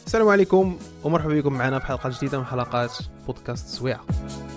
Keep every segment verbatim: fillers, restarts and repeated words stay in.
السلام عليكم ومرحبا بكم معنا في حلقة جديدة من حلقات بودكاست سويعة.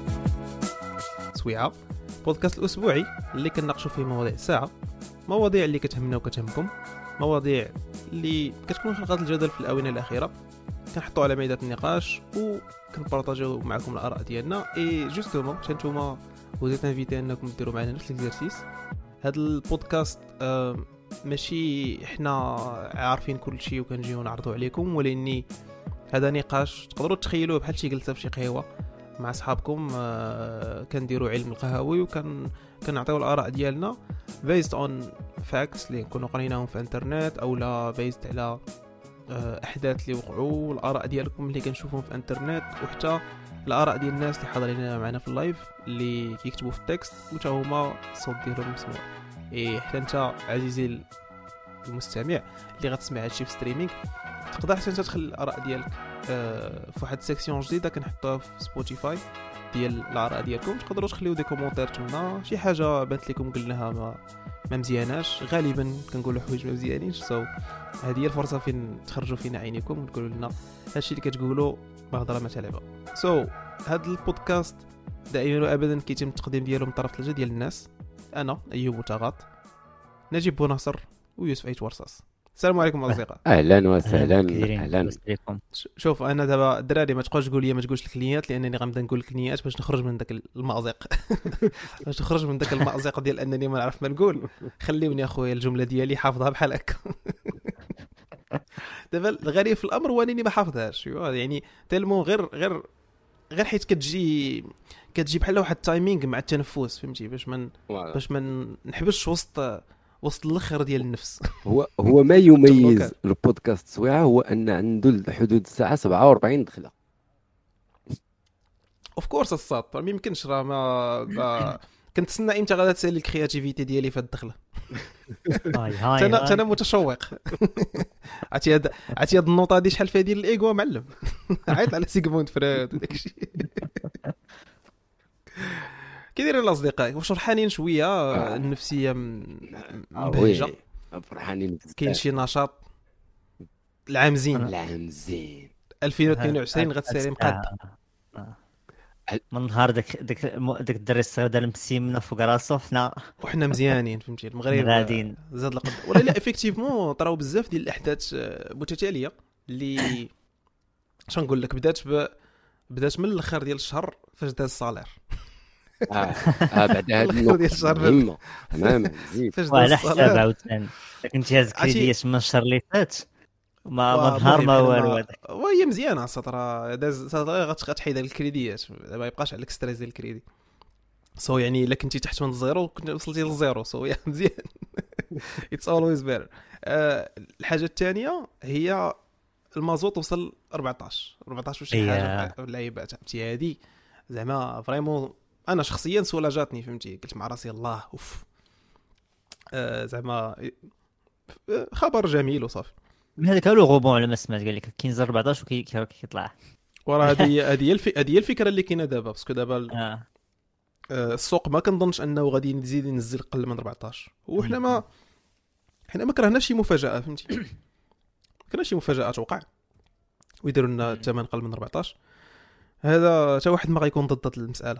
سويعة بودكاست الأسبوعي اللي كنناقشوا فيه مواضيع الساعة، مواضيع اللي كتهمنا وكتهمكم، مواضيع اللي كتكون خلقات الجدل في الآونة الأخيرة، كنحطوا على مائدة النقاش وكنبارطاجيو معكم الآراء ديالنا. اي جوستومون حتى نتوما وزيت انفيتي انكم ديروا معنا نفس الاكزرسيس. هذا البودكاست آه ماشي احنا عارفين كل شيء وكنجيو نعرضوا عليكم، ولاني هذا نقاش تقدروا تخيلوه بحال شي جلسه في شي قهوه مع اصحابكم، آه كنديروا علم القهوي وكان كنعطيو الاراء ديالنا based on facts اللي نكونوا قريناهم في انترنت او لا based على آه احداث اللي وقعوا، الاراء ديالكم اللي كنشوفهم في انترنت، وحتى الاراء ديال الناس اللي حاضرين معنا في اللايف اللي كيكتبوا في التكست وتا هما الصوت ديالهم مسموع. ايه حتى انت عزيزي المستمع اللي غتسمع هادشي في ستريمينغ تقدر حتى انت تخلي الاراء ديالك آه في واحد سيكسيون جديده كنحطوها في سبوتيفاي ديال الاراء ديالكم. تقدروا تخليو دي كومونتير تما، شي حاجه بانت لكم قلناها ما ما مزياناش، غالبا كنقولوا حوايج ما مزيانينش، سو هذه هي الفرصه فين تخرجوا فينا عينيكم وتقولوا لنا هادشي اللي كتقولوا ما هضره ما تلعبه. سو so, هذا البودكاست دائما وابدا كيتم التقديم ديالو من طرف ثلاثه ديال الناس، انا ايوب متغاط، نجيب بوناصر ويوسف ايت ورصاص. السلام عليكم اصدقاء. اهلا وسهلا. اهلا بكم. شوف انا دابا الدراري ما تبقاوش تقول لي ما تقولش الكليات، لانني غنبدا نقول الكليات باش نخرج من داك المأزق باش نخرج من داك المأزق ديال انني ما نعرف ما نقول. خليوني اخويا الجمله ديالي حافظها بحال هكا. دابا الغريب في الامر هو انني ما حافظهاش، يعني تلمو غير غير غير حيت كتجي كتجي بحال واحد التايمينغ مع التنفس، فهمتي، باش من باش ما نحبسش وسط وسط الاخر ديال النفس. هو هو ما يميز البودكاست سويعه هو ان عنده حدود الساعه سبعة وأربعين دخله. اوف كورس الساط ما يمكنش، راه ما كنتسنى امتى غادا تسالي الكرياتيفيتي ديالي في هاد الدخله. هاي هاي انا انا متشوق. عرفتي هاد عرفتي هاد النوطه دي شحال فيها ديال الايغو معلم. عيط على سيغموند فريد وداكشي. كي دايرين الاصدقاء؟ واش فرحانين شويه؟ آه. النفسيه مبهجه، فرحانين، كاين شي نشاط. العام زين، العام زين ألفين واثنين وعشرين غتسالي مقاد من نهار داك داك داك الدري الصغير دار مسيمنا فوق راسو، حنا وحنا مزيانين، فهمتي. المغرب غاديين زاد القد ولا لا افيكتيفمون طراو بزاف ديال الاحداث متتاليه اللي اش نقول لك بدات ب... بدات من الاخر ديال الشهر فاش داز الصالير. اه اه بعد هذا النقطه مهمه تماما. زيد على حساب عاوتاني كنتي هاز كريديات من الشهر اللي فات ما ما ظهر ما والو هذاك، وهي مزيانه السطر داز غتحيد الكريديات، ما يبقاش عليك ستريس ديال الكريدي. سو يعني الا كنتي تحت من الزيرو كنت وصلتي للزيرو، سو يا مزيان. اتس اولويز بيتر. الحاجه الثانيه هي المازوت وصل أربعطاش أربعطاش وشي حاجه اللعيبات، فهمتي. هذه زعما فريمون انا شخصيا سولاجاتني، فهمتي. قلت مع راسي الله اوف، آه زعما خبر جميل وصافي. هذاك لو غوبون على ما سمعت قال لك كاين أربعطاش وكيطلع وراه. هذه هذه الف... هذه الفكره اللي كاينه دابا، باسكو دابا آه. آه السوق ما كنظنش انه غادي يزيد ينزل قل من أربعطاش، وحنا ما حنا ما كرهناش شي مفاجاه، فهمتي. كنا شي مفاجاه توقع ويديروا لنا الثمن قل من أربعطاش. هذا حتى واحد ما غيكون ضد المساله.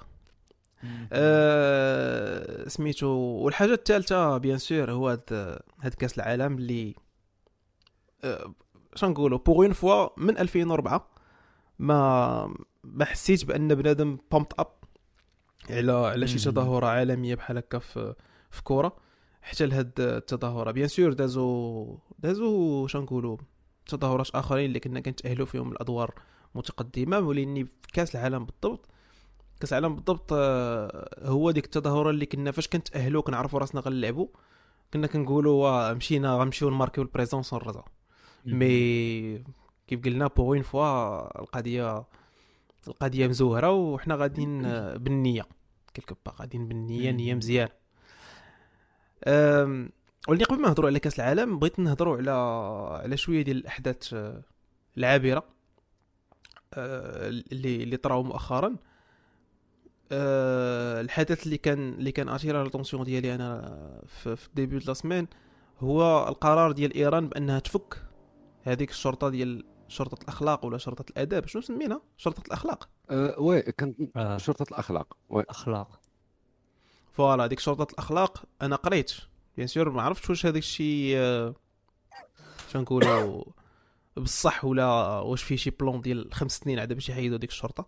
أه سميتو. والحاجه الثالثه بيان سور هو هاد هاد كاس العالم اللي أه شنقولوا بوغ اون فوا من ألفين وأربعة ما ما حسيت بان بنادم بامت اب على على شي تظاهره عالميه بحال هكا في في كره. حتى لهاد التظاهره بيان سور دازو دازو شنقولوا تظاهرات اخرين اللي كنا كنتاهلوا فيهم الادوار متقدمه، ولاني في كاس العالم بالضبط كاس العالم بالضبط هو ديك التظاهره اللي كنا فاش كنتاهلوا كنعرفوا راسنا غنلعبوا كنا كنقولوا مشينا غنمشيو نماركيو البريزونس ونرجعوا. مي كيف قلنا بوغ اون فوا القضيه القضيه مزوهره وحنا غاديين بالنيه كلكو با غاديين بالنيه نيه مزيان. أم ولكن قبل ما نهضروا على كاس العالم بغيت نهضروا على على شويه ديال الاحداث العابره اللي اللي طراو مؤخرا. أه الحدث اللي كان اللي كان اثير الاتونسيون ديالي انا في, في ديبيوت لا سيمين هو القرار ديال ايران بانها تفك هذيك الشرطه ديال شرطه الاخلاق ولا شرطه الاداب، شنو سمينا شرطه الاخلاق؟ أه وي كانت آه. شرطه الاخلاق وي اخلاق. فوالا ديك شرطه الاخلاق انا قريت بيان سور، ما عرفتش واش هذاك الشيء آه، شنو نقولوا بصح ولا واش فيه شي بلون ديال خمس سنين عاد باش يحيدوا ديك الشرطه،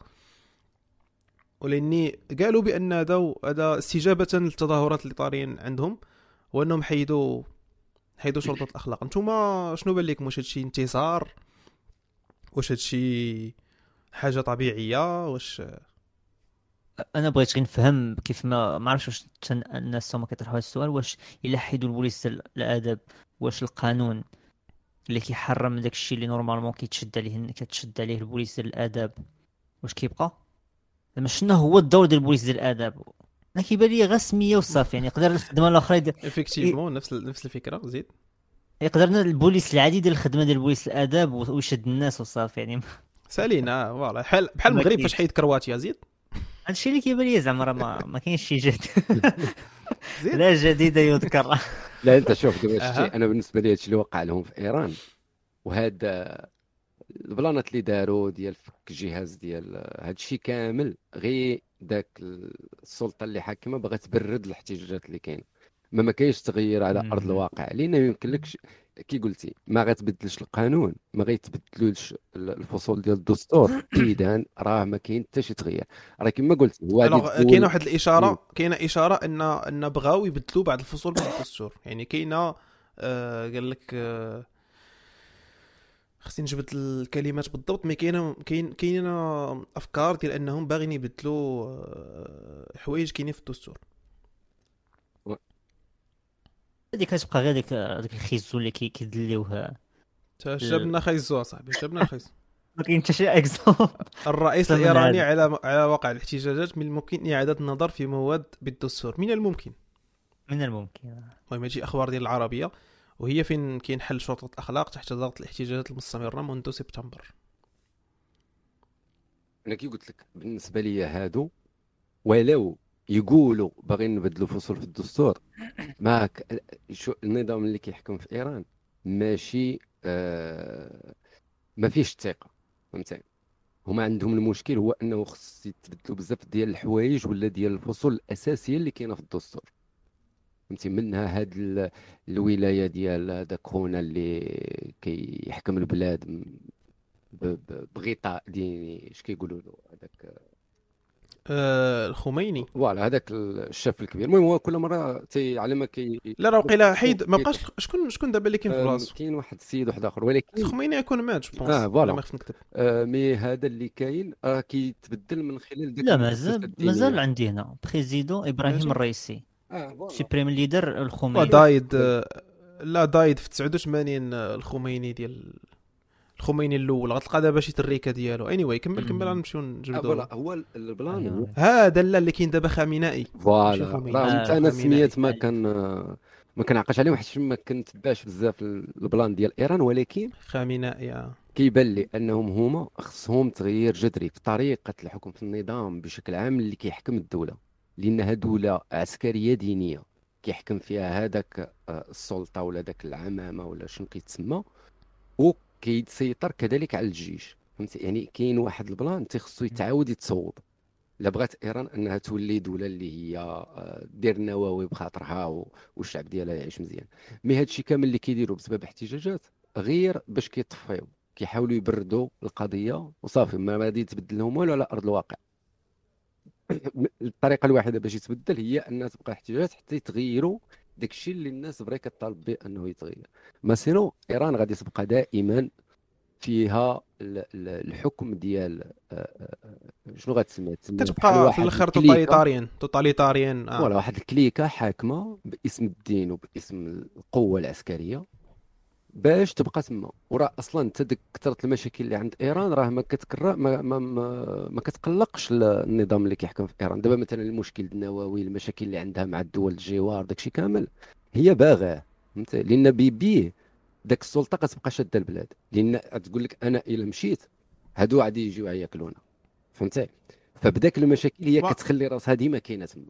ولاني قالوا بان هذا هذا استجابه للتظاهرات اللي طارين عندهم، وانهم حيدوا حيدوا شرطه الاخلاق. نتوما شنو بان لكم؟ واش هادشي انتصار؟ واش هادشي حاجه طبيعيه؟ واش انا بغيت غير نفهم كيف ما ما عرفتش واش تن... الناس هما كيطرحوا هذا السؤال، واش الا حيدوا البوليس ديال الاداب واش القانون اللي كيحرم داك الشيء اللي نورمالمون كيتشد عليه كتشد عليه البوليس ديال الاداب واش كيبقى؟ زعما شنو هو الدور ديال البوليس ديال الاداب؟ انا كيبان لي غير سميه وصافي، يعني يقدر الخدمه الاخرى يدير افيكتيفمون نفس نفس الفكره. زيد يقدرنا البوليس العادي يدير الخدمه ديال البوليس الاداب ويشد الناس وصافي، يعني سالينا فوالا بحال بحال المغرب فاش حيد كرواتيا. زيد هادشي اللي كيبان لي زعما راه ما, ما كاينش شي جديد لا جديده يذكر. لا انت شوف دابا شتي انا بالنسبه لي هادشي اللي وقع لهم في ايران وهاد البلانات اللي داروا ديال فك جهاز ديال هادشي كامل، غير داك السلطه اللي حاكمه باغا تبرد الاحتجاجات اللي كاينه، ما ما كاينش تغيير على ارض الواقع، لان ما يمكنلكش كي قلتي ما غتبدلش القانون، ما غيتبدلوش الفصول ديال الدستور، اذا راه ما كاين حتى شي تغيير. راه كما قلت هو كاينه واحد الاشاره كاينه اشاره ان ان بغاو يبدلوا بعض الفصول من الدستور، يعني كاينه آه قال لك آه خصني نجبد الكلمات بالضبط، مي كاينه كاين كاينه افكار ديال انهم باغيين يبدلوا آه حوايج كاينين في الدستور. هذيك كتبقى غير ديك ديك الخيزو اللي كيدليوها شبنا خيزو صاحبي، شبنا خيزو ما كاين حتى شي اكزومبل. الرئيس الايراني على على وقع الاحتجاجات من الممكن اعاده النظر في مواد بالدستور. من الممكن من الممكن المهم يجي اخبار ديال العربيه وهي فين كاين حل شرطه الاخلاق تحت ضغط الاحتجاجات المستمره منذ سبتمبر. انا كي قلت لك بالنسبه لي هادو ولو يقولوا باغيين نبدلوا فصول في الدستور، ما ك... شو النظام اللي كيحكم في ايران ماشي آه... ما فيش الثقه، فهمتي؟ هما عندهم المشكل هو انه خص يتبدلوا بزاف ديال الحوايج ولا ديال الفصول الاساسيه اللي كاينه في الدستور، فهمتي؟ منها هاد ال... الولايه ديال داك خونا اللي كيحكم البلاد ب... ب... بغطاء ديني، اش كيقولوا له هذاك آه الخميني، فوالا هذاك الشاف الكبير. المهم هو كل مره تي على ما كي لا راه وقيلا حيد ما بقاش. شكون شكون دابا اللي كاين في راسو؟ كاين واحد السيد واحد اخر، ولكن الخميني يكون مات جو بونس. اه فوالا ما خفت نكتب آه مي هذا اللي كاين راه كيتبدل من خلال داك لا مازال مازال عندي هنا بريزيدون ابراهيم الرئيسي اه فوالا سوبريم ليدر الخميني دايد. لا دايد في تسعة وثمانين الخميني ديال الخميني الاول، غتلقى دابا شي تريكه ديالو. اني anyway, كمل كمل غنمشيو نجبدو. فوالا هو البلان هذا لا اللي كاين دابا خامنائي فوالا راه انت انا سميت ما كان ما كنعقلش عليهم حيت ما كنتبعش بزاف البلان ديال ايران، ولكن خامنائي كيبان لي انهم هما خصهم تغيير جذري في طريقه الحكم في النظام بشكل عام اللي كيحكم الدوله، لانها دوله عسكريه دينيه كيحكم فيها هذاك السلطه ولا داك العمامه ولا شنو كيتسمى، وكيتسيطر كذلك على الجيش، فهمتي؟ يعني كاين واحد البلان تيخصو يتعاود يتصوب الا بغات ايران انها تولي دوله اللي هي دير النووي بخاطرها والشعب ديالها يعيش مزيان. مي هادشي كامل اللي كيديروا بسبب احتجاجات غير باش كيطفيو، كيحاولوا يبردوا القضيه وصافي، ما غادي يتبدل لهم والو على ارض الواقع. الطريقه الوحيده باش يتبدل هي انها تبقى احتجاجات حتى يتغيروا داكشي اللي الناس بغا كطالب به انه يتغير، ما سينو ايران غادي تبقى دائما فيها الحكم ديال شنو غتسمى كتبقى في الاخر توتاليتاريان توتاليتاريان اه. ولا واحد الكليكه حاكمه باسم الدين وباسم القوه العسكريه باش تبقى تما. وراه اصلا انت ديك كثره المشاكل اللي عند ايران راه ما كتكرر ما ما, ما, ما كتقلقش النظام اللي كيحكم في ايران. دابا مثلا المشكل النووي، المشاكل اللي عندها مع الدول الجوار، داكشي كامل هي باغاه، فهمتي؟ لان بيبيه داك السلطه كتبقى شاده البلاد، لان تقول لك انا الا مشيت هادو غادي يجيو ياكلونا، فهمتي؟ فبداك المشاكل هي كتخلي راسها ديما كاينه تما.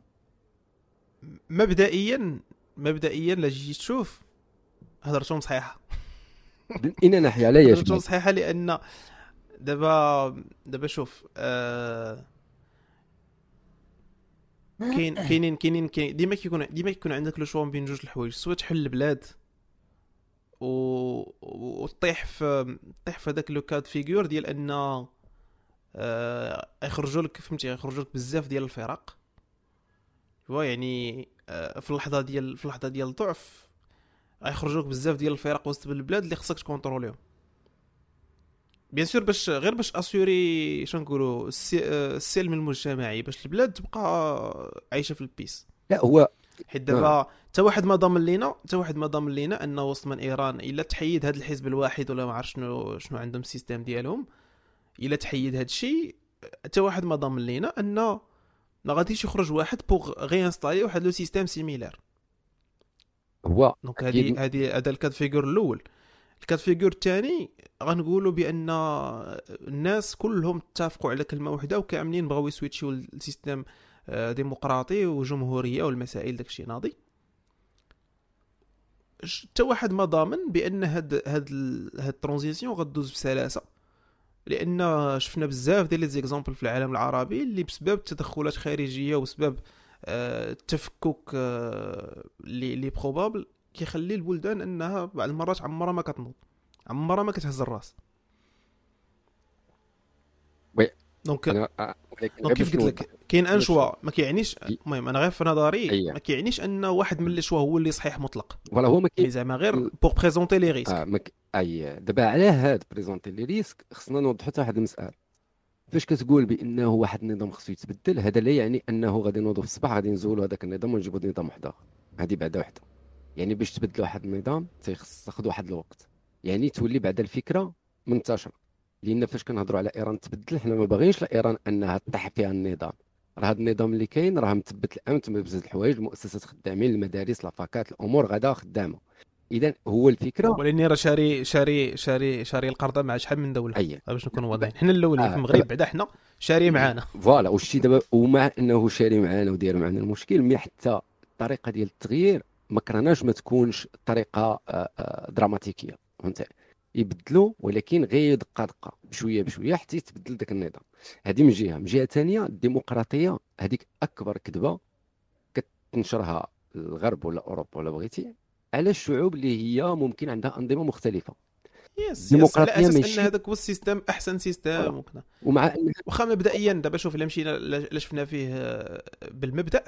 مبدئيا مبدئيا لا جيت تشوف هضرتهم صحيحه من اين ناحيه لا كتكون يجمل. صحيحه لان دابا دابا شوف آه كاين كاينين كاينين كاين ديما كيكون ديما كيكون عندك لو شوا بين جوج الحوايج، سواء تحل البلاد و وطيح في طيح في هذاك لو كاد فيغور ديال ان آه يخرجوا لك فهمتي يخرجوا لك بزاف ديال الفرق هو يعني آه في اللحظه ديال في اللحظه ديال الضعف غيخرجوا لك بزاف ديال الفرق وسط البلاد اللي خصك تكونتروليهم بيان سور باش غير باش اسيوري شنقولوا السلم المجتمعي باش البلاد تبقى عايشه في البيس. لا هو حيت دابا حتى واحد ما ضامن لينا حتى واحد ما ضامن لينا انه وسط من ايران الا تحيد هذا الحزب الواحد ولا ما عرف شنو شنو عندهم السيستم ديالهم، الا تحيد هذا الشيء حتى واحد ما ضامن لينا انه ما غاديش يخرج واحد بوغ غيانستالي واحد لو سيستم سيميلار. هو دونك هذه هذه هذا الكاد فيغور الاول. الكاد فيغور الثاني غنقولوا بان الناس كلهم اتفقوا على كلمه واحده وكاملين بغاو يسويتشيو السيستم ديمقراطي وجمهوريه والمسائل داكشي ناضي. حتى واحد ما ضامن بان هاد هاد هاد الترانزيسيون غدوز بسلاسه، لان شفنا بزاف ديال لي زيكزامبل في العالم العربي اللي بسبب تدخلات خارجيه وسبب التفكك اللي اللي بروبابل كيخلي البلدان انها بعض المرات عمرها ما كتنوض، عمرها ما كتهز الراس. وي دونك انا دونك كيف قلت لك كاين ان شوا ما كيعنيش أي. المهم انا غير في نظري أي. ما كيعنيش ان واحد من لي شوا هو اللي صحيح مطلق، فوالا هو ما يعني كاين زعما غير بوغ بريزونتي لي ريسك. اه مك... اي دابا على هاد بريزونتي لي ريسك خصنا نوضحوا حتى واحد المساله. فاش كتقول بانه واحد النظام خصو يتبدل، هذا لا يعني انه غادي نوضوا في الصباح غادي نزولوا هذاك النظام ونجيبوا نظام واحد اخر. هذه بعدا وحده، يعني باش تبدل واحد النظام تيخص تاخذ واحد الوقت، يعني تولي بعدا الفكره منتشره. لان فاش كنهضروا على ايران تبدل، حنا ما باغيينش لايران انها تطيح فيها النظام. راه هذا النظام اللي كاين راه مثبت الامن، مثبت الحوايج، المؤسسات خدامين، المدارس، لافاكات، الامور غدا خدامه. اذا هو الفكره ولاني راه شاري شاري شاري شاري القرضه مع شحال من دوله أيه. باش نكونوا واضحين، حنا الاولين آه. في المغرب بعدا حنا شاري معانا. فوالا وشتي دابا ومع انه شاري معانا وداير معنا المشكل، مي حتى الطريقه ديال التغيير ما كرهناش ما تكونش طريقه دراماتيكيه، فهمتي؟ يبدلوا ولكن غير دقه دقه بشويه بشويه حتى يتبدل داك النظام. هذه من جهه. من جهه ثانيه الديمقراطيه هذيك اكبر كذبه كتنشرها الغرب ولا اوروبا ولا بغيتي على الشعوب اللي هي ممكن عندها انظمه مختلفه. يس يس الديمقراطيه على اساس ماشي ان هذاك هو السيستم احسن سيستم ممكن. ومع ان واخا مبدئيا دابا شوف الا مشينا الا شفنا فيه بالمبدا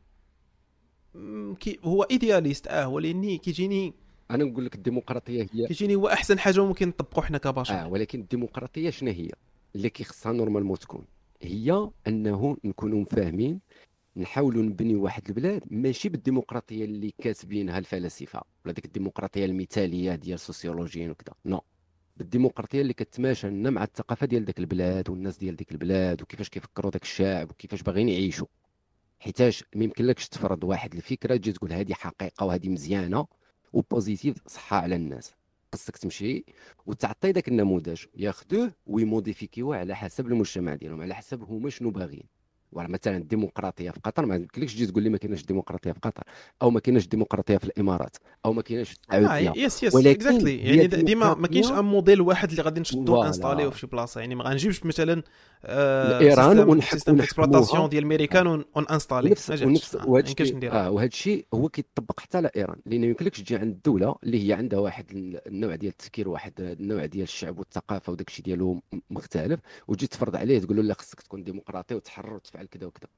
كي هو ايدياليست اه ولاني كيجيني انا نقول لك الديمقراطيه هي كيجيني هو احسن حاجه ممكن نطبقوا حنا كبشر. اه ولكن الديمقراطيه شنو هي اللي كيخصها نورمالمون تكون؟ هي انه نكونوا فاهمين، نحاولوا نبنيو واحد البلاد ماشي بالديمقراطيه اللي كاتبينها الفلاسفه ولا ديك الديمقراطيه المثاليه ديال السوسيولوجيين وكذا، نو، بالديمقراطيه اللي كتماشى لنا مع الثقافه ديال ديك البلاد والناس ديال ديك البلاد وكيفاش كيفكروا داك الشعب وكيفاش باغيين يعيشوا. حيتاش ما يمكنلكش تفرض واحد الفكره تجي تقول هذه حقيقه وهذه مزيانه وبوزيتيف صحه على الناس. خصك تمشي وتعطي داك النموذج ياخذوه ويموديفيكيوه على حسب المجتمع ديالهم، على حسب هما شنو باغيين. ولا مثلا الديمقراطيه في قطر ما يمكنلكش تجي تقول لي ما كايناش ديمقراطيه في قطر، او ما كايناش ديمقراطيه في الامارات، او ما كايناش في السعوديه. آه يس يس ولكن اكزاكتلي هي يعني ديما ما كاينش الديمقراطية- ان موديل واحد اللي غادي نشدو فوالا. انستاليو في شي بلاصه. يعني ما غنجيبش مثلا آه الإيران سيستم ونحك- سيستم ونحكموها. اكسبلوطاسيون ديال الميريكان ون انستالي ونفس ما ونفس جاتش وهذا ما يمكنش الشيء نديرها. اه وهذا الشيء هو كيطبق حتى على ايران، لان ما يمكنلكش تجي عند الدوله اللي هي عندها واحد النوع ديال التفكير، واحد النوع ديال الشعب والثقافه وداك الشيء ديالو م- مختلف، وتجي تفرض عليه تقول له لا خصك تكون ديمقراطي وتحرر وتفعل كذا وكذا.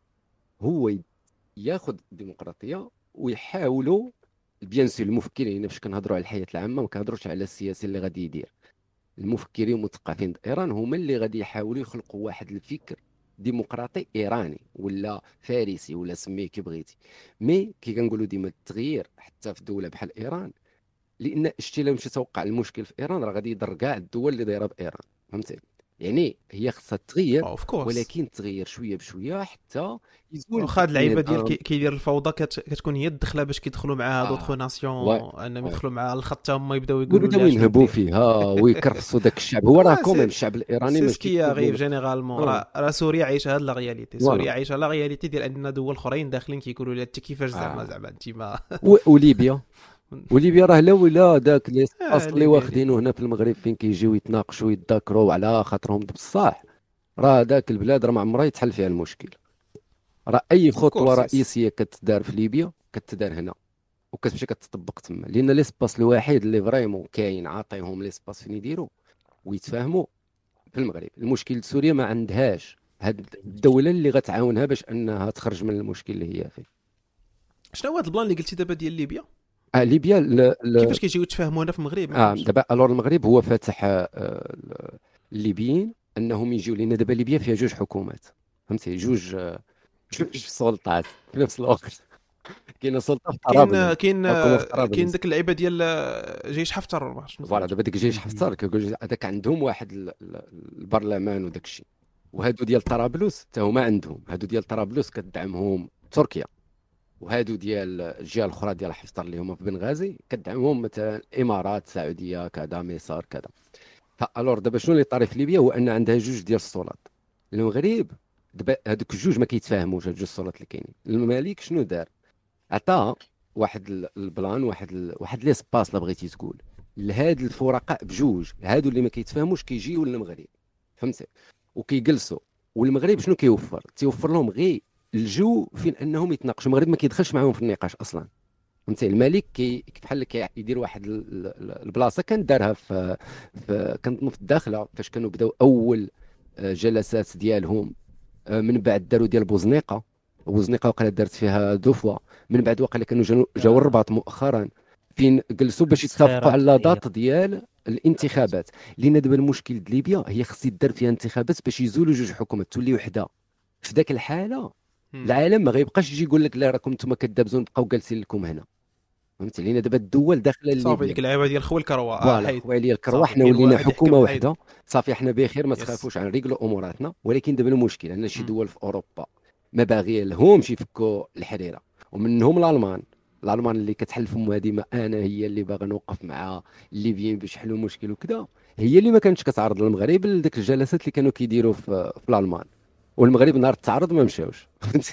هو ي- ياخذ الديمقراطيه ويحاولوا بيان سور المفكرين، باش كنهضروا على الحياه العامه ما كنهضروش على السياسي اللي غادي يدير. المفكرين والمثقفين ايران هما اللي غادي يحاولوا يخلقوا واحد الفكر ديمقراطي ايراني ولا فارسي ولا سميه كي بغيتي. مي كي كنقولوا ديما التغيير حتى في دوله بحال ايران، لان شتي لو مشى توقع المشكل في ايران راه غادي يضر كاع الدول اللي دايره بايران، فهمتي؟ يعني هي خصها تغير اوف كورس. ولكن تغير شويه بشويه حتى يزول واخا هاد اللعيبه ديال النظام. كي- كيدير الفوضى كت- كتكون هي الدخله باش كيدخلوا معاها آه. دوطخ ناسيون واي. انهم واي. يدخلوا مع الخط هما يبداو يقولوا ويبداو لها شنو ينهبوا دير. فيها ويكرفسوا داك الشعب. هو راه آه، كوميم سي- الشعب الايراني سي ماشي سكي غير جينيرالمون آه. راه راه سوريا عايشه هاد لا رياليتي. فوالا. سوريا عايشه لا رياليتي ديال ان دول اخرين داخلين كيقولوا لها انت كيفاش زعما آه. زعما انت ما و- وليبيا وليبيا راه لا ولا داك لي آه سباس اللي ليبيا واخدينه ليبيا هنا في المغرب فين كيجيو يتناقشوا يتذاكروا على خاطرهم بصح، راه داك البلاد راه ما عمرها يتحل فيها المشكل. راه اي اوف خطوه كورس يس. رئيسيه كتدار في ليبيا كتدار هنا وكتمشي كتطبق تما، لان ليسباس الوحيد اللي فريمون كاين عاطيهم ليسباس فين يديروا ويتفاهموا في المغرب. المشكل سوريا ما عندهاش هاد الدوله اللي غتعاونها باش انها تخرج من المشكل اللي هي فيه. شنو هو هذا البلان اللي قلتي دابا ديال ليبيا؟ آه ليبيا ل... ل... كيفاش كيجيو يتفاهموا هنا في المغرب؟ ما آه فهمتش. دابا الور المغرب هو فاتح آه الليبيين انهم يجيو، لان دابا ليبيا فيها جوج حكومات، فهمتي، جوج آه، جوج سلطات في نفس الوقت. كاينه سلطه في كاين طرابلس، كاين حكومه في كاين طرابلس. داك اللعيبه ديال جيش حفتر، ما عرفتش شنو فوالا سميتو. دابا ديك الجيش حفتر كيقول هذاك عندهم واحد ال- ال- البرلمان وداك الشيء. وهادو ديال طرابلس حتى هما عندهم، هادو ديال طرابلس كتدعمهم تركيا، وهادو ديال الجهه الاخرى ديال حفتر اللي هما في بنغازي كتدعمهم مثلا الامارات، السعوديه، كذا، مصر، كذا. فالور دابا شنو اللي طاري في ليبيا هو ان عندها جوج ديال السلطات. المغرب دابا هذوك الجوج ما كيتفاهموش، هاد جوج السلطات اللي كاينين. الملك شنو دار؟ عطى واحد ال- البلان، واحد ال... واحد ليسباس لا بغيتي تقول لهاد الفرقاء بجوج، هادو اللي ما كيتفاهموش كيجيو للمغرب، فهمتي، وكيجلسوا. والمغرب شنو كيوفر؟ تيوفر لهم غير الجو فين انهم يتناقشوا. المغرب ما كيدخلش معاهم في النقاش اصلا، فهمتي. الملك كي بحال كي يدير واحد ال- ال- البلاصه كان دارها في, في كانت في الداخله فاش كانوا بداو اول آه، جلسات ديالهم. آه، من بعد داروا ديال بوزنيقه، بوزنيقه وقيلا دارت فيها دو فوا. من بعد وقيلا كانوا جاو جاو آه، الرباط مؤخرا فين جلسوا باش يتفقوا التصخيرات على اللي هي دات ديال الانتخابات. لان دابا المشكل د ليبيا هي خص يدار فيها انتخابات باش يزولوا جوج حكومات تولي وحده. في ذاك الحاله مم. العالم ما غيبقاش يجي يقول لك لا راكم نتوما كدابزون بقاو جالسين لكم هنا، فهمتي. لان دابا الدول داخله صافي لليبيا. ديك اللعيبه ديال خو الكروه اه فوالا حيد. خوالي الكروه، صافي حنا كاين ولينا واحد حكومه يحكم حيد. واحده صافي، حنا بخير ما يس. تخافوش عن رجلوا اموراتنا. ولكن دابا المشكل ان شي مم. دول في اوروبا ما باغيه لهمش يفكوا الحريره، ومنهم الالمان. الالمان اللي كتحلفهم هذه ما انا هي اللي باغا نوقف مع الليبيين باش يحلوا المشكل وكذا، هي اللي ما كانتش كتعرض للمغرب لديك الجلسات اللي كانوا كيديروا في, في الالمان. والمغرب نهار التعرض ما مشاوش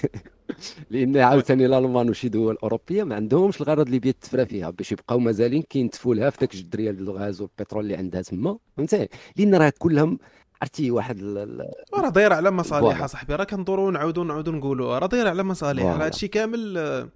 لان وي. عاوتاني الالمان وشي دول اوروبيه ما عندهمش الغرض اللي بيتفرى فيها باش يبقاو مازالين كينتفوا لها في داك الجدريه ديال الغاز والبترول اللي عندها تما، فهمتي. لان راه كلهم عرفتي واحد ال- ال- راه دايره على مصالح فوالا صاحبي، راه كندوروا نعاودوا نعاودوا نقولوا راه دايره على مصالح، راه فوالا هادشي كامل. آه،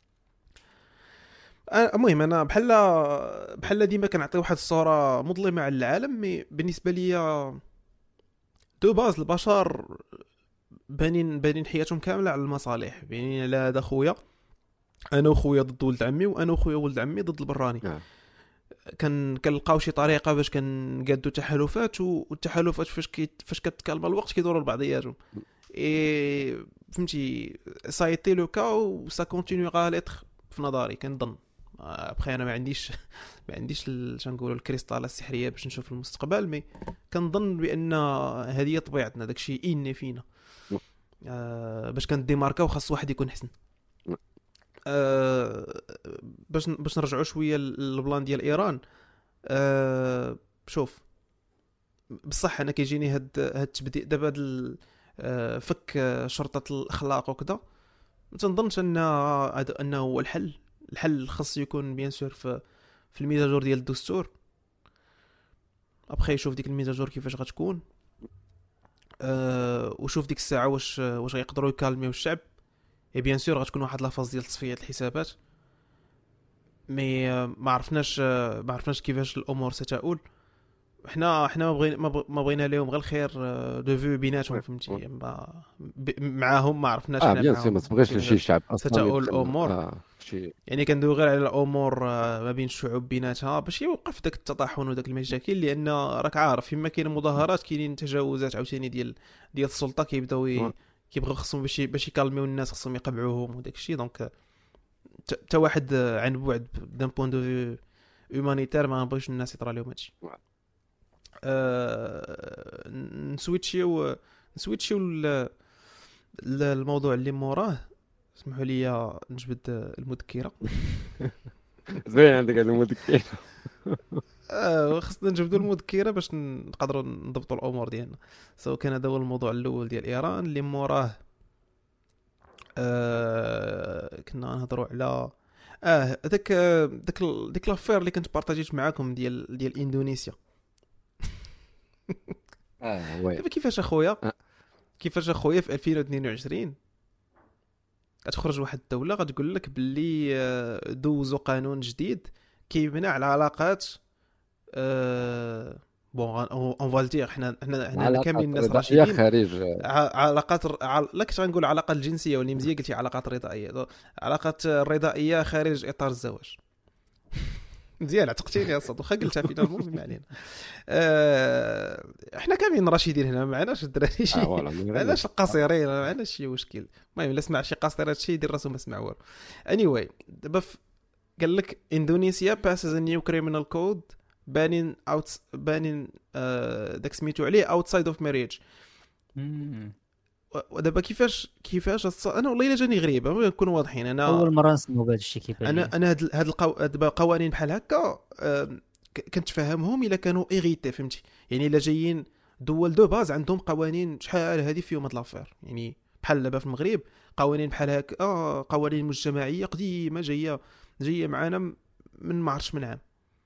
المهم انا بحال بحال ديما كنعطي واحد الصوره مظلمه على العالم، مي بالنسبه ليا دو باز البشر بانين بانين حياتهم كامله على المصالح. بانين على هذا خويا، انا وخويا ضد ولد عمي، وانا وخويا ولد عمي ضد البراني. آه. كان كنلقاو شي طريقه باش كنقادو تحالفات، والتحالفات فاش كي فاش كتكالما الوقت كيدوروا لبعضياتهم. اي فهمتي سايتي لو كا و سا كونتينيوغا ليتر في نظري كنظن. ابخي انا ما عنديش ما عنديش شنقولوا الكريستاله السحريه باش نشوف المستقبل، مي كنظن بان هذه طبيعتنا، داكشي اني فينا. آه باش كنديماركاو خاص واحد يكون حسن. آه باش باش نرجعوا شويه للبلان ديال ايران. آه شوف بصح انا كيجيني هاد هاد التبديل دابا هاد ال- آه، فك آه، شرطه الاخلاق وكذا. ما تنظنش ان هذا انه هو الحل. الحل خاص يكون بيان سور في في الميزاجور ديال الدستور. ابخي يشوف ديك الميزاجور كيفاش غتكون. أه وشوف ديك الساعه واش واش غيقدروا يكالميو الشعب. اي بيان سور غتكون واحد لافاز ديال تصفيه الحسابات، مي آه، ما عرفناش آه، ما عرفناش كيفاش الامور ستؤول. حنا حنا ما بغينا ما بغ- ما بغينا لهم غير الخير دو فيو بيناتهم، فهمتي. ما ب- معاهم ما عرفناش اه حنا بيان سي ما معاهم تبغيش شي كيفاش شعب اصلا ستؤول يدخل الامور. اه شي. يعني كندوي غير على الامور آه، ما بين الشعوب بيناتها باش يوقف داك التطاحن وداك المشاكل، لان راك عارف فيما كاين مظاهرات كاينين تجاوزات عاوتاني ديال ديال السلطه كيبداو ي- كيبغيو خصهم باش ي- باش يكالميو الناس خصهم يقبعوهم وداك الشيء. دونك حتى واحد آه، عن بعد دان بوين دو فيو هومانيتير ما بغيوش الناس يطرى لهم هادشي. أه نسويتشيو نسويتشيو ل- للموضوع اللي موراه. اسمحوا لي نجبد المذكره. زين عندك هذا المذكر. اه خصنا نجبدوا المذكره باش نقدروا نضبطوا الامور ديالنا. سو كان هذا هو الموضوع الاول ديال ايران اللي موراه. آه كنا نهضروا على اه داك داك ال- ديك لافير اللي كنت بارطاجيت معاكم ديال ديال اندونيسيا. اه وي دابا كيفاش اخويا آه. كيفاش اخويا في ألفين واثنين وعشرين غتخرج واحد الدوله غتقول لك باللي آه، دوزوا قانون جديد كيمنع العلاقات أه... بون اون فالتير حنا حنا حنا كاملين الناس الرضائية راشدين. خارج ع- علاقات ر- عل... لا كنت غنقول علاقات الجنسيه واللي مزيه قلتي علاقات رضائيه. علاقات الرضائيه خارج اطار الزواج. مزيان عتقتيني يا صاد واخا قلتها فينا المهم ما علينا. أه... احنا كاملين راشدين هنا ما معناش الدراري شي اه فوالا علاش القصيرين ما عندناش شي مشكل. المهم الا سمع شي قصير هادشي يدير راسو ما سمع والو. anyway دابا ف- قال لك اندونيسيا passes a new criminal code banning out banning آه، داك سميتو عليه outside of marriage. و- ودابا كيفاش كيفاش الص... انا والله الا جاني غريبه نكونوا واضحين. انا اول مره نسمعوا بهذا الشيء كيبان انا لي. انا هاد ال- هاد القو... دابا قوانين بحال هكا آم، ك- كنتفهمهم الا كانوا ايغيتي فهمتي. يعني الا جايين دول دو باز عندهم قوانين شحال هذه فيهم هاد لافير. يعني بحال دابا في المغرب قوانين بحال هكا اه قوانين مجتمعيه قديمه جايه جايه معانا م- من ما عرفتش من عام.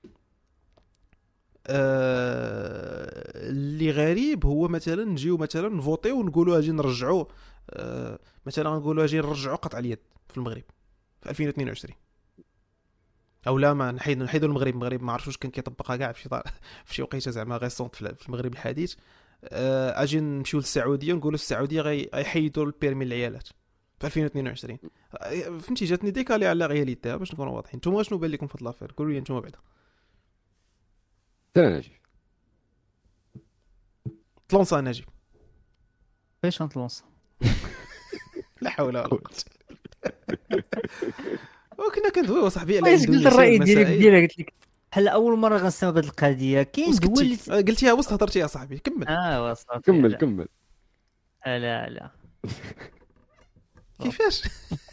آه، اللي غريب هو مثلا نجيو مثلا نفوطيو ونقولوا اجي نرجعوا آه، مثلا نقولوا اجي نرجعوا قطع اليد في المغرب في ألفين واثنين وعشرين او لا ما نحيدوا نحيدوا المغرب المغرب ما عرفتش واش كان كيطبقها كاع في شي طا- في شي وقيته زعما غيسونط في في المغرب الحديث. آه، اجي نمشيو للسعوديه ونقولوا السعوديه غي- غيحيدوا البيرمي للعيالات في ألفين واثنين وعشرين. آه، فهمتي جاتني ديكالي على رياليتي باش نكونوا واضحين. نتوما شنو بان لكم في هاد لافير قولوا لي نتوما بعدا ترى نجي طلونسا نجيب. فاش غنطلونس لا حول ولا قوه. وكنا كندويو صاحبي على واش قلت اندونيسيا الراي ديالك والمسائل. ديالها قلت لك بحال اول مره غنسمع بهذه القضيه. كاين دول اللي وسكتي آه، قلتيها وسط هضرتي يا صاحبي كمل. اه وصافي. كمل لا. كمل لا لا كيفاش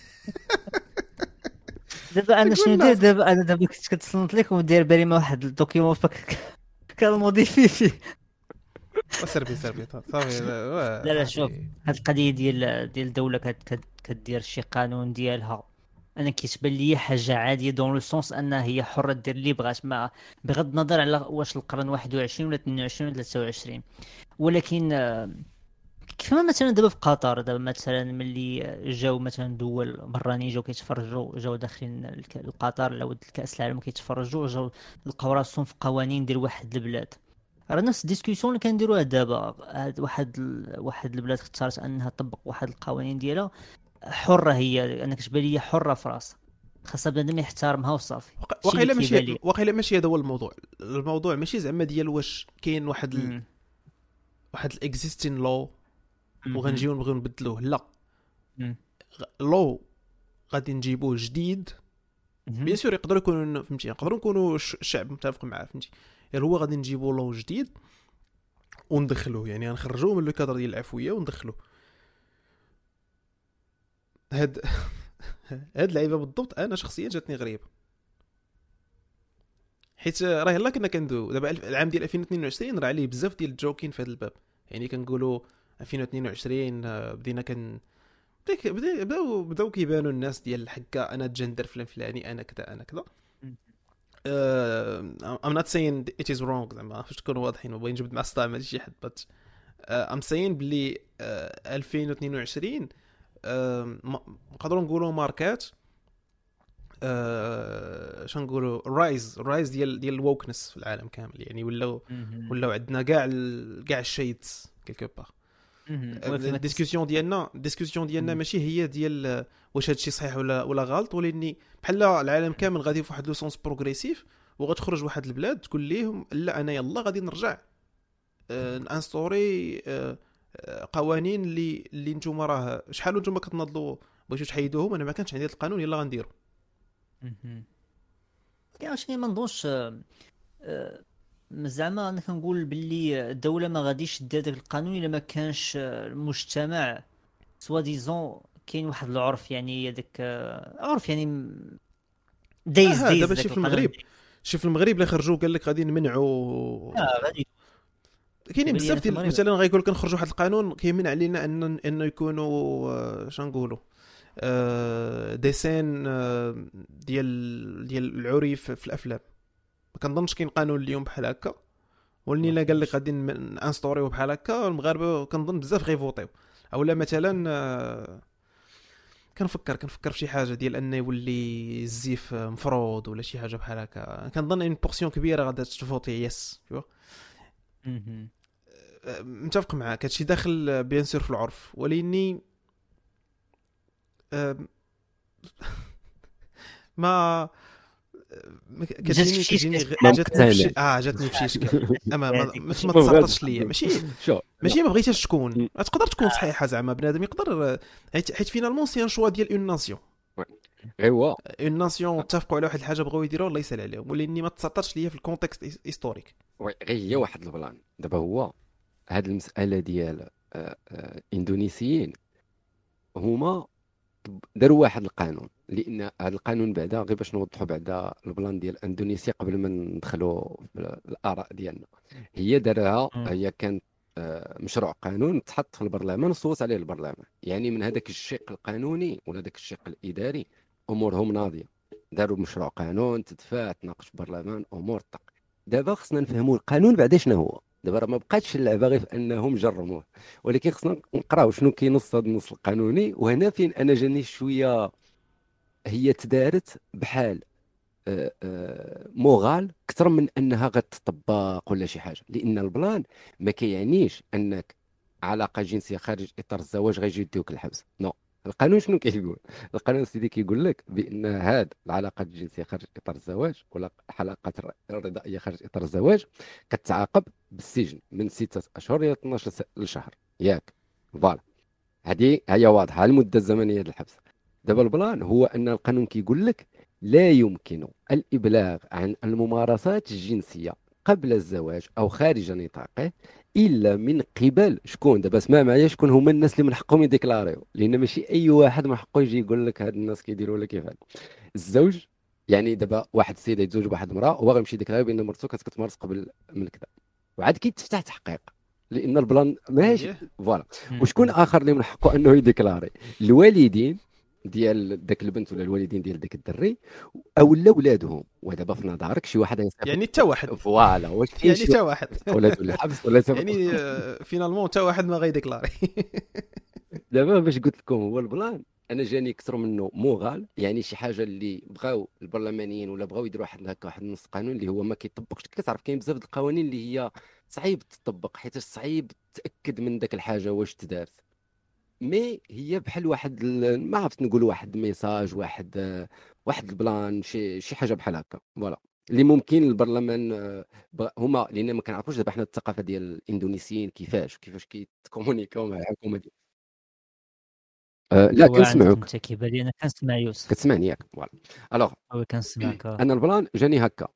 دابا انا تقول شنو ندير الناس. دابا انا دابا كنت كتصنت لك وداير بالي ما واحد الدوكيومون فك كنموديفي فيه. سربي سربي صافي. لا لا شوف هاد القضيه ديال ديال الدوله كت- كت- كدير شي قانون ديالها انا كيتبان لي حاجه عاديه دون لو سونس انها هي حره دير اللي بغات ما بغض النظر على واش القرن واحد وعشرين ولا اثنين وعشرين ولا ثلاثة وعشرين. ولكن آه، كيفما مثلا دابا في قطر دابا مثلا ملي جاو مثلا دول برانيين جاو كيتفرجوا جاو داخلين الك- لقطر ولا ود الكاس العالم كيتفرجوا جاو لقاو راسهم في قوانين ديال واحد البلاد. راه نفس الديسكوسيون اللي كنديروها دابا. هاد واحد ال... واحد البلاد اختارت انها تطبق واحد القوانين ديالها حره. هي انا كتبان لي حره في راسها خاصها بنادم يحترمها وصافي. وق- شي اللي وقيلا كيبان ماشي لي. وقيلا ماشي هذا هو الموضوع. الموضوع ماشي زعما ديال واش كاين واحد ال... مم. واحد الاكزيستين لو مم. وغنجيو نبغيو نبدلوه. لا مم. لو غادي نجيبوه جديد مم. بيان سور يقدروا يكونوا فهمتي يقدروا يكونوا ش- الشعب متفق معاه فهمتي. يعني هو غادي نجيبوا لو جديد وندخلوه يعني غنخرجوه من لو كادر ديال العفويه وندخلوه. هاد هاد اللعيبه بالضبط انا شخصيا جاتني غريبه حيت راه يلا كنا كندويو دابا الف- العام ديال ألفين واثنين وعشرين راه عليه بزاف ديال الجوكين في هذا الباب. يعني كنقولوا ألفين واثنين وعشرين آه، بدينا كن بديك- بدي- بداو بداو كيبانوا الناس ديال حكا انا جندر فلان فلاني انا كذا انا كذا. uh, I'm not saying it is wrong زعما باش تكونوا واضحين ما بغيت نجبد مع الصداع ماشي شي حد but uh, I'm saying بلي uh, ألفين واثنين وعشرين uh, نقدروا نقولوا ماركات uh, شنو نقولوا رايز رايز ديال ديال الووكنس في العالم كامل. يعني ولاو ولاو عندنا كاع ال- كاع الشيدز كيلكو باغ. الديسكوسيون ديالنا الديسكوسيون ديالنا ماشي هي ديال واش هادشي صحيح ولا ولا غلط ولاني بحال العالم كامل غادي في واحد لو سونس بروغريسيف وغتخرج واحد البلاد تقول لهم لا انا يلا غادي نرجع آه انستوري آه قوانين اللي اللي نتوما راه شحال نتوما كتناضلوا بغيتو تحيدوهم انا ما كانش عندي القانون يلا غنديرو. كاين شي ما نظنش آه، آه، زعما انا كنقول باللي الدوله ما غاديش دير داك القانون الا ما كانش آه، المجتمع سوا ديزون كاين واحد العرف يعني داك آه، عرف يعني دايز آه دايز دابا داك شي في القانون. المغرب شي في المغرب اللي خرجوا قال لك غادي نمنعوا اه غادي كاينين بالي بزاف أنا في ديال المغرب. مثلا غايقول لك نخرجوا واحد القانون كيمنع علينا ان انه يكونوا آه، شنو نقولوا آه ديسين آه ديال ديال العري في في الافلام. ما كنظنش كاين قانون اليوم بحال هكا، ولني الا قال لك غادي انستوريو بحال هكا المغاربه كنظن بزاف غيفوتيو. اولا مثلا آه كنفكر كنفكر في شي حاجه ديال ان يولي الزيف مفروض ولا شي حاجه بحال هكا، كنظن ان بورسيون كبيره غادا تفوتي يس شوف. مهم. متفق معاك هادشي داخل بيان سور في العرف، ولكني آه، ما ما ك- جاتك كتجيني شي كتجيني إشكال. غ- ما جاتني في شي مقتنع. اه جاتني في شي اشكال. اما ما, هذيك ما, شي ما ما تسرطش بغاتش ليا، ماشي شو ماشي ما بغيتهاش تكون، م. تقدر تكون صحيحه زعما بنادم يقدر، حيت حيت فينالمون سي ان شوا ديال اون ناسيون. غير هو اون ناسيون اتفقوا على واحد الحاجه بغاو يديروها الله يسهل عليهم، ولكن ما تسرطش ليا في الكونتكست هيستوريك. وي، غير هي واحد البلان. دابا هو هاد المساله ديال آه، آه، الاندونيسيين هما داروا واحد القانون، لان هذا القانون بعدا غير باش نوضحوا بعدا البلان ديال اندونيسيا قبل ما ندخلوا في الاراء ديالنا. هي دارها، مم. هي كانت آه، مشروع قانون تحط في البرلمان وصوت عليه البرلمان، يعني من هذاك الشق القانوني ولا هذاك الشق الاداري امورهم ناضيه. داروا مشروع قانون تدفع تناقش في البرلمان امور طق. دابا خصنا نفهموا القانون بعدا شنو هو. دابا راه ما بقاتش اللعبه غير في انهم جرموه، ولكن خصنا نقراو شنو كينص هذا النص القانوني. وهنا فين انا جاني شويه هي تدارت بحال آه، آه، مغال اكثر من انها غتطبق ولا شي حاجه، لان البلان ما كيعنيش انك علاقه جنسيه خارج اطار الزواج غيجي يديوك الحبس. نو. القانون شنو كيقول؟ القانون سيدي كيقول لك بان هاد العلاقات الجنسيه خارج اطار الزواج ولا العلاقات الرضائيه خارج اطار الزواج كتعاقب بالسجن من ستة اشهر الى اثنا عشر شهر، ياك؟ فوالا، هذه هي واضحه المده الزمنيه ديال الحبس. دابا البلان هو ان القانون كيقول لك لا يمكن الابلاغ عن الممارسات الجنسيه قبل الزواج او خارج نطاقه الا من قبل شكون. دابا اسمع معايا، شكون هما الناس اللي من حقهم يديكلاريو، لان ماشي اي واحد من حقه يجي يقول لك هاد الناس كيديروا ولا كيفعل. الزوج، يعني دابا واحد السيد يتزوج بواحد المراه وباغي يمشي يديكلاريو بان مرته كانت كتمارس قبل من كذا، وعاد كيتفتح تحقيق لان البلان ماشي. اييه فوالا. وشكون اخر اللي من حقه انه يديكلاري؟ الوالدين ديال داك البنت ولا الوالدين ديال داك الدري او لا ولادهم. ودابا في نظرك شي واحد يصيفط يعني حتى واحد، فوالا واش كاين يعني شي حتى واحد ولاد ولا حبس ولا سبب؟ يعني آه، فينالمون حتى واحد ما غيديكلاري. دابا باش قلت لكم هو البلان انا جاني اكثر منه مغال، يعني شي حاجه اللي بغاو البرلمانيين ولا بغاو يديروا واحد هكا واحد النص قانون اللي هو ما كيطبقش. كتعرف كاين بزاف د القوانين اللي هي صعيب تطبق حيت صعيب تاكد من داك الحاجه واش تدارت. مي هي بحال واحد ال- ما عرفت نقول واحد ميساج واحد آه، واحد البلان شي شي حاجه بحال هكا. فوالا اللي ممكن البرلمان آه، بغ- هما لان ما كنعرفوش دابا حنا الثقافه ديال الاندونيسيين كيفاش كيفاش كيتكومونيكاو مع الحكومه ديال آه لا هو عندك كنسمعوك. انت كيبان لي انا كنسمع يوسف. كتسمعني ياك؟ فوالا. الوغ هو كنسمعك آه. انا البلان جاني هكا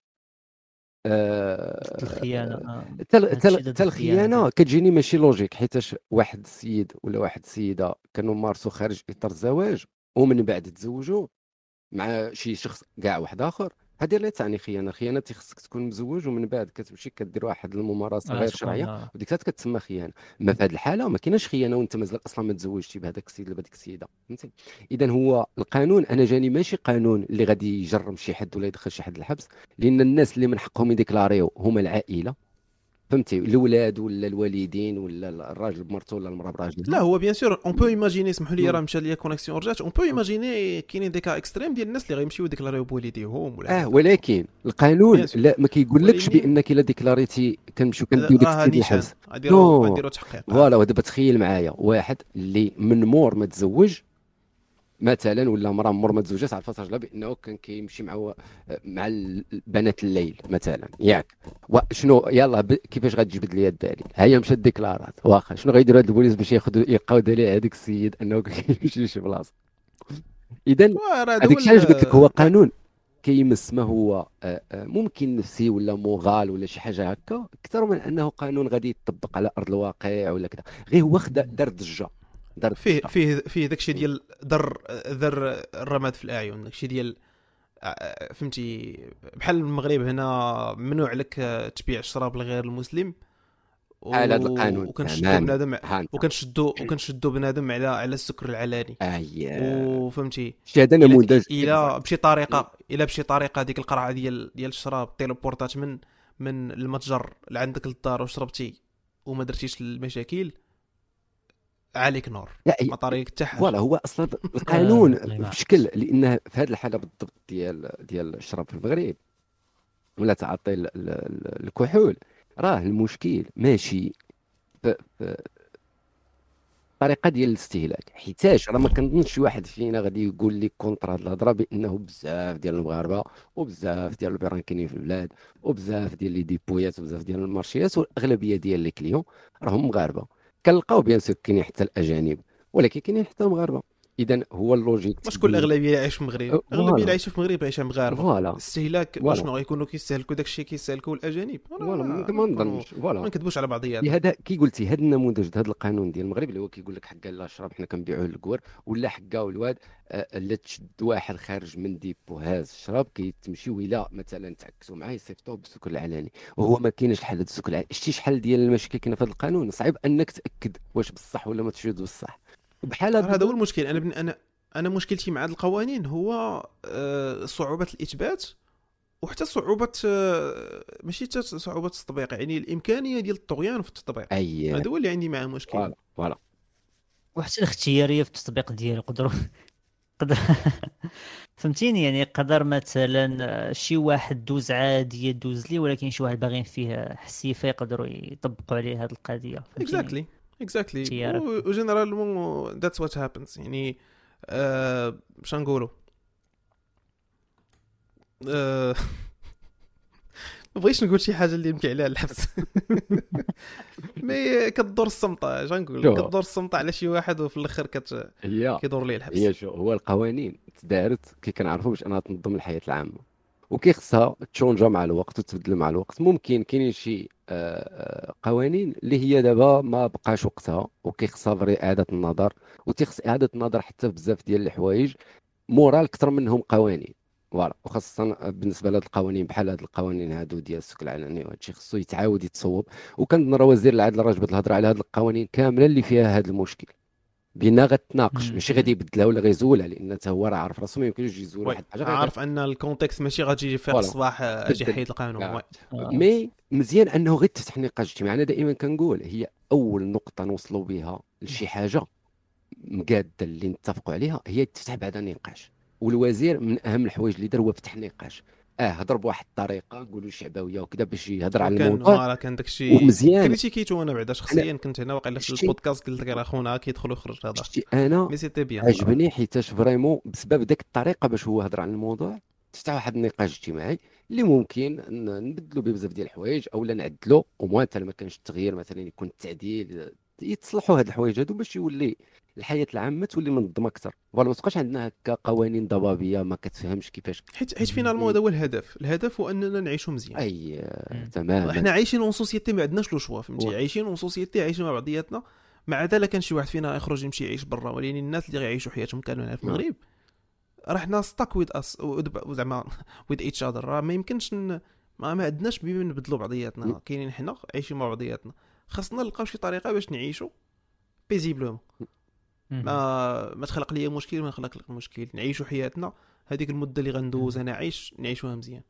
ضد الخيانه آه. تل هادشي تل ضد تل الخيانه الخيانه ديال كتجيني ماشي لوجيك، حيتاش واحد السيد ولا واحد السيده كانوا مارسوا خارج اطار الزواج ومن بعد تزوجوا مع شي شخص كاع واحد اخر، هذه لا تعني خيانه. خيانه تيخصك تكون مزوج ومن بعد كتمشي كدير واحد الممارسه آه غير تكون شرعيه آه. وديك الساعه كتسمى خيانه. ما في هذه الحاله ما كايناش خيانه وانت مازال اصلا ما تزوجتي بهذاك السيد ولا بهذيك السيده، فهمتي؟ اذا هو القانون انا جاني ماشي قانون اللي غادي يجرم شي حد ولا يدخل شي حد الحبس، لان الناس اللي من حقهم يديكلاريو هما العائله، فهمتي؟ الاولاد ولا الوالدين ولا الراجل بمرته ولا المراه براجلها. لا هو بيان سور اون بو ايماجيني، اسمحوا لي مم. راه مشى ليا كونيكسيون رجعت، اون بو ايماجيني كاينين ديكا اكستريم ديال الناس اللي غيمشيو يديكلاريو بوالديهم ولا اه هذا. ولكن القانون بيان سور لا ما كيقولكش ولكن بانك الا ديكلاريتي كنمشيو كنديو ديك راه السيد نيشان الحبس. غاديروا نو غاديروا تحقيق. فوالا. ودابا تخيل معايا واحد اللي من مور ما تزوج مثلا ولا مراه مور ما تزوجات عرفت راجلها بانه كان كيمشي مع مع بنات الليل مثلا، ياك؟ وشنو يلا ب... كيفاش غتجبد لي الدليل؟ هيا مشات ديكلارات واخا شنو غيديروا هاد البوليس باش ياخذوا يلقاو دليل هذاك السيد انه كيمشي لشي بلاصه؟ اذا وراه هذاك الشيء علاش قلت لك هو دول قانون كيمس ما هو آه، آه، ممكن نفسي ولا مغال ولا شي حاجه هكا اكثر من انه قانون غادي يطبق على ارض الواقع ولا كذا. غير هو خدا دار ضجه دار فيه ضجه. فيه فيه داكشي ديال ذر ذر الرماد في الاعين، داكشي ديال آه، فهمتي بحال المغرب هنا ممنوع لك آه، تبيع الشراب لغير المسلم، على هذا القانون وكنشدو تماما بنادم ها انت وكنشدو وكنشدو بنادم على على السكر العلاني. اييه وفهمتي شي هذا الا نموذج الا exact. بشي طريقه الا بشي طريقه ديك القرعه ديال ديال الشراب تيليبورتات من من المتجر لعندك للدار وشربتي وما درتيش المشاكل، عليك نور، لا ما طريق حتى حاجه. فوالا هو اصلا القانون والله ما بشكل لان في هذه الحاله بالضبط ديال ديال الشراب في المغرب ولا تعاطي ال- ال- ال- الكحول، راه المشكل ماشي في في الطريقه ديال الاستهلاك، حيتاش راه ما كنظنش شي واحد فينا غادي يقول لك كونتر هاد الهضره بانه بزاف ديال المغاربه وبزاف ديال البيران كاينين في البلاد وبزاف ديال لي ديبويات وبزاف ديال المارشيات والاغلبيه ديال لي كليون راهم مغاربه. كنلقاو بيان سور كاينين حتى الاجانب ولكن كاينين حتى المغاربه. اذا هو اللوجيك واش كل تبين الاغلبيه اللي عايش في المغرب، أه، الاغلبيه اللي فوالا عايشه في المغرب عايشه مغاربه. فوالا الاستهلاك فوالا شنو غيكونوا كيستهلكوا داكشي كيستهلكوا الاجانب؟ فوالا ولا ما ما ما نكونوا نظنش فوالا ما نكذبوش على بعضياتنا. هذا كي قلتي هذا النموذج هذا القانون ديال المغرب اللي هو كيقول لك حكا لا الشراب حنا كنبيعوه للكوار ولا حكا والواد آه، لا تشد واحد خارج من ديبو هاز الشراب كيتمشي ولا مثلا تعكسوا معاه يصيفطوه بالسكر العلاني وهو ما كاينش الحل هذا السكر العلاني. شتي شحال ديال المشاكل كاينه في هذا القانون، صعيب انك تاكد واش بصح ولا ما تشد بصح بحال هذا هذا هو بالضبط. المشكل. انا بن... انا انا مشكلتي مع هاد القوانين هو آه، صعوبه الاثبات وحتى صعوبه آه، ماشي حتى صعوبه التطبيق، يعني الامكانيه ديال الطغيان في التطبيق. اي هذا هو اللي عندي معاه مشكل. فوالا فوالا وحتى الاختياريه في التطبيق ديالو يقدروا قدر فهمتيني، يعني قدر مثلا شي واحد دوز عاديه دوز لي، ولكن شي واحد باغي فيه حسيفه يقدروا يطبقوا عليه هذه القضيه. فهمتيني اكزاكتلي اكزاكتلي اختيارات. وجنرالمون ذاتس وات هابنز. يعني آه، باش نقولوا آه، ما بغيتش نقول شي حاجه اللي يمكن عليها الحبس مي كدور السمطه، اش نقول شوف كدور السمطه على شي واحد وفي الاخر كت... هي كيدور ليه الحبس. هي شو هو القوانين تدارت كي كنعرفوا باش انها تنظم الحياه العامه وكيخصها تشونجا مع الوقت وتبدل مع الوقت. ممكن كاينين شي آه، آه، قوانين اللي هي دابا ما بقاش وقتها وكيخصها فري اعاده النظر وتيخص اعاده النظر حتى في بزاف ديال الحوايج مورال اكثر منهم قوانين. فوالا وخاصه بالنسبه لهاد القوانين بحال هاد القوانين هادو ديال السكر العلني وهادشي خصو يتعاود يتصوب. وكنظن راه وزير العدل راه جبد الهضره على هاد القوانين كامله اللي فيها هاد المشكل بينا غتناقش مم. ماشي غادي يبدلها ولا غيزولها لان حتى هو راه عارف راسو ما يمكنش يزول وي واحد الحاجه غير عارف ان الكونتكست ماشي غتجي فيها فوالا الصباح آه، اجي تبدل حيد القانون. آه. وي آه. مي مزيان انه غير تفتح نقاش اجتماعي. انا دائما كنقول هي اول نقطه نوصلوا بها لشي حاجه مقاده اللي نتفقوا عليها هي تفتح بعدا نقاش. والوزير من اهم الحوايج اللي دار هو فتح نقاش. اه هضر بواحد الطريقه نقولوا شعبويه وكذا باش يهضر على وكان الموضوع فوالا كان داكشي ومزيان. كريتيكيتو انا بعدا انا شخصيا كنت هنا واقيلا في شتي البودكاست قلت لك راه خونا كيدخل ويخرج هذا شتي انا مي سيتي بيان صراحه. عجبني حيتاش فريمون بسبب داك الطريقه باش هو هضر على الموضوع تفتح واحد النقاش اجتماعي اللي ممكن ن- نبدلوا به بزاف ديال الحوايج اولا نعدلوا وموا حتى ما كانش التغيير مثلا يكون التعديل يتصلحوا هاد الحوايج هادو باش يولي الحياه العامه تولي منظمه اكثر. فوالا ما تبقاش عندنا هكا قوانين ضبابيه ما كتفهمش كيفاش. حيت حيت فينالمون هذا هو الهدف. الهدف هو اننا نعيشوا مزيان. اي آه، مم. تماما احنا عايشين اون سوسيتي ما عندناش لو شوا، فهمتي؟ و- عايشين اون سوسيتي عايشين مع بعضياتنا. مع ذلك كان شي واحد فينا يخرج يمشي يعيش برا، ولكن الناس اللي غيعيشوا حياتهم كانوا هنا في نعم. المغرب راه حنا ستاك ويز اس زعما ويز ايتش اذر. راه ما يمكنش ن... ما, ما عندناش بما نبدلوا بعضياتنا. م. كاينين حنا عايشين مع بعضياتنا، خاصنا نلقاو شي طريقه باش نعيشوا بيزيبلومون. مم. ما ما تخلق لي مشكل ما نخلق لك مشكل، نعيشوا حياتنا هذيك المده اللي غندوز انا عايش نعيشوها مزيان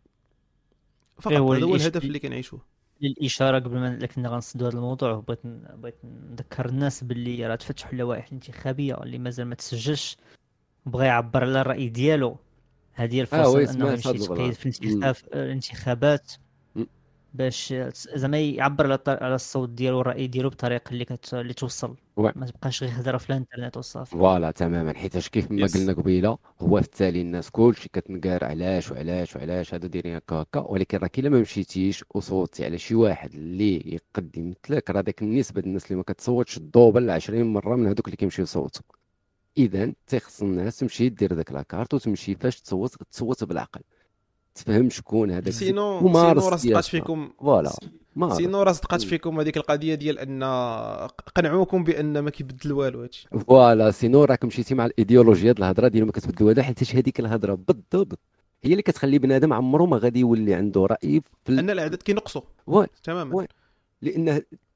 فقط. إيه هو هذا هو الإش... الهدف اللي كنعيشوه. للإشارة قبل ما كنا غنسدوا هذا الموضوع، بغيت بغيت نذكر الناس باللي راه تفتحوا اللوائح الانتخابية اللي مازال ما تسجلش وبغى يعبر على الرأي ديالو. هذه اه وي الفرصة انه سمعت هاد يمشي البلان يتقيد في الانتخاب الانتخابات م. باش زعما يعبر على الط- على الصوت ديالو والرأي ديالو بطريقة اللي كت... اللي توصل، وي ما تبقاش غير هضره في الانترنت وصافي. فوالا تماما. حيتاش كيف ما يس قلنا قبيله هو في التالي الناس كلشي كتنقار علاش وعلاش وعلاش هادو دايرين هكا هكا، ولكن راه كي ما مشيتيش وصوتي على شي واحد اللي يقد يمثلك راه داك النسبه ديال الناس اللي ما كتصوتش الدوبل عشرين مره من هادوك اللي كيمشيو يصوتوا. اذا تيخص الناس تمشي دير داك لاكارت وتمشي فاش تصوت تصوت بالعقل، تفهم شكون هذاك السيد سينو سينو ومارس راه صدقات سياسه. فيكم فوالا مارس سينو راه صدقات م. فيكم هذيك القضيه ديال ان قنعوكم بان ما كيبدل والو هادشي. فوالا سينو راك مشيتي مع الايديولوجيا ديال الهضره ديال ما كتبدلوا هذا حيت هذيك الهضره بالضبط هي اللي كتخلي بنادم عمره ما غادي يولي عنده راي في ال... ان الاعداد كينقصوا و... تماما. و... لان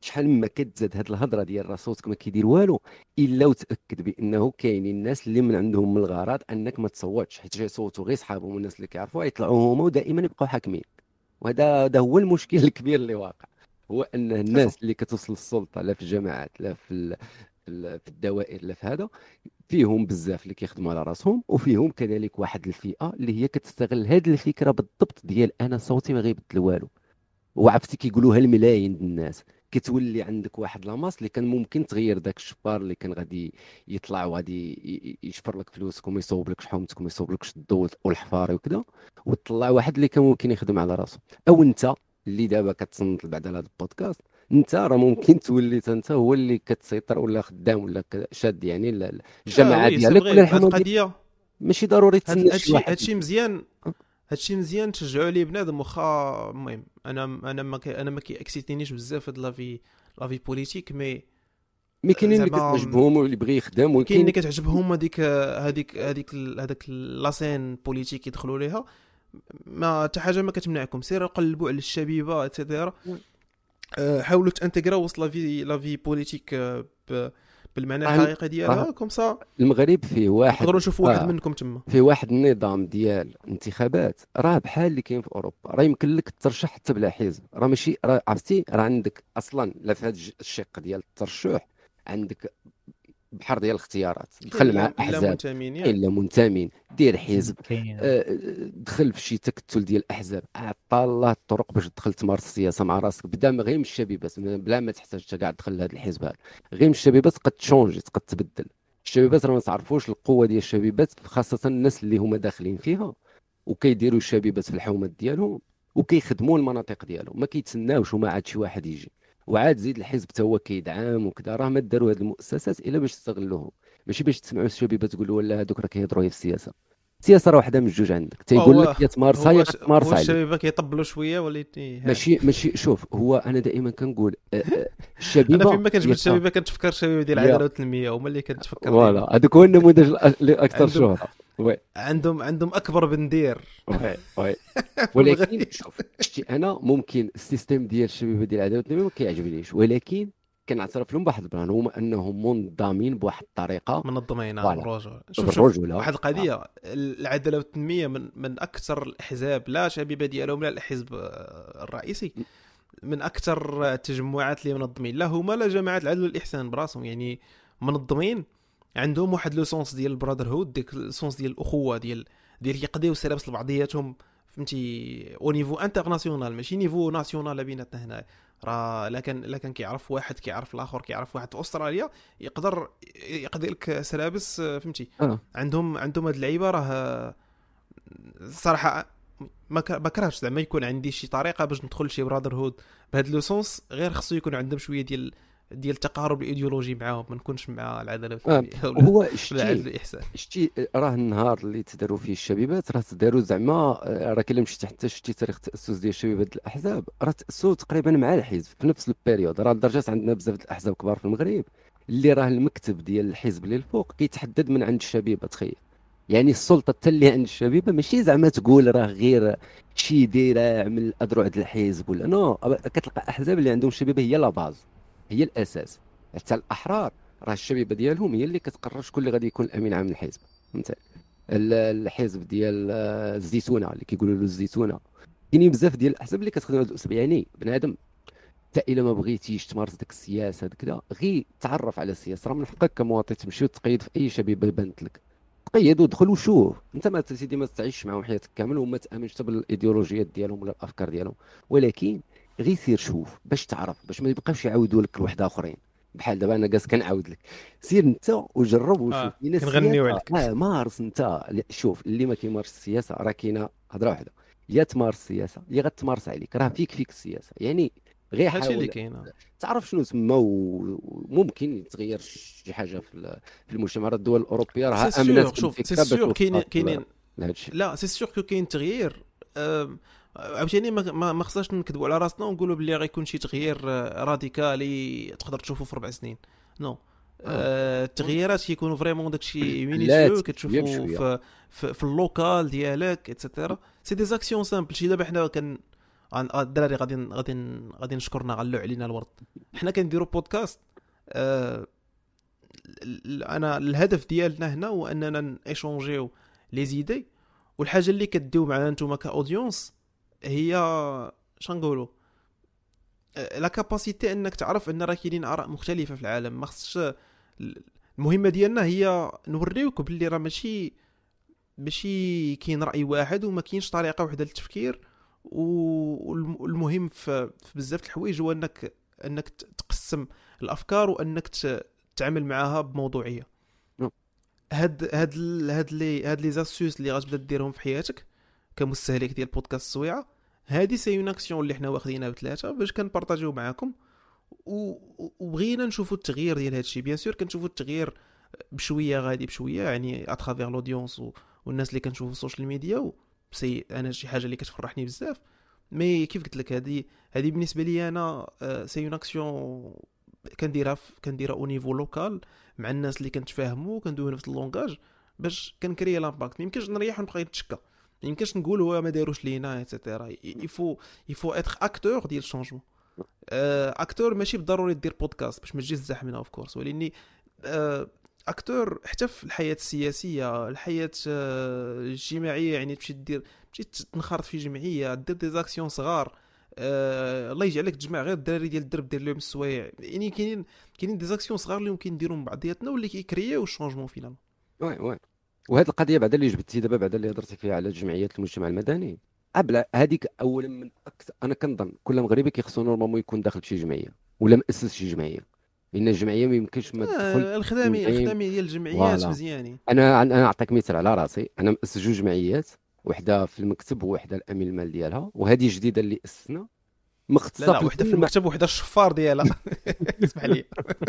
شحال ما كتزاد هاد الهضره ديال راه صوتك ما كيدير والو، الا وتاكد بانه كاينين الناس اللي من عندهم من الغرض انك ما تصوتش، حيت يصوتوا غير صحابهم والناس اللي كيعرفوها يطلعوا هما ودائما يبقاو حاكمين. وهذا هذا هو المشكل الكبير اللي واقع، هو ان صح الناس اللي كتوصل للسلطه لا في الجماعات لا في ال- في ال- في الدوائر لا في هذا، فيهم بزاف اللي كيخدموا على راسهم، وفيهم كذلك واحد الفئه اللي هي كتستغل هذه الفكره بالضبط ديال انا صوتي ما غيبدل والو. وعرفتي كيقولوها الملايين ديال الناس، كتولي عندك واحد لاماس اللي كان ممكن تغير داك الشبار اللي كان غادي يطلع وغادي ي- ي- يشفر لك فلوسك وما يصوب لك شحومتك وما يصوب لكش الضو والحفاري وكذا، وتطلع واحد اللي كان ممكن يخدم على راسه. او انت اللي دابا كتصنت بعد على هذا البودكاست، انت راه ممكن تولي انت هو اللي كتسيطر ولا خدام ولا ك- شاد يعني ال- ال- اه الجماعه وي سي ديالك فغي ولا هاد الحمام ديالك. القضيه. ماشي ضروري هاد تسنى شي هادشي واحد. هادشي مزيان، هادشي مزيان تشجعوا لي بنادم. واخا المهم انا انا ما كي انا ما كيكسيتينيش بزاف هاد لافي لافي بوليتيك، مي مي كاينين اللي زعما كتعجبهم واللي بغي يخدم، كاين وكاين اللي كتعجبهم هذيك هذيك هذيك ال- هذاك لاسين بوليتيك يدخلوا ليها. ما حتى حاجه ما كتمنعكم، سير قلبوا على الشبيبه ايتترا. أه، حاولوا تانتغراو وسط لافي لافي بوليتيك أه، ب- بالمعنى راه الحقيقي ديالها، كوم سا المغرب فيه واحد نقدروا نشوفوا واحد آه منكم تما. فيه واحد النظام ديال انتخابات راه بحال اللي كاين في اوروبا، راه يمكن لك ترشح حتى بلا حزب، راه ماشي راه عرفتي راه عندك اصلا لا في هذا الشق ديال الترشح عندك بحر ديال الاختيارات، دخل مع الا الا احزاب منتمين ياك. الا منتمين، دير حزب، كاينين آه، دخل في شي تكتل ديال الاحزاب، عطى الله الطرق باش تدخل تمارس السياسه مع راسك، بدا من غير من الشبيبات بلا ما تحتاج حتى كاع تدخل لهذا الحزب هذا، غير من الشبيبات تقد تشونجي تقد تبدل. الشبيبات راه ما تعرفوش القوه ديال الشبيبات، خاصه الناس اللي هما داخلين فيها وكيديروا الشبيبات في الحومات ديالهم وكيخدموا المناطق ديالهم، ما كيتسناوش وما عاد شي واحد يجي، وعاد زيد الحزب حتى هو كيدعم وكذا. راه ما داروا هذه المؤسسات الا باش تستغلوهم، ماشي باش تسمعوا الشبيبه تقولوا ولا هذوك راه كيهضروا في السياسه. السياسه راه وحده من جوج عندك، تيقول لك هو يا تمارسها هو يا ش- غتمارس هو عليك. الشبيبه كيطبلوا شويه وليتي ها. ماشي ماشي شوف، هو انا دائما كنقول آه، آه، انا الشبيبه فين ما كنجبد يا الشبيبه كنتفكر الشبيبه ديال يا العداله والتنميه، هما اللي كنتفكر فوالا ديما. هذوك هو النموذج الأ- اللي اكثر عندهم شهره. وي عندهم عندهم اكبر بندير وي وي في ولكن المغرب. شوف شتي انا ممكن السيستم ديال الشبيبه ديال العداله والتنميه ما كيعجبنيش، ولكن كنعترف لهم بواحد البلان، هما انهم منظمين بواحد الطريقه. منظمين فوالا بالرجوع. شوف شوف بالرجوله واحد آه. القضيه، العداله والتنميه من من اكثر الاحزاب، لا شبيبه ديالهم لا الحزب آه، الرئيسي، من اكثر التجمعات اللي منظمين، لا هما لا جماعه العدل والاحسان براسهم، يعني منظمين. عندهم واحد لو سونس ديال البرادر هود، ديك السونس ديال الاخوه ديال ديال يقضيو السلابس لبعضياتهم، فهمتي، او نيفو انترناسيونال ماشي نيفو ناسيونال بيناتنا هنا. راه لا كان لا كان كيعرف واحد كيعرف الاخر كيعرف واحد في استراليا يقدر يقضي لك سلابس، فهمتي. اه عندهم عندهم هاد اللعيبه راه صراحه ما ك- ما كرهتش زعما يكون عندي شي طريقه باش ندخل شي برادر هود بهاد لو سونس، غير خصو يكون عندهم شويه ديال ديال التقارب الايديولوجي معاهم، ما نكونش مع العداله آه. والتنميه ولا هو ولا شتي العدل والاحسان. شتي راه النهار اللي تداروا فيه الشبيبات راه تداروا زعما آه، راه كلا مشيتي حتى شتي تاريخ التاسس ديال الشبيبات الاحزاب راه تاسسوا تقريبا مع الحزب في نفس البيريود. راه لدرجه عندنا بزاف د الاحزاب كبار في المغرب اللي راه المكتب ديال الحزب اللي الفوق كيتحدد من عند الشبيبه، تخيل. يعني السلطه حتى اللي عند الشبيبه ماشي زعما تقول راه غير شي دايره من الاذرع ديال الحزب ولا نو، كتلقى احزاب اللي عندهم الشبيبه هي لا باز، هي الاساس. حتى الاحرار راه الشبيبه ديالهم هي اللي كتقرر شكون اللي غادي يكون الامين عام الحزب، فهمت. ال- الحزب ديال آه، الزيتونه اللي كيقولوا له الزيتونه، كاينين بزاف ديال الاحزاب اللي كتخدم هذا الاسلوب. يعني بنادم حتى الا ما بغيتيش تمارس ديك السياسه كذا، غير تعرف على السياسه، راه من حقك كمواطن تمشي وتقيد في اي شبيبه بانت لك، تقيد ودخل وشوف. انت ما سيدي ما تعيش معهم حياتك كامل وما تامنش حتى بالايديولوجيات ديالهم ولا الافكار ديالهم، ولكن غير سير شوف باش تعرف، باش ما يبقاوش يعاودوا لك لواحد اخرين. بحال دابا انا جالس كنعاود لك، سير انت وجرب وشوف. اه كاينه كنغنيو السياسه عليك. اه مارس انت. شوف اللي ما كيمارس السياسه راه كاينه هضره واحده، يا تمارس السياسه يا غتمارس عليك، راه فيك فيك السياسه. يعني غير هادشي اللي حاول كاين. تعرف شنو تما و- وممكن يتغير شي حاجه في ال- في المجتمع. راه الدول الاوروبيه سي راه امنت سور، شوف بالفكره سي باش سور كاينين وصلت كاينين لهذا الشيء. لا سي سور كو كاين تغيير. أم، عاوتاني ما ما ما خصناش نكذبوا على راسنا ونقولوا بلي غيكون شي تغيير آه، راديكالي تقدر تشوفه في اربع سنين. نو آه، التغييرات كيكونوا فريمون داكشي لا مينيسيو شويه كتشوفوا بشويه. في في, في اللوكال ديالك ايتترا. سي دي زاكسيون سامبل. شي دابا حنا كن الدراري غادي غادي غادي نشكرنا غلو علينا الورد. حنا كنديروا بودكاست، آه انا الهدف ديالنا هنا هو اننا نيشونجيو لي زيدي، والحاجه اللي كديو معنا نتوما كاودينس هي شنقولوا لا كاباسيتي انك تعرف ان راه كاينين اراء مختلفه في العالم. ما خصش المهمه ديالنا هي نوريوك باللي راه ماشي ماشي كاين راي واحد وما كاينش طريقه واحده للتفكير، والمهم في بزاف الحوايج هو انك انك تقسم الافكار وانك تتعامل معها بموضوعيه. هاد هاد هاد لي هاد لي زاسوس اللي غتبدا ديرهم في حياتك كمستهلك ديال بودكاست سويعه، هادي سي اون اكسيون اللي حنا واخدينها بثلاثه باش كنبارطاجيو معاكم، وبغينا نشوفوا التغيير ديال هادشي. بيان سور كنشوفوا التغيير بشويه غادي بشويه، يعني اترافير لودينس والناس اللي كنشوفوا في السوشيال ميديا، سي انا شي حاجه اللي كتفرحني بزاف. مي كيف قلت لك هذه هذه بالنسبه لي انا سي اون اكسيون كنديرها كنديرها او نيفو لوكال مع الناس اللي كنتفاهموا كندويو نفس اللونغاج باش كنكري لامباكت. ما يمكنش نريح ونبقى نتشكى، ما يمكنش نقول هو ما داروش لينا ايتترا. يفو يفو اتر اكتور ديال الشونجمون. اكتور ماشي بالضروري دير بودكاست باش ما تجيش تزاحمنا اوف كورس، ولكن اكتور حتى في الحياه السياسيه، الحياه الاجتماعيه، يعني تمشي دير تمشي تنخرط في جمعيه، دير دي زاكسيون صغار، أه الله يجعلك تجمع غير الدراري ديال الدرب دير لهم السوايع. يعني كاينين كاينين دي زاكسيون صغار اللي ممكن نديرهم بعضياتنا واللي كيكرياو الشونجمون فينال. وي وي وهذه القضيه بعدا اللي جبتي دابا بعدا اللي هضرتي فيها على جمعيات المجتمع المدني، ابلا هذيك اولا من أكثر. انا كنظن كل مغربي كيخصو نورمالمون يكون داخل في شي جمعيه ولا مؤسس شي جمعيه، لان الجمعيه ما يمكنش ما تدخل. آه الخدامي الخدامي ديال الجمعيات مزيانين. انا انا نعطيك مثال على راسي، انا مؤسس جوج جمعيات، وحده في المكتب وحده الامين المال ديالها، وهذه جديده اللي اسسنا مختصه. لا لا وحده في المكتب وحده الشفار ديالها. اسمح لي.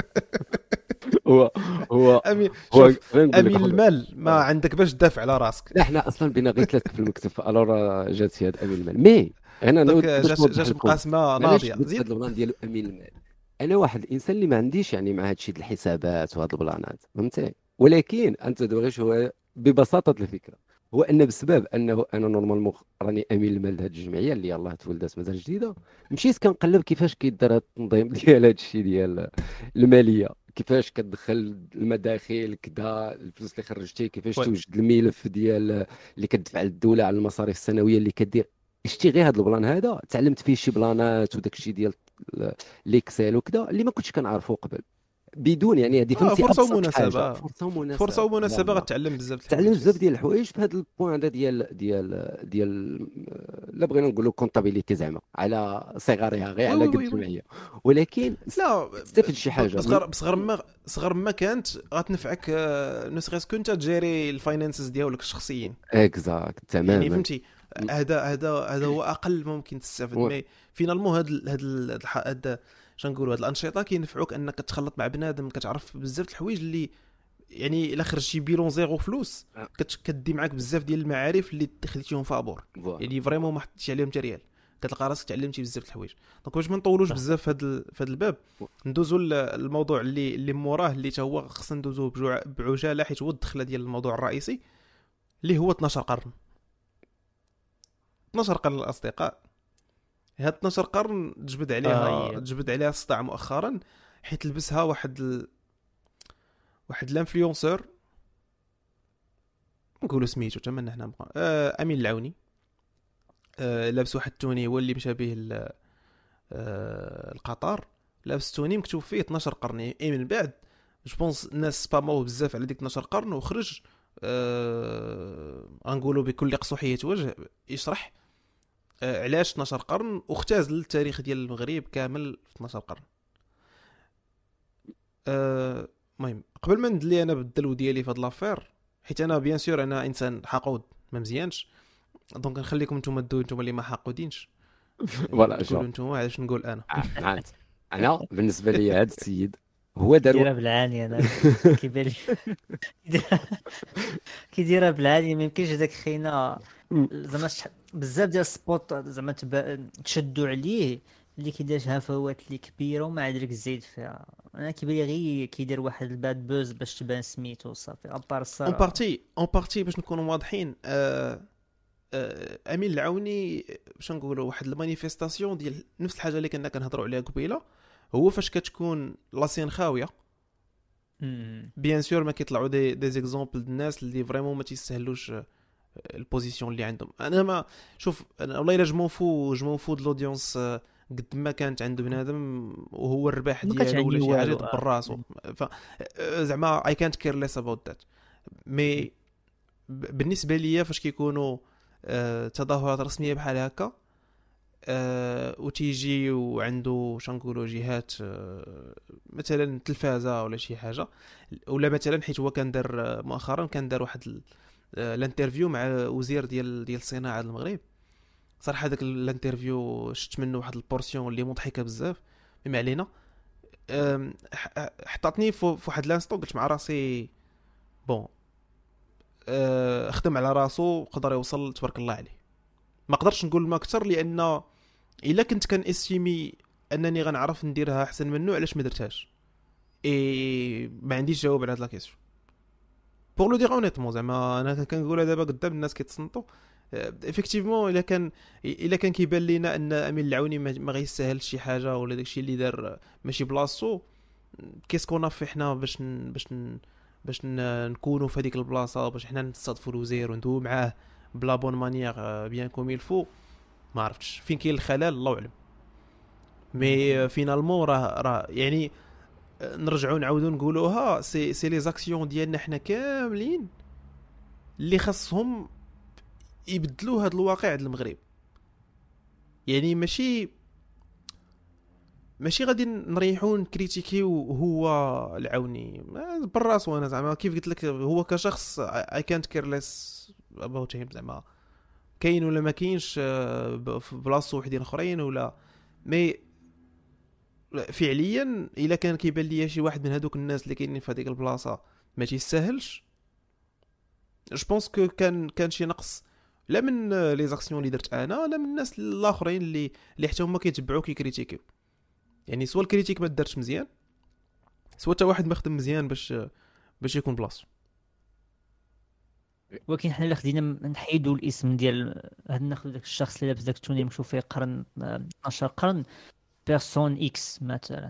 هو هو امين هو امين المال ما عندك باش تدافع على راسك. لا احنا اصلا بينا غير ثلاثه في المكتب، الور جات هاد امين المال. مي انا جات جات مقاسمه ناضيه. زيد هذا البلان ديال امين المال، انا واحد الانسان اللي ما عنديش يعني مع هادشي د الحسابات وهاد البلانات، فهمتي؟ ولكن انت دابا هو ببساطه الفكره هو ان بسبب انه انا نورمالمون راني امين المال لهاد الجمعيه اللي يلاه تولدات مازال جديده، مشيت كنقلب كيفاش كيدار هاد التنظيم ديال هادشي ديال الماليه، كيفاش كتدخل المداخل كذا، الفلوس اللي خرجتي كيفاش توجد الملف ديال اللي كتدفع للدوله على المصاريف السنويه اللي كدير. شتي غير هذا البلان هذا تعلمت فيه شي بلانات وداك الشيء ديال الاكسل وكذا اللي ما كنتش كنعرفه قبل، بدون يعني هذه فهمتي فرصه ومناسبه فرصه ومناسبه فرصه ومناسبه غتعلم بزاف تعلم بزاف ديال الحوايج في هذا البوين هذا ديال ديال ديال لا بغينا نقولوا كونطابيليتي زعما على صغارها غير على قد الجمعيه، ولكن لا استفد شي حاجه صغر صغر ما صغر ما كانت غتنفعك نسغيس كنت تجيري الفاينانسز ديالك الشخصيين. اكزاكت تماما، يعني فهمتي هذا هذا هذا هو اقل ممكن تستافد. مي فينالمون هاد هاد هاد شنقولوا هاد الانشطه كينفعوك انك تخلط مع بنادم، كتعرف بزاف د الحوايج اللي يعني الا خرج شي بيلون زيرو فلوس كتدي معاك بزاف ديال المعارف اللي دخلتيهم فابور، يعني فريمون ما حطيتش عليهم حتى ريال، كتلقى راسك تعلمتي بزاف د الحوايج. دونك باش ما نطولوش بزاف في هذا في هذا الباب، ندوزو الموضوع اللي اللي موراه اللي تا هو خصنا ندوزو بعجاله حيت هو الدخله ديال الموضوع الرئيسي اللي هو اثنا عشر قرن. اثنا عشر قرن الاصدقاء، هاد اثنا عشر قرن تجبد عليها آه تجبد عليها الصداع مؤخرا حيت لبسها واحد ال... واحد الانفلونسور نقولوا سميتو تمنى هنا آه امين العوني، آه لابس واحد التوني هو اللي مشى به ال... آه القطار، لابس توني مكتوب فيه اثنا عشر قرن. اي من بعد جوبونس الناس سباموه بزاف على ديك اثنا عشر قرن وخرج آه غنقولوا بكل قصوحيه وجه يشرح آه علاش اثنا عشر قرن واختاز للتاريخ ديال المغرب كامل في اثنا عشر قرن. المهم آه قبل ما ندلي انا بالدلو ديالي في هاد لافير، حيت انا بيان سور انا انسان حقود ما مزيانش، دونك نخليكم نتوما تدوي نتوما اللي ما حقودينش فوالا تقولوا نتوما علاش نقول انا عاد انا بالنسبه لي هذا السيد هو دار كيديرها بالعاني. انا كيبان لي كيديرها بالعاني، ما يمكنش هذاك خينا زعما بزاف ديال السبوت زعما تشدوا عليه اللي كيدير هفوات اللي كبيره وما عاد لك زيد فيها. انا كيبان لي غير كيدير واحد الباد بوز باش تبان سميتو صافي ابار الصراحه. اون بارتي اون بارتي باش نكونوا واضحين. آه آه، امين العوني باش نقولوا واحد المانيفيستاسيون ديال نفس الحاجه اللي كنا كنهضروا عليها قبيله. هو فاش كتكون لاسين خاويه مم. بيان سور ما كيطلعوا دي دي زيكزامبل د الناس اللي فريمون ما تيستاهلوش البوزيسيون اللي عندهم. انا ما شوف انا والله الا جمونفو جمونفو د لودونس قد ما كانت عنده بنادم وهو الرباح ما ديالو ولا كتعني شي حاجه والو. يدبر راسو. ف زعما اي كانت كير ليس اباوت ذات. مي ب- بالنسبه ليا فاش كيكونوا آه، تظاهرات رسميه بحال هكا آه، وتيجي وعنده شنقولوا جهات آه، مثلا تلفازه ولا شي حاجه، ولا مثلا حيت هو كان دار آه، مؤخرا كان دار واحد ال- آه، الانترفيو مع وزير ديال ديال الصناعه ديال المغرب. صراحه هذاك الانترفيو شفت منه واحد البورسيون اللي مضحكه بزاف. ما علينا. آم، ح- حطاتني في في واحد لانستون قلت مع راسي بون آه، خدم على راسو قدر يوصل تبارك الله عليه. ما قدرش نقول ما اكثر لان الا كنت كان استيمي انني غنعرف نديرها احسن منه علاش ما درتهاش. اي ما عنديش جواب على هاد لا كيسيون بور لو دير اونيتمون. زعما انا كنقولها دابا قدام الناس كيتصنتوا افكتيفمون. الا كان الا كان كيبان لينا ان امين العوني ما ما غيستاهلش شي حاجه ولا داكشي اللي دار ماشي بلاصتو، كيسكونا في حنا باش ن... باش ن... باش ن... نكونوا في هذيك البلاصه باش حنا نستضيفوا الوزير وندوي معاه بلا بون مانيير بيان كوم يلفو. ما عرفتش فين كاين الخلل الله اعلم. مي فينالمون راه راه يعني نرجعوا نعاودوا نقولوها سي سي لي زاكسيون ديالنا حنا كاملين اللي خاصهم يبدلوا هذا الواقع د المغرب. يعني ماشي ماشي غادي نريحون كريتيكيو هو العوني بالراسو. انا زعما كيف قلت لك هو كشخص اي كانت كيرلس اباوت هيم. زعما كاين ولا ما كاينش في بلاصتو وحدين اخرين ولا مي فعليا الا كان كيبان ليا شي واحد من هذوك الناس اللي كاينين في هذيك البلاصه ما تيستاهلش جو بونس كو كان كان شي نقص لا من لي زاكسيون اللي درت انا لا من الناس الاخرين اللي اللي حتى هما كيتبعوا كيكريتيكيو. يعني سوا الكريتيك ما دارش مزيان سوا حتى واحد ما خدم مزيان باش باش يكون بلاصتو. ولكن حنا الا خدينا م- نحيدوا الاسم ديال هاد ناخذ داك الشخص اللي لابس داك التوني نمشيو فيه قرن آه، اثناش قرن بيرسون اكس مثلا،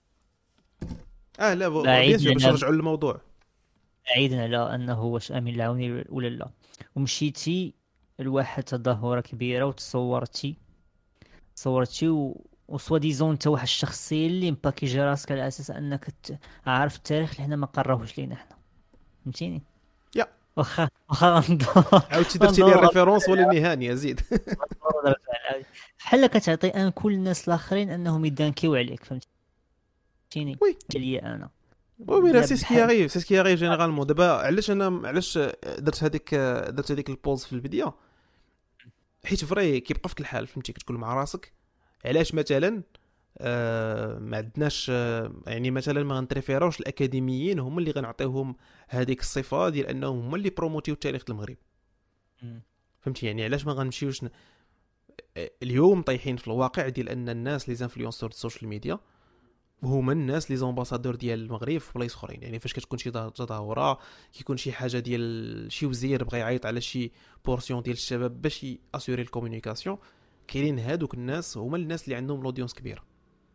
اه لا بيان بعيد سور باش على نرجعوا للموضوع. بعيدا على انه واش امين العوني ولا لا، ومشيتي لواحد تظاهره كبيره وتصورتي صورتي و... وسوا ديزون انت واحد الشخصيه اللي مباكيجي راسك على اساس انك ت... عارف التاريخ اللي حنا ما قراوهش لينا حنا، فهمتيني؟ يا واخا واخا غندور عاوتاني درتي لي غندور الريفيرونس ولا نهانيه زيد. غندور على- بحال كتعطي ان كل الناس الاخرين انهم يدانكيو عليك، فهمتيني؟ وي عليا انا وي لا راه سي سكي بحال غير سي سكي غير جينيرالمون. دابا علاش انا علاش درت هذيك درت هذيك البوز في البدايه حيت فري كيبقى فيك الحال فهمتي كتقول مع راسك علاش مثلا آه ما عندناش آه يعني مثلا ما غنتريفيروش الاكاديميين هما اللي غنعطيوهم هذيك الصفه ديال انهم هما اللي بروموتيو التاريخ المغرب. مم. فهمتي يعني علاش ما غنمشيوش ن... آه، اليوم طايحين في الواقع ديال ان الناس لي زانفلونسور السوشيال ميديا هما الناس لي زامباسادور ديال المغرب في بلايص اخرين. يعني فاش كتكون شي تظاهره كيكون شي حاجه ديال شي وزير بغى يعيط على شي بورسيون ديال الشباب باش ياسوري الكومونيكاسيون كاينين هادوك الناس هما الناس اللي عندهم لودينس كبيره.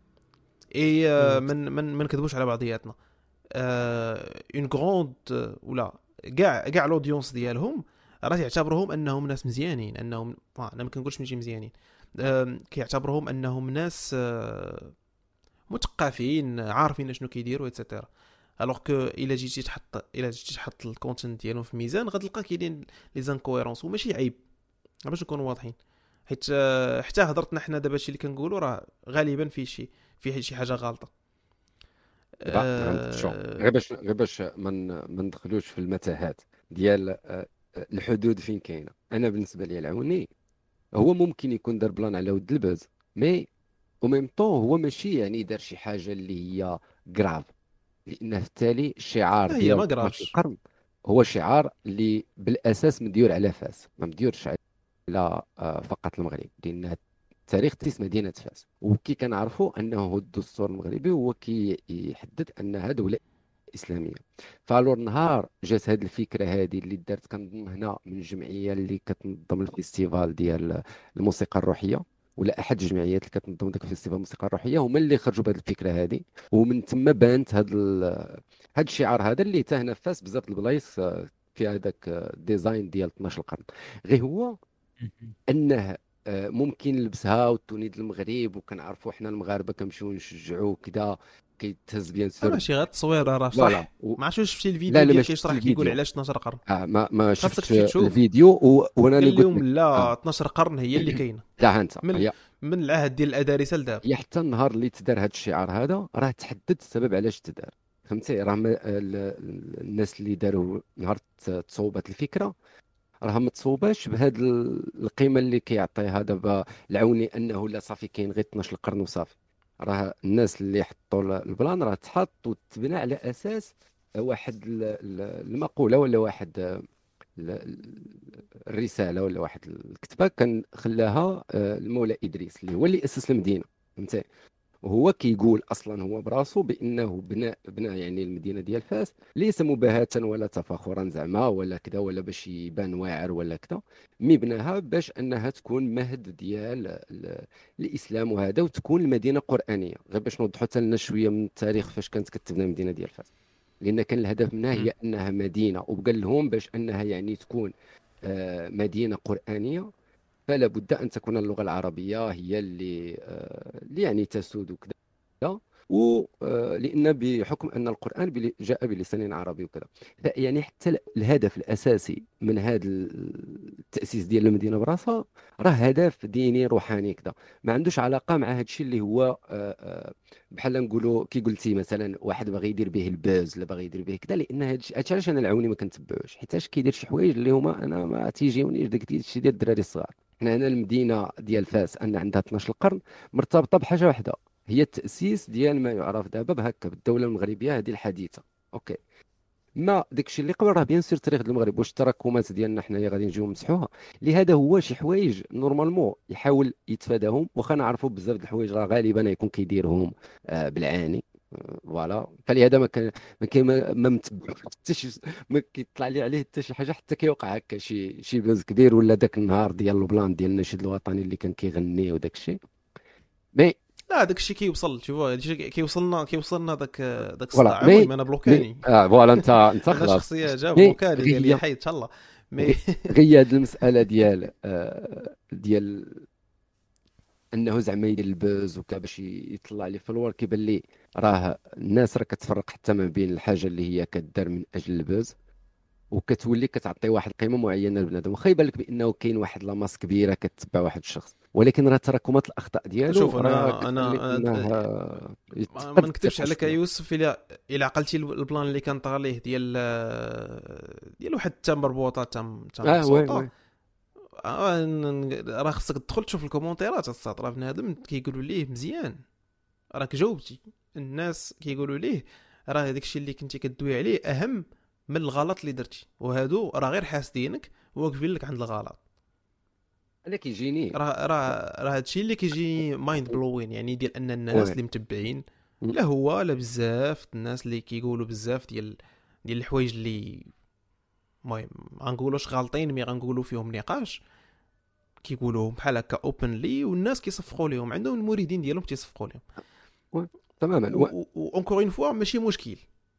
اي آه، من من ما نكذبوش على بعضياتنا اون غروند ولا كاع كاع لودينس ديالهم راه يعتبروهم انهم ناس مزيانين انهم آه، انا ما كنقولش ماشي مزيانين آه، كيعتبروهم انهم ناس آه، مثقفين عارفين شنو كيديروا ايتترا. الوغ كو الا جيتي تحط الا جيتي تحط الكونتنت ديالهم في ميزان غتلقى كاينين لي زانكويرونس وماشي عيب باش نكونوا واضحين. حيت آه، حتى هضرتنا حنا دابا الشيء اللي كنقولوا راه غالبا فيه شي فيه شي حاجه غلطه. دابا عند- شو غير باش غير باش ما ن- ما ندخلوش في المتاهات ديال آه، آه، الحدود فين كاينه. انا بالنسبه لي العوني هو ممكن يكون دار بلان على ود الباز مي او ميم طون هو ماشي يعني دار شي حاجه اللي هي كراف، لان في التالي الشعار لا هي ما ديال طماط قراش القرن هو شعار اللي بالاساس مديور على فاس ما مديورش على آه، فقط المغرب، لان التاريخ تيس مدينه فاس وكي كنعرفوا انه الدستور المغربي هو كي يحدد انها دوله الاسلاميه. فالور نهار جات هذه الفكره هذه اللي دارت كنظن هنا من الجمعيه اللي كتنظم الفيستيفال ديال الموسيقى الروحيه، ولا احد الجمعيات اللي كتنظم داك الفيستيفال الموسيقى الروحيه، هما اللي خرجوا بهذه الفكره هذه. ومن تما بانت هذا ال- هذا الشعار هذا اللي تنفس بزاف د البلايص آه، في هذاك الديزاين ديال اثناش القرن. غير هو مهم. انه آه، ممكن نلبسها وتونيد المغرب، وكنعرفوا حنا المغاربه كنمشيو نشجعوا كذا، كيتهز بيان لا سور. ماشي غير التصوير راه فوالا صح. و... ما عرفتش واش شفتي لا الفيديو لا ما ديال شفتش كيشرح كيقول الفيديو. علاش اثنا عشر قرن. آه ما ما خاصك شفتش تمشي تشوف. الفيديو و... وانا قال اللي قلت لهم لك لا اه اثنا عشر قرن هي اللي كاينه لا انت من هي من العهد ديال الادارسه لدابا. هي حتى النهار اللي تدار هذا الشعار هذا راه تحدد السبب علاش تدار. فهمتي؟ راه ما- ال- ال- الناس اللي داروا نهار ت- تصوبت الفكره راه ما تصوباش بهذه القيمه اللي كيعطيها دابا العوني، انه لا صافي كاين غير اثناش القرن وصافي. راه الناس اللي حطوا ال- البلان راه تحط وتبنى على اساس واحد ال- ال- المقوله، ولا واحد ال- ال- الرساله، ولا واحد الكتبه كان خلاها آه، المولى ادريس اللي هو اللي اسس المدينه. فهمتي؟ وهو كيقول اصلا هو براسو بانه بناء بناء يعني المدينه ديال فاس ليس مباهاة ولا تفاخرا زعما ولا كذا، ولا باش يبان واعر ولا كذا. مي بناها باش انها تكون مهد ديال ال- الاسلام وهذا، وتكون المدينه قرانيه. غير باش نوضحوا حتى لنا شويه من التاريخ فاش كانت كتبنى المدينه ديال فاس، لان كان الهدف منها مم. هي انها مدينه، وقال لهم باش انها يعني تكون آه، مدينه قرانيه، فلا بد أن تكون اللغة العربية هي اللي آه، اللي يعني تسود وكذا. ولأن بحكم أن القرآن بل- جاء بلسان عربي وكذا، يعني حتى ال- الهدف الأساسي من هذا التأسيس ديال المدينة براسها راه هدف ديني روحاني كذا. ما عندوش علاقة مع هذا الشيء اللي هو آه، آه، بحال نقولوا كي قلتي مثلا واحد باغي يدير به الباز، لا باغي يدير به كذا. لان هذا الشيء هادشي علاش انا العوني ما كنتبعوش، حيتاش كيدير شي حوايج اللي هما انا ما تيجيونيش داك الشيء ديال الدراري الصغار. حنا هنا المدينه ديال فاس ان عندها اثناش القرن مرتبطه بحاجه واحده، هي التاسيس ديال ما يعرف دابا بهكا بالدوله المغربيه هذه الحديثه. اوكي. ما داكشي اللي قبل راه بيان سور تاريخ ديال المغرب، واش التراكمات ديالنا حنايا غادي نجيو نمسحوها. لهذا هو شي حوايج نورمالمون يحاول يتفاداهم، واخا نعرفوا بزاف د الحوايج راه غالبا يكون كيديرهم آه بالعاني. آه، فوالا. فلهذا ما كان ما كان ما ما متبع حتى شي، ما كيطلع لي عليه حتى شي حاجه، حتى كيوقع هكا شي شي بوز كبير، ولا داك النهار ديال البلان ديال النشيد الوطني اللي كان كيغني وداك الشيء. مي لا داك الشيء كيوصل شوف هذا الشيء كيوصلنا كيوصلنا داك داك فوالا. الصداع. مي المهم انا مي بلوكاني. اه فوالا انت انت انا خلاص. شخصيه جا مي بلوكاني قال لي غير حيد ان شاء الله. مي غي غير هاد المسألة ديال آه، ديال انه زعما يدير البوز وكذا باش يطلع لي فولور، كيبان لي راه الناس راه كتفرق حتى ما بين الحاجة اللي هي كدار من اجل البوز، وكتولي كتعطي واحد القيمة معينة لبنادم، واخا يبان لك بانه كاين واحد لاماس كبيرة كتتبع واحد الشخص، ولكن راه تراكمات الاخطاء شوف ديالو راه انا كتخلي انا انه أنا- آه، ما يتفقد ما نكتبش الثقة عليك يا شوية. يوسف، الا الا عقلتي البلان اللي كان طاليه ديال ديال واحد التام مربوطه تام تام اه وي مبسوطه. وي آه، ن- ن- راه خصك تدخل تشوف الكومونتيرات الساط، راه بنادم كيقولوا ليه مزيان، راك جاوبتي. الناس كيقولوا ليه راه داكشي اللي كنتي كدوي عليه اهم من الغلط اللي درتي، وهادو راه غير حاسدينك واقفين لك عند الغلط. انا كيجيني راه راه راه هادشي اللي كيجي مايند بلوين، يعني ديال ان الناس وي اللي متبعين، م- لا هو لا بزاف الناس اللي كيقولوا بزاف ديال ديال الحوايج اللي المهم ما غنقولوش غالطين، مي غنقولوا فيهم نقاش، كيقولوهم بحال هكا اوبنلي، والناس كيصفقوا لهم، عندهم المريدين ديالهم كيصفقوا لهم. وي تماما و... اونكور اون فوا ماشي مشكل،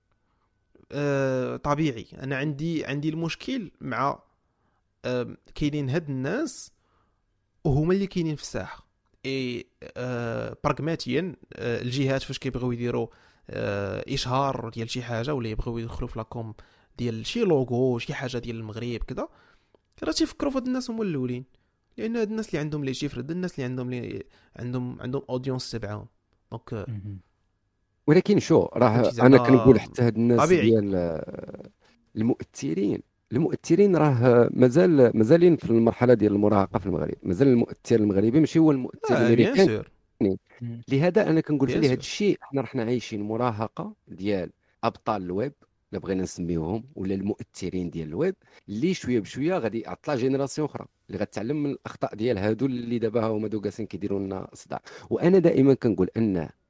أه طبيعي. انا عندي عندي المشكل مع أه كاينين هاد الناس وهما اللي كاينين في الساحه. اي أه براغماتيا أه الجهات فاش كيبغيو يديروا أه اشهار ديال شي حاجه، ولا يبغيو يدخلوا في لاكوم ديال شي لوغو شي حاجه ديال المغرب كذا، راه تيفكروا في هاد الناس هما الاولين، لان هاد الناس اللي عندهم لي شيفر، هاد الناس اللي عندهم لي عندهم عندهم اودينس تبعهم. دونك مهم. ولكن شو راه فهمتي انا زعما كنقول حتى هاد الناس طبيعي. ديال آه، المؤثرين المؤثرين راه مازال مازالين في المرحله ديال المراهقه في المغرب. مازال المؤثر المغربي ماشي هو المؤثر اه بيان الامريكاني. سور يعني لهذا انا كنقول في بيان هذا سور. الشيء حنا رحنا عايشين مراهقه ديال ابطال الويب، لا بغينا نسميوهم، ولا المؤثرين ديال الويب، اللي شويه بشويه غادي يطلع جينيراسيون اخرى اللي غتعلم من الاخطاء ديال هادو اللي دابا هما دو جالسين كيديروا لنا صداع. وانا دائما كنقول ان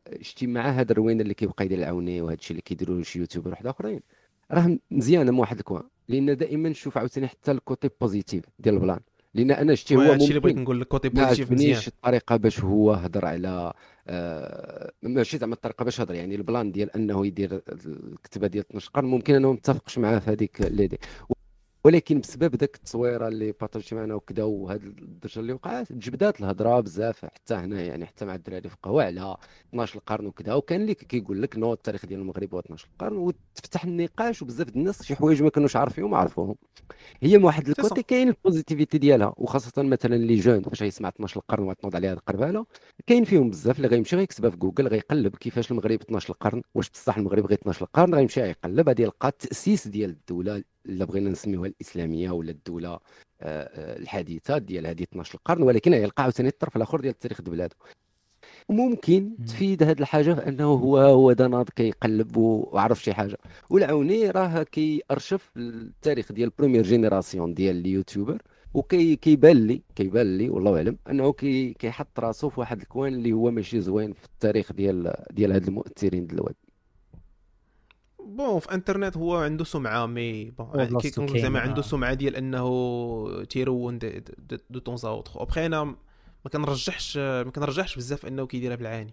شتي مع هاد الروينه اللي كيبقى يدير العوني وهذا الشيء اللي كيديروا شي يوتيوبر واحد اخرين، راه مزيانه من واحد الكوان، لان دائما نشوف عاوتاني حتى الكوتي بوزيتيف ديال البلان. لان انا شتي المهم هو هادشي اللي بغيت ممكن نقول لك، كوتي ما بوزيتيف مزيان. عجبنيش الطريقه باش هو هضر على آه ماشي زعما الطريقه باش هضر، يعني البلان ديال انه يدير الكتابه ديال اثنا عشر قرن، ممكن انا ما متفقش معاه في هذيك ليدي، ولكن بسبب ذاك التصويره اللي بارطاجتي معنا وكذا وهاد الضجه اللي وقعت، جبدات الهضره بزاف حتى هنا، يعني حتى مع الدراري في القهوه على اثنا عشر قرن وكذا، وكان اللي كيقول لك نو التاريخ ديال المغرب هو اثنا عشر قرن، وتفتح النقاش وبزاف د الناس شي حوايج ما كانوش عارفينهم عرفوهم. هي من واحد سي الكوتي صح. كاين البوزيتيفيتي ديالها، وخاصه مثلا اللي جون فاش غيسمع اثنا عشر قرن وتنوض عليها القرباله، كاين فيهم بزاف اللي غيمشي غيكتبها في جوجل، غيقلب كيفاش المغرب اثنا عشر قرن، واش بصح المغرب غير اثنا عشر قرن، غيمشي غيقلب غادي يلقى التاسيس ديال الدوله اللي بغينا نسميوها الاسلاميه ولا الدوله آه، آه، الحديثه ديال هذه اثنا عشر قرن، ولكن غيلقى عاوتاني الطرف الاخر ديال التاريخ د بلاده. وممكن مم. تفيد هذه الحاجه في انه هو هو دا ناض كيقلب وعرف شي حاجه. والعوني راه كيأرشف التاريخ ديال بروميير جينيراسيون ديال اليوتيوبر، وكي كيبان لي كيبان لي والله اعلم انه كي كيحط راسو في واحد الكوان اللي هو ماشي زوين في التاريخ ديال ديال هاد المؤثرين د الويب. بون في انترنت هو عنده سمعه، مي هو بون كي بلاصتو كنقول زعما كاين عنده آه. سمعه ديال انه تيرون دو, دو, دو طون زاوتر. ابخي انا ما كنرجحش ما كنرجحش بزاف انه كيديرها بالعاني.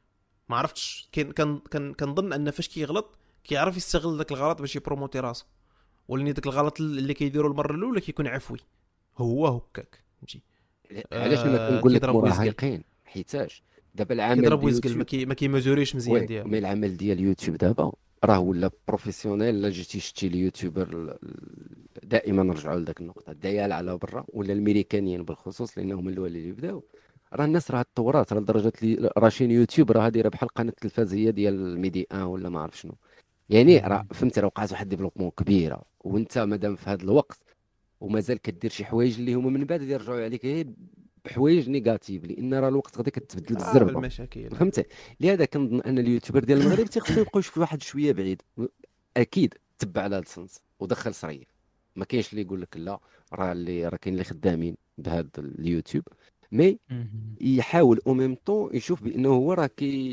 ما عرفتش، كان كان كان كنظن ان فاش كيغلط كيعرف يستغل داك الغلط باش يبروموتي راسو، ولاني داك الغلط اللي كيديرو المره الاولى كيكون عفوي، هو هكاك فهمتي. علاش انا آه كنقول لك كيضرب ويزقل، مراهقين؟ حيتاش دابا العمل كيضرب ديال ويزقل، ما يوتيوب، كي ما كيمازوريش مزيان وي ديالو. مي العمل ديال يوتيوب دابا راه ولا بروفيسيونيل. لا جيتي شتي اليوتيوبر ال- ال- دائما نرجعوا لذاك النقطه ديال على برا، ولا الامريكانيين بالخصوص لانهم الاولين اللي بداو. راه الناس راه تطورات، راه لدرجه اللي راه شين يوتيوب راه دايره بحال قناه تلفزيونيه ديال ميدي ان ولا ما عرف شنو. يعني راه فهمتي راه وقعت واحد ديفلوبمون كبيره، وانت مادام في هذا الوقت ومازال كدير شي حوايج اللي هما من بعد غادي يرجعوا عليك غير بحوايج نيجاتيف، لان راه الوقت غادي كتبدل اه بالزربه. بالمشاكل. فهمتي؟ لهذا كنظن ان اليوتيوبر ديال المغرب تيخصو يبقاو شي واحد شويه بعيد. اكيد تبع على السنس ودخل صريح، ما كاينش اللي يقول لك لا، راه اللي راه كاين اللي خدامين بهذا اليوتيوب، مي مهم. يحاول او ميم طون يشوف بانه هو راه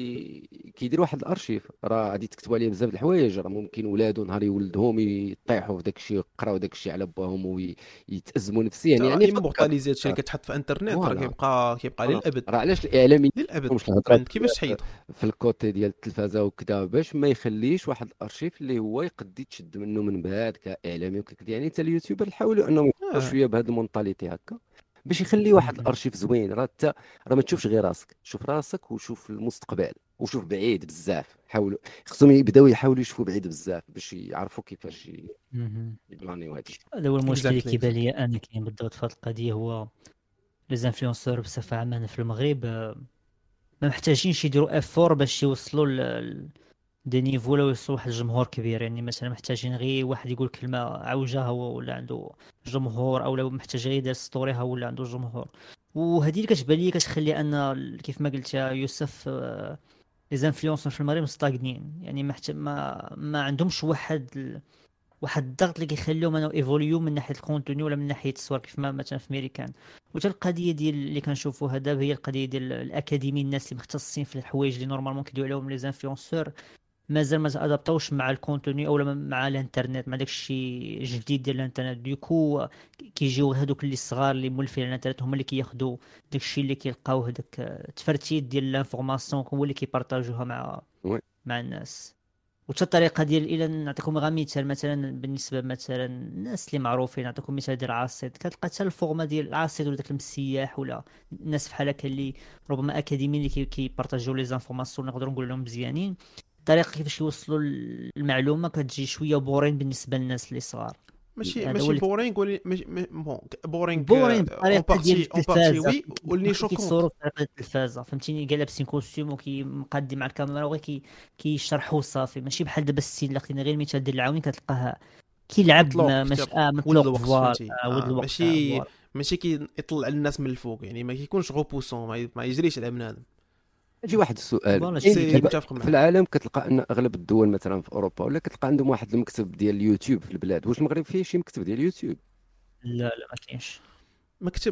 كي كيدير واحد الارشيف، راه غادي تكتب عليه بزاف د الحوايج، راه ممكن ولادو نهار يولدهم يطيحوا في داك الشيء، يقراو داك الشيء على باهم ويتازموا نفسيا. ترى يعني فكر ايمورتاليزي هادشي اللي فكر كتحط في انترنت راه فوالا كيبقى كيبقى فوالا. للابد، راه علاش الاعلامي للابد مش ما الهضره عندك كيفاش تحيدو. في الكوتي ديال التلفازه وكذا، باش ما يخليش واحد الارشيف اللي هو يقدر تشد منه من بعد كاعلامي وكذا. يعني حتى اليوتيوبر يحاولوا انهم يفكروا اه شويه بهذا المونطاليتي هكا، باش يخلي واحد مهم. الارشيف زوين. راه انت راه ما تشوفش غير راسك، شوف راسك وشوف المستقبل وشوف بعيد بزاف. حاولوا خصهم يبداو يحاولوا يشوفوا بعيد بزاف باش يعرفوا كيفاش ي- مهم. يبلانيو هذا الشيء. هذا هو المشكل اللي اكزاكتلي كيبان اكزاكتلي. لي انا كاين بالضبط في هذه القضيه، هو لي زانفلونسور بصفه عامه في المغرب آه، ما محتاجينش يديروا افور باش يوصلوا ل دي نيفو ولا يوصلوا واحد الجمهور كبير. يعني مثلا محتاجين غير واحد يقول كلمه عوجه هو ولا عنده جمهور، او لو محتاج غير يدير ستوري هو ولا عنده جمهور. وهذه اللي كتبان لي كتخلي ان ال- كيف ما قلت يا يوسف آه، لي زانفلونسور في المغرب مستاغنين، يعني محتاج ما ما عندهمش واحد ال- واحد الضغط اللي كيخليهم انه ايفوليو من ناحيه الكونتوني ولا من ناحيه التصوير كيف ما مثلا في ميريكان. وحتى القضيه ديال اللي كنشوفوها دابا هي القضيه ديال الاكاديمي، الناس اللي مختصين في الحوايج اللي نورمالمون كيدويو عليهم لي زانفلونسور مازال ما ادابطاوش مع الكونتوني اولا مع الانترنت، مع داكشي جديد ديال الانترنت. دوكو كيجيو هذوك اللي صغار اللي مولفين على الانترنت هما اللي كياخذوا داكشي اللي كيلقاو هذاك التفرتيت ديال لانفورماسيون هو اللي كيبارطاجوها مع وي مع الناس. وحتى الطريقه ديال الى نعطيكم غير مثال، مثلا بالنسبه مثلا الناس اللي معروفين، نعطيكم مثال ديال عاصيد، كتلقى حتى الفورما ديال العاصيد ولا داك المسياح ولا الناس بحال هكا اللي ربما اكاديميين اللي كي- كيبارطاجيو لي زانفورماسيون نقدروا نقول لهم مزيانين. الطريقه كيفاش يوصلوا المعلومه كتجي شويه بورين بالنسبه للناس اللي صغار. ماشي هذا هو ماشي اللي بورينغ ولا ماشي بون بورينغ بورين اون بالطريقه ديال بارتي اون بارتي التلفازه، وي، واللي كي- شوكونت. كيتصوروا بطريقه التلفازه فهمتيني، كاع لابسين كوستيم وكيمقادين مع الكاميرا وغير كي كيشرحوا صافي. ماشي بحال دابا السيد اللي خدينا غير المثال ديال العاوني كتلقاه كيلعب مطلوق ما- كتاب ماشي اه ولد مطلوق الوقت فوالا فهمتي. آه ولد آه الوقت آه ماشي فوالا. ماشي كي يطلع الناس من الفوق، يعني ما كيكونش غوبوسون، ما, ي- ما يجريش على بنادم. اجي واحد السؤال، فوالا كاين شتي سي دابا متفق في معك. العالم كتلقى ان اغلب الدول مثلا في اوروبا ولا كتلقى عندهم واحد المكتب ديال اليوتيوب في البلاد. واش المغرب فيه شي مكتب ديال اليوتيوب؟ لا لا ما كاينش. مكتب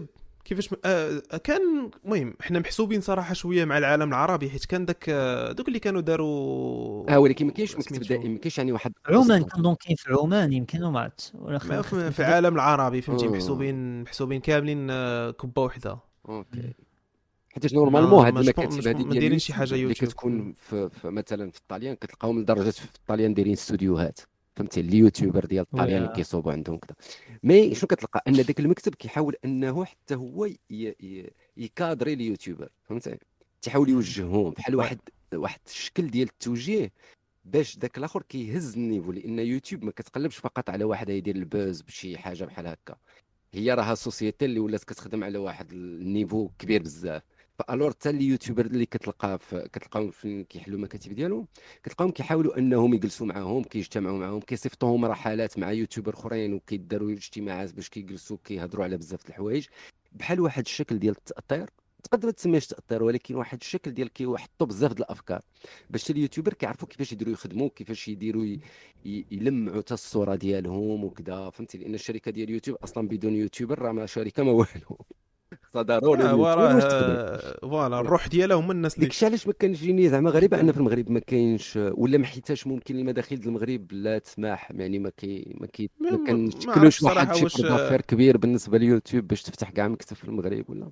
كيفاش م... آه كان المهم حنا محسوبين صراحه شويه مع العالم العربي، حيت كان داك آه، دوك اللي كانوا داروا اه ولكن ما كاينش مكتب سميتو دائم، ما كاينش يعني واحد عمان الأسرة. كنظن كاين في عمان يمكن وما عرفت ولا ما خ- خفت في, في نتذكر. العالم العربي فهمتي، آه. محسوبين محسوبين كاملين آه، كبه وحده. اوكي. حيت نورمالمون ما هاد ما جبون- المكاتب مش هادي ما ديال دايرين شي اليوتيوب حاجه اللي يوتيوب. كتكون في, في مثلا في الطاليان كتلقاهم لدرجه في الطاليان دايرين استوديوهات، فهمتي اليوتيوبر ديال الطاليان اللي وي. كيصوبوا عندهم كذا. مي شنو كتلقى ان داك المكتب كيحاول انه حتى هو ي- ي- يكادري اليوتيوبر، فهمتي، تيحاول يوجههم بحال وي. واحد واحد الشكل ديال التوجيه باش داك الاخر كيهز النيفو، لان يوتيوب ما كتقلبش فقط على واحد يدير البوز بشي حاجه بحال هكا، هي راها سوسيتي اللي ولات كتخدم على واحد النيفو كبير بزاف. فالور حتى اليوتيوبر اللي كتلقى في كتلقاهم في كيحلوا المكاتب ديالهم، كتلقاهم كيحاولوا انهم يجلسوا معاهم، كيجتمعوا معاهم، كيصيفطوهم رحلات مع يوتيوبر اخرين وكيداروا اجتماعات باش كيجلسوا كيهضروا على بزاف د الحوايج بحال واحد الشكل ديال التاطير. تقدر ما تسميهش تاطير، ولكن واحد الشكل ديال كيوحطوا بزاف د الافكار باش اليوتيوبر كيعرفوا كيفاش يديروا يخدموا، كيفاش يديروا ي... ي- يلمعوا حتى الصوره ديالهم وكذا، فهمتي، لان الشركه ديال يوتيوب اصلا بدون يوتيوبر راه ما شركه ما والو. خصها ضروري اه هو اليوتيوبر راه واش تخدم. آه، فوالا فوالا. الروح ديالها هما الناس ديك اللي الشيء علاش ما كنجيني زعما غريبه ان في خدامين. المغرب ما كاينش، ولا ما حيتاش ممكن المداخيل ديال المغرب لا تسمح، يعني ما كي ما كي ما ما ما ما عرفتش كنشكلوش واحد صراحه شي واش بروفير كبير بالنسبه لليوتيوب باش تفتح كاع مكتب في المغرب ولا.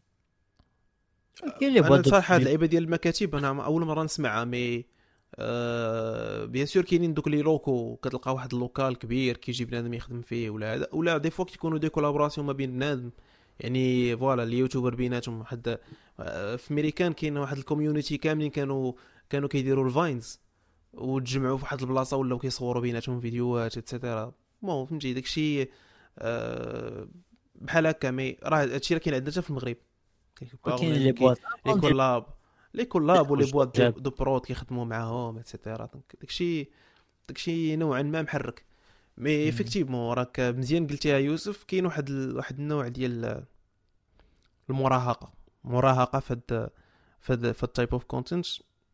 كاين اللي بغا انا صراحه هاد دوك اللعيبه ديال المكاتب انا اول مره نسمعها، مي آه بيان سور كاينين دوك لي لوكو، كتلقى واحد اللوكال كبير كيجي بنادم يخدم فيه ولا هذا، ولا دي فوا كيكونوا دي كولابوراسيون ما بين بنادم، يعني فوالا اليوتيوبر بيناتهم واحد آه، في ميريكان كاين واحد الكوميونيتي كاملين كانوا كانوا كيديروا الفاينز وتجمعوا في واحد البلاصه ولاو كيصوروا بيناتهم فيديوهات اتسيتيرا. مو فهمتي داكشي آه بحال هكا، مي راه هادشي راه كاين عندنا حتى في المغرب، وكاين اللي بغا لي كولاب لي كولاب ولي يخرج بواط جاب. دو برود كيخدموا معاهم اتسيتيرا. دونك داكشي داكشي نوعا ما محرك. مي ايفيكتيفمون راك مزيان قلتيها يوسف، كاين واحد ال... واحد النوع ديال المراهقه مراهقه فهاد فهاد فهاد تايب اوف كونتنت.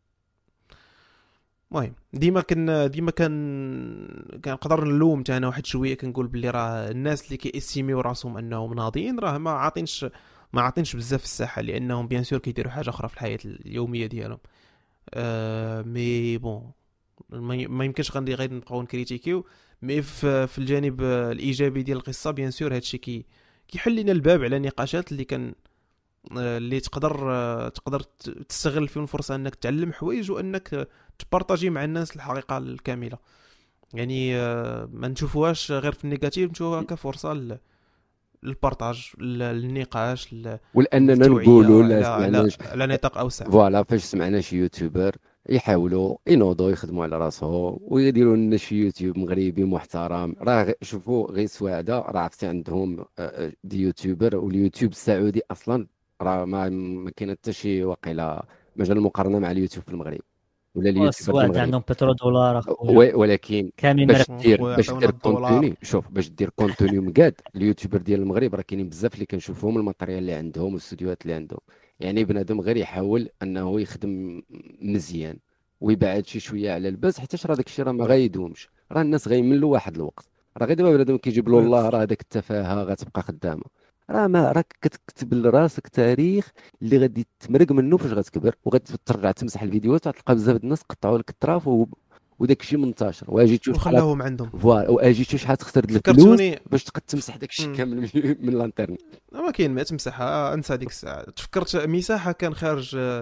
المهم ديما كان ديما كان كنقدر نلوم حتى انا واحد شويه، كنقول بلي راه الناس اللي كيستيميو راسهم انهم ناضيين راه ما عاطينش ما عاطينش بزاف الساحه، لانهم بيان سور كيديروا حاجه اخرى في الحياه اليوميه ديالهم. أه مي بون ما يمكنش غندي غير نبقاو نكريتيكيو، مي في, في الجانب الايجابي ديال القصه بيان سور هادشي كي كيحل لنا الباب على نقاشات اللي كان اللي تقدر تقدر تستغل فيهم الفرصه انك تعلم حوايج وانك تبارطاجي مع الناس الحقيقه الكامله. يعني ما نشوفوهاش غير في النيجاتيف، نشوفوها كفرصه للبارطاج للنقاش ولاننا للتوعيه نقولوا لا على على سمعناش على نطاق اوسع. فوالا فاش سمعنا شي يوتيوبر يحاولوا ينوضوا يخدموا على راسهم ويديروا لنا شي يوتيوب مغربي محترم، راه غ- شوفوا غير سواعده راه عرفتي عندهم آه، آه، دي يوتيوبر، واليوتيوب السعودي اصلا راه ما ما كاين حتى شي واقيلا مجال المقارنه مع اليوتيوب في المغرب ولا اليوتيوبر في السواعد المغرب. عندهم بترو دولار اخويا و- ولكن كاملين باش مريح. دير خويا باش عطيونا دير الدولار. كونتوني، شوف باش دير كونتوني مقاد اليوتيوبر ديال المغرب راه كاينين بزاف اللي كنشوفهم الماتريال اللي عندهم والاستوديوهات اللي عندهم. يعني بنادم غير يحاول انه يخدم مزيان ويبعد شي شويه على الباس، حيت راه داك الشيء راه ما وي غايدومش، راه الناس غيملوا واحد الوقت. راه غير دابا بنادم كيجيب له وي الله راه داك التفاهه غتبقى خدامه، راه ما راك كتكتب لراسك تاريخ اللي غادي تمرق منه فاش غتكبر، وغادي ترجع تمسح الفيديوهات غتلقى بزاف د الناس قطعوا لك الطراف و... وداك الشيء منتشر، واجي تشوف شحال وخلاهم عندهم. فوالا، واجي تشوف شحال تخسر د الفلوس فكرتوني باش تقد تمسح داك الشيء مم. كامل من من الانترنت. ما كاين ما تمسحها انسى ديك الساعه. تفكرت مساحه كان خارج آه،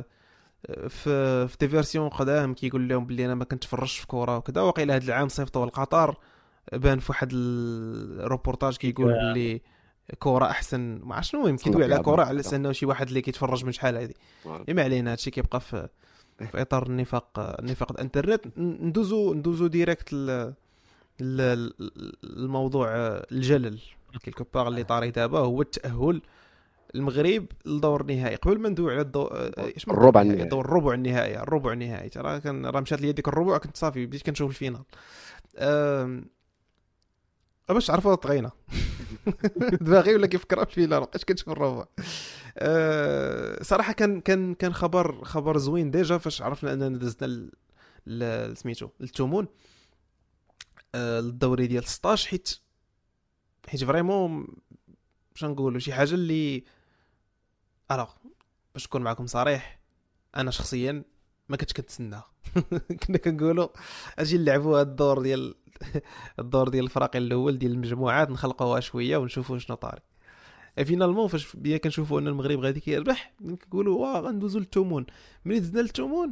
في في دي فيرسيون قدام كيقول لهم بلي انا ما كنتفرجش في كوره وكذا، وقيل هذا العام صيفطوا القطر بان في واحد الروبورتاج كيقول بلي كوره احسن ما عرفت شنو، المهم كيدوي على صنع كوره لعبة على وكذا. انه شي واحد اللي كيتفرج من شحال هذه. فوالا. ما علينا، هادشي كيبقى في في اطار النفاق النفاق الانترنت. ن- ندوزو ندوزو ديريكت ل- ل- الموضوع الجلل كيلكو باغ اللي طاري دابا هو التاهل المغرب للدور النهائي. قبل ما ندوي على الدور ايش من الربع النهائي، النهائي. الدور الربع النهائي الربع النهائي ترى كان راه مشات لي ديك الربع كنت صافي بديت كنشوف الفينال. أم... باش تعرفوا طغينا دماغي ولا كيفكر في الفينال مابقيتش كنشوف الربع. أه... صراحه كان كان كان خبر خبر زوين ديجا فاش عرفنا اننا دزنا ل... ل... سميتو التومون أه... الدوري ديال ستطاش، حيت حيت فريمون باش نقولوا شي حاجه اللي الوغ باش نكون معكم صريح، انا شخصيا ما كنتش كنتسنى. كنا كنقولوا اجي نلعبوا هذا الدور ديال الدور ديال الفريق الاول ديال المجموعات، نخلقوها شويه ونشوفوا شنو طاري. فينالمون فاش بيا كنشوفوا ان المغرب غادي كيربح كنقولوا واه غندوزو للثمون. ملي دزنا للثمون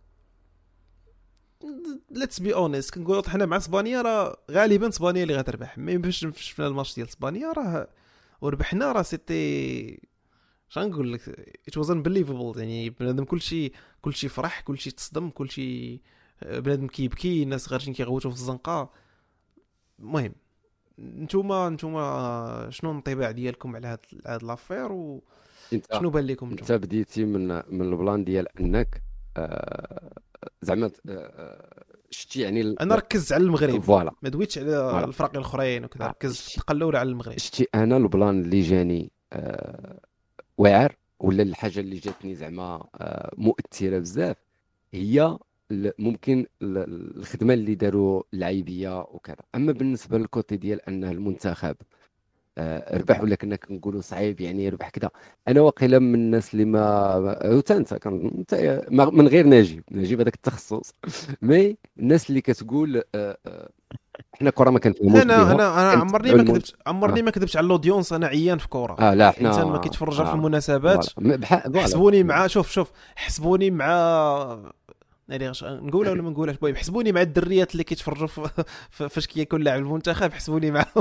ليتس بي اونست كنقولوا طحنا مع اسبانيا، راه غالبا اسبانيا اللي غتربح. مي باش شفنا الماتش ديال اسبانيا راه وربحنا، راه سيتي شنقول لك ات واز انبليفبل. يعني بنادم كلشي كلشي فرح، كلشي تصدم، كلشي بنادم كيبكي، الناس خارجين كيغوتوا في الزنقه. المهم نتوما نتوما شنو الانطباع ديالكم على هاد هاد لافير انت وشنو بان لكم انت نتوما؟ بديتي من من البلان ديال انك آه، زعما آه، شتي يعني ال- انا ركزت على المغرب، فوالا ما دويتش على فوالا الفرق الاخرين وكذا، آه، ركزت في شتي التقلول على المغرب. شتي انا البلان اللي جاني آه، واعر، ولا الحاجه اللي جاتني زعما آه، مؤثره بزاف، هي ال- ممكن ال- الخدمه اللي داروا اللعيبيه وكذا. اما بالنسبه للكوتي ديال ان المنتخب آه، ربح، ولا كنا كنقولوا صعيب يعني يربح كذا، انا واقيلا من الناس اللي ما حتى انت كان انت ما- من غير نجيب نجيب هذاك التخصص. مي الناس اللي كتقول آه، آه، احنا كره ما لا كنفهموش انا بها، انا انا عمرني كنتبعوا ما المنت كذبت، اه عمرني ما كذبت على الاودينس. انا عيان في كوره، اه لا احنا انسان ما كيتفرج في اه المناسبات. فوالا م- بحال فوالا حسبوني فوالا. مع شوف شوف حسبوني مع يعني غش- نقولها ولا ما نقولهاش؟ المهم حسبوني مع الدريات اللي كيتفرجوا في- في- فاش كيكون لاعب المنتخب، حسبوني معاهم.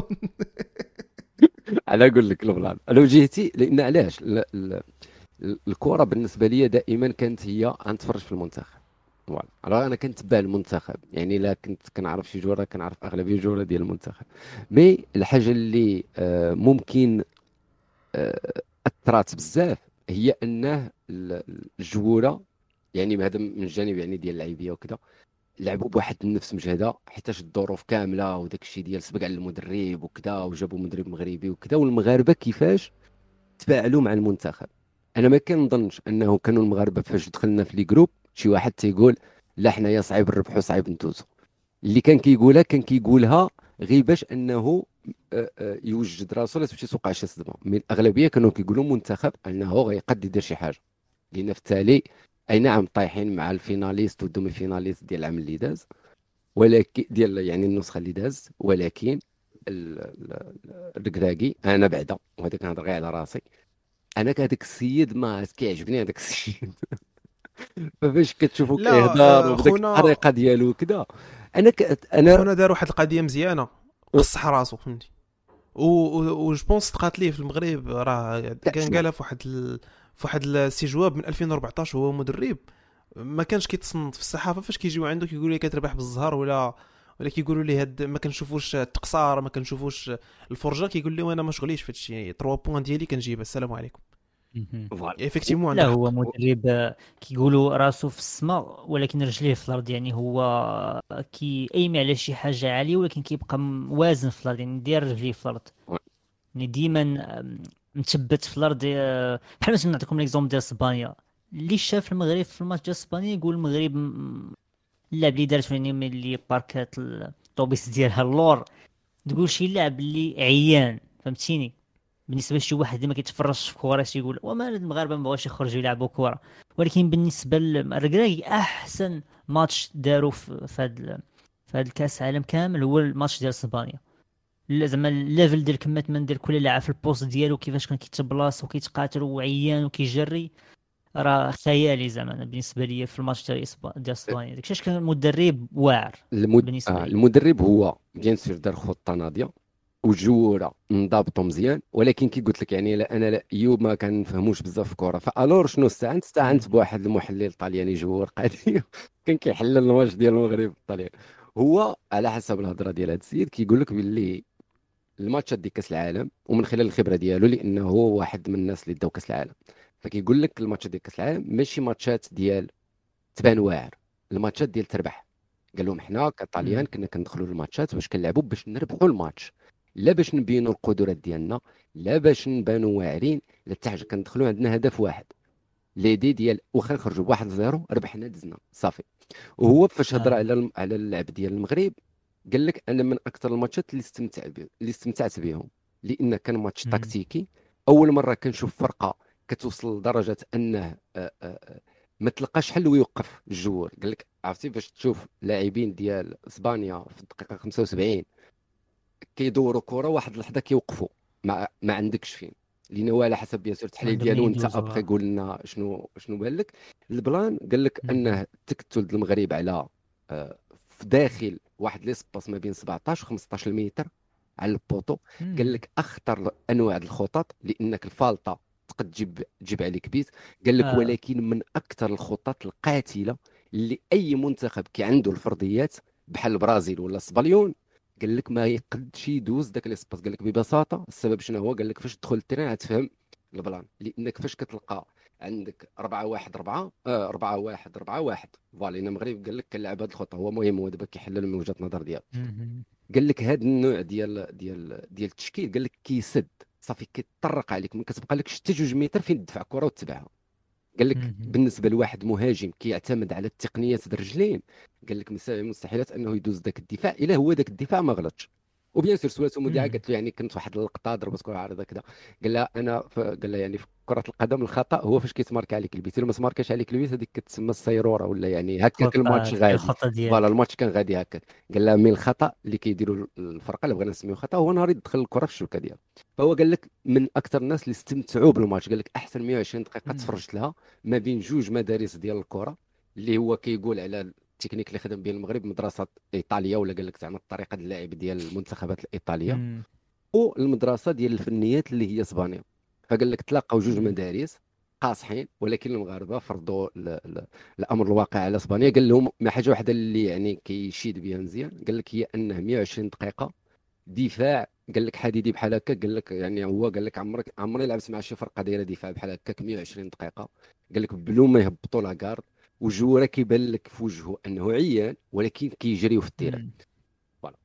انا اقول لك البلان لو جيتي، لان علاش ال- ال- ال- الكره بالنسبه لي دائما كانت هي غنتفرج في المنتخب. فوالا راه انا كنتبع المنتخب، يعني لا كنت كنعرف شي جوره، كنعرف اغلبيه الجوره ديال المنتخب. مي الحاجه اللي آه، ممكن آه، اثرات بزاف هي انه ال- الجوره، يعني هذا من الجانب يعني ديال اللعيبيه وكذا، لعبوا بواحد النفس مجهده، حيتاش الظروف كامله وداك الشيء ديال سبق على المدرب وكذا، وجابوا مدرب مغربي وكذا، والمغاربه كيفاش تفاعلوا مع المنتخب. انا ما كنظنش انه كانوا المغاربه فاش دخلنا في لي جروب شي واحد تيقول لا حنايا صعيب نربحوا صعيب ندوزو. اللي كان كيقولها كان كيقولها غير باش انه آه، آه، يوجد راسو لا تمشي توقع شي صدمه. من الاغلبيه كانوا كيقولوا منتخب انه غيقد يدير شي حاجه، لان في التالي اي نعم طايحين مع الفيناليست والدومي فيناليست ديال العام اللي داز، ولكن ديال يعني النسخه اللي داز، ولكن ال- ال- الركراكي انا بعدا، وهذا كنهضر غير على راسي، انا هذاك السيد ما كيعجبني هذاك السيد. فاش كتشوفو لا كيهضر آه، وبداك خونا الطريقه ديالو كذا، انا ك... انا خونا دار واحد القضيه مزيانه، قصح راسو فهمتي. و جو بونس تقات ليه في المغرب، راه كان شنو قالها في واحد ال... في واحد السي جواب من ألفين وأربعطاش وهو مدرب. ما كانش كيتصنت في الصحافه فاش كيجيو عنده كيقولوا لي كتربح بالزهر، ولا ولا كيقولوا لي هاد ما كنشوفوش التقصار، ما كنشوفوش الفرجه. كيقول لهم انا ما شغليش في هادشي، ثلاثة بوين ديالي كنجيبها، السلام عليكم. مهم. فوالا ايفيكتيفمون لا عنده هو حق. مدرب آه، كيقولوا راسو في السماء ولكن رجليه في الارض. يعني هو كيأيمي على شي حاجه عاليه ولكن كيبقى موازن في الارض، يعني داير رجليه في الارض، يعني ديما آم، مثبت في الارض. آه، بحال مثلا نعطيكم ليكزومبل ديال اسبانيا. اللي شاف المغرب في الماتش ديال اسبانيا يقول المغرب م- اللاعب اللي دارت يعني ملي باركات الطوبيس ديالها اللور، تقول شي لاعب اللي عيان، فهمتيني. بالنسبه لشي واحد اللي ما كيتفرجش في كره يقول وما المغاربه ما بغاوش يخرجوا يلعبوا كره، ولكن بالنسبه للركراكي احسن ماتش داروا في في هذا في هذا الكاس العالم كامل هو الماتش ديال اسبانيا. لا زعما الليفل ديال كمات ديال كل لاعب في البوست ديالو، كيفاش كان كيتبلاص وكيتقاتل وعيان وكيجري، راه خيالي زعما. أنا بالنسبه لي في الماتش ديال إسبا- ديال اسبانيا داكشي علاش كان المدرب واعر المد... بالنسبه آه لي. المدرب هو بيان سور دار خطه ناضيه، والجوره انضبطوا مزيان، ولكن كي قلت لك يعني لا انا لا ايوب ما كنفهموش بزاف في الكره، فالور شنو استعنت استعنت بواحد المحلل طلياني جوار قديم كان كيحلل الماتش ديال المغرب الطليان. هو على حسب الهضره ديال هذا السيد كيقول لك باللي الماتشات ديال كاس العالم، ومن خلال الخبره ديالو لانه هو واحد من الناس اللي داو كاس العالم، فكيقول لك الماتشات ديال كاس العالم ماشي ماتشات ديال تبان واعر، الماتشات ديال تربح. قال لهم حنا كطاليان كنا كندخلوا للماتشات باش كنلعبوا باش نربحوا الماتش، لا باش نبينوا القدرات ديالنا، لا باش نبانوا واعرين، لا حتى حاجه. كندخلوا عندنا هدف واحد، ليدي ديال واخا نخرجوا بواحد زيرو ربحنا دزنا صافي. وهو فاش هضر آه. على الم- على اللعب ديال المغرب، قال لك انا من اكثر الماتشات اللي استمتع بهم اللي استمتعت بهم، لان كان ماتش مم. تكتيكي. اول مره كنشوف فرقه كتوصل لدرجه انه آه، آه، ما تلقاش حل ويوقف الجوار. قال لك عرفتي باش تشوف لاعبين ديال اسبانيا في الدقيقه خمسة وسبعين كيدوروا كره واحد اللحظه كيوقفوا، ما ما عندكش فين، لان هو على حسب بيان سور التحليل عندهم ديالو. انت يدوزوا ابخي قول لنا شنو شنو بان لك البلان. قال لك انه تكتل المغرب على آه، في داخل واحد ليسباس ما بين سبعطاش و خمسطاش متر على البوطو. قال لك اخطر انواع الخطط لانك الفالطه تقد تجيب تجيب عليك بيت. قال لك آه. ولكن من اكثر الخطط القاتله اللي اي منتخب كي عنده الفرضيات بحال البرازيل ولا اسبانيون قال لك ما يقدش يدوز داك ليسباس. قال لك ببساطه السبب شنو هو؟ قال لك فاش تدخل الترين غتفهم البلان، لانك فاش كتلقى عندك أربعة واحد أربعة آه أربعة واحد أربعة واحد فوالا المغرب قال لك كنلعب هذه الخطه. هو مهم، هو دابا كيحلل من وجهه نظر ديالو. قال لك هذا النوع ديال ديال ديال التشكيل قال لك كيسد صافي كيطرق عليك، ما كتبقى لكش حتى جوج متر فين تدفع الكره وتتبعها. قال لك بالنسبه لواحد مهاجم كيعتمد على التقنيات د الرجلين قال لك من مستحيلات انه يدوز ذاك الدفاع الا هو ذاك الدفاع ما غلطش. وبيان سور سوالته مذيعه قالت له يعني كنت واحد اللقطه ضربت كره عارضه كذا، قال لها انا ف... قال لها يعني في كره القدم الخطا هو فاش كيتمارك عليك البيت، الا ما تماركاش عليك البيت هذيك كتسمى السيروره ولا يعني هكاك الماتش غادي الخطه فوالا ديالك. الماتش كان غادي هكاك. قال لها من الخطا اللي كيديروا الفرقه اللي بغينا نسميوه خطا هو نهار يدخل الكره في الشبكه ديالها. فهو قال لك من اكثر الناس اللي استمتعوا بالماتش. قال لك احسن مئة وعشرين دقيقه تفرجت لها ما بين جوج مدارس ديال الكره اللي هو كيقول على التكنيك اللي خدم به المغرب مدرسه ايطاليا ولا قال لك زعما الطريقه ديال اللعب ديال المنتخبات الايطاليه والمدرسه ديال الفنيات اللي هي اسبانيا. فقال لك تلاقاو جوج مدارس قاصحين ولكن المغاربه فرضوا الامر الواقع على اسبانيا. قال لهم ما حاجه واحده اللي يعني كيشيد بها مزيان قال لك هي انه مئة وعشرين دقيقه دفاع قال لك حديدي بحال هكا. قال لك يعني هو قال لك عمرك عمري لعبت مع شي فرقه دايره دفاع بحال هكاك مئة وعشرين دقيقه. قال لك بلو ما يهبطوا لاكارد وجوره كيبان لك في وجهه انه عيان ولكن كيجريو في التيران. فوالا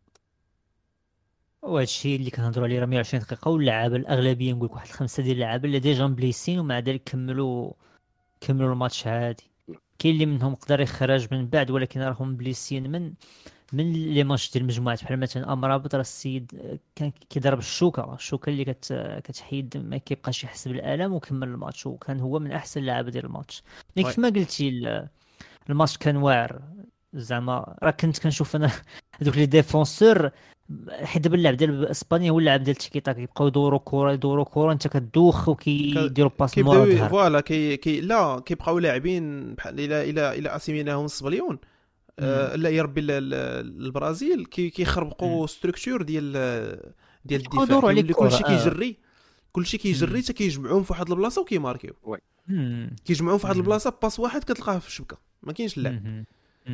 وهذا الشيء اللي كنهضروا عليه راه مئة وعشرين دقيقه، واللعابه الاغلبيه نقول لك واحد خمسه ديال اللعابه اللي ديجا مبليسين ومع ذلك كملوا كملوا الماتش عادي. كاين اللي منهم قدر يخرج من بعد ولكن راهم مبليسين من من لي ماتش ديال المجموعات. بحال مثلا امرابط راه السيد كان كيضرب الشوكه الشوكه اللي كت كتحيد ما كيبقاش يحس بالالم وكمل الماتش، وكان هو من احسن اللعابه ديال الماتش. يعني كيف ما قلتي الماتش كان واعر زعما. راه كنت كنشوف انا هذوك لي ديفونسور حيت دابا اللعب ديال اسبانيا هو اللعب ديال التيكي تاك، يبقاو يدوروا كره يدوروا كره انت كدوخ وكيديروا باس مورا كيبداو الظهر. فوالا كي كي لا كيبقاو لاعبين بحال الى الى الى اسيميناهم الصبليون آه لا يا ربي البرازيل كي كيخربقوا ستركتور ديال ديال الدفاع اللي كلشي كيجري كلشي كيجري حتى كيجمعوهم في واحد البلاصه وكيماركيو كيجمعوهم في واحد البلاصه باس واحد كتلقاه في الشبكه ما كاينش اللعب.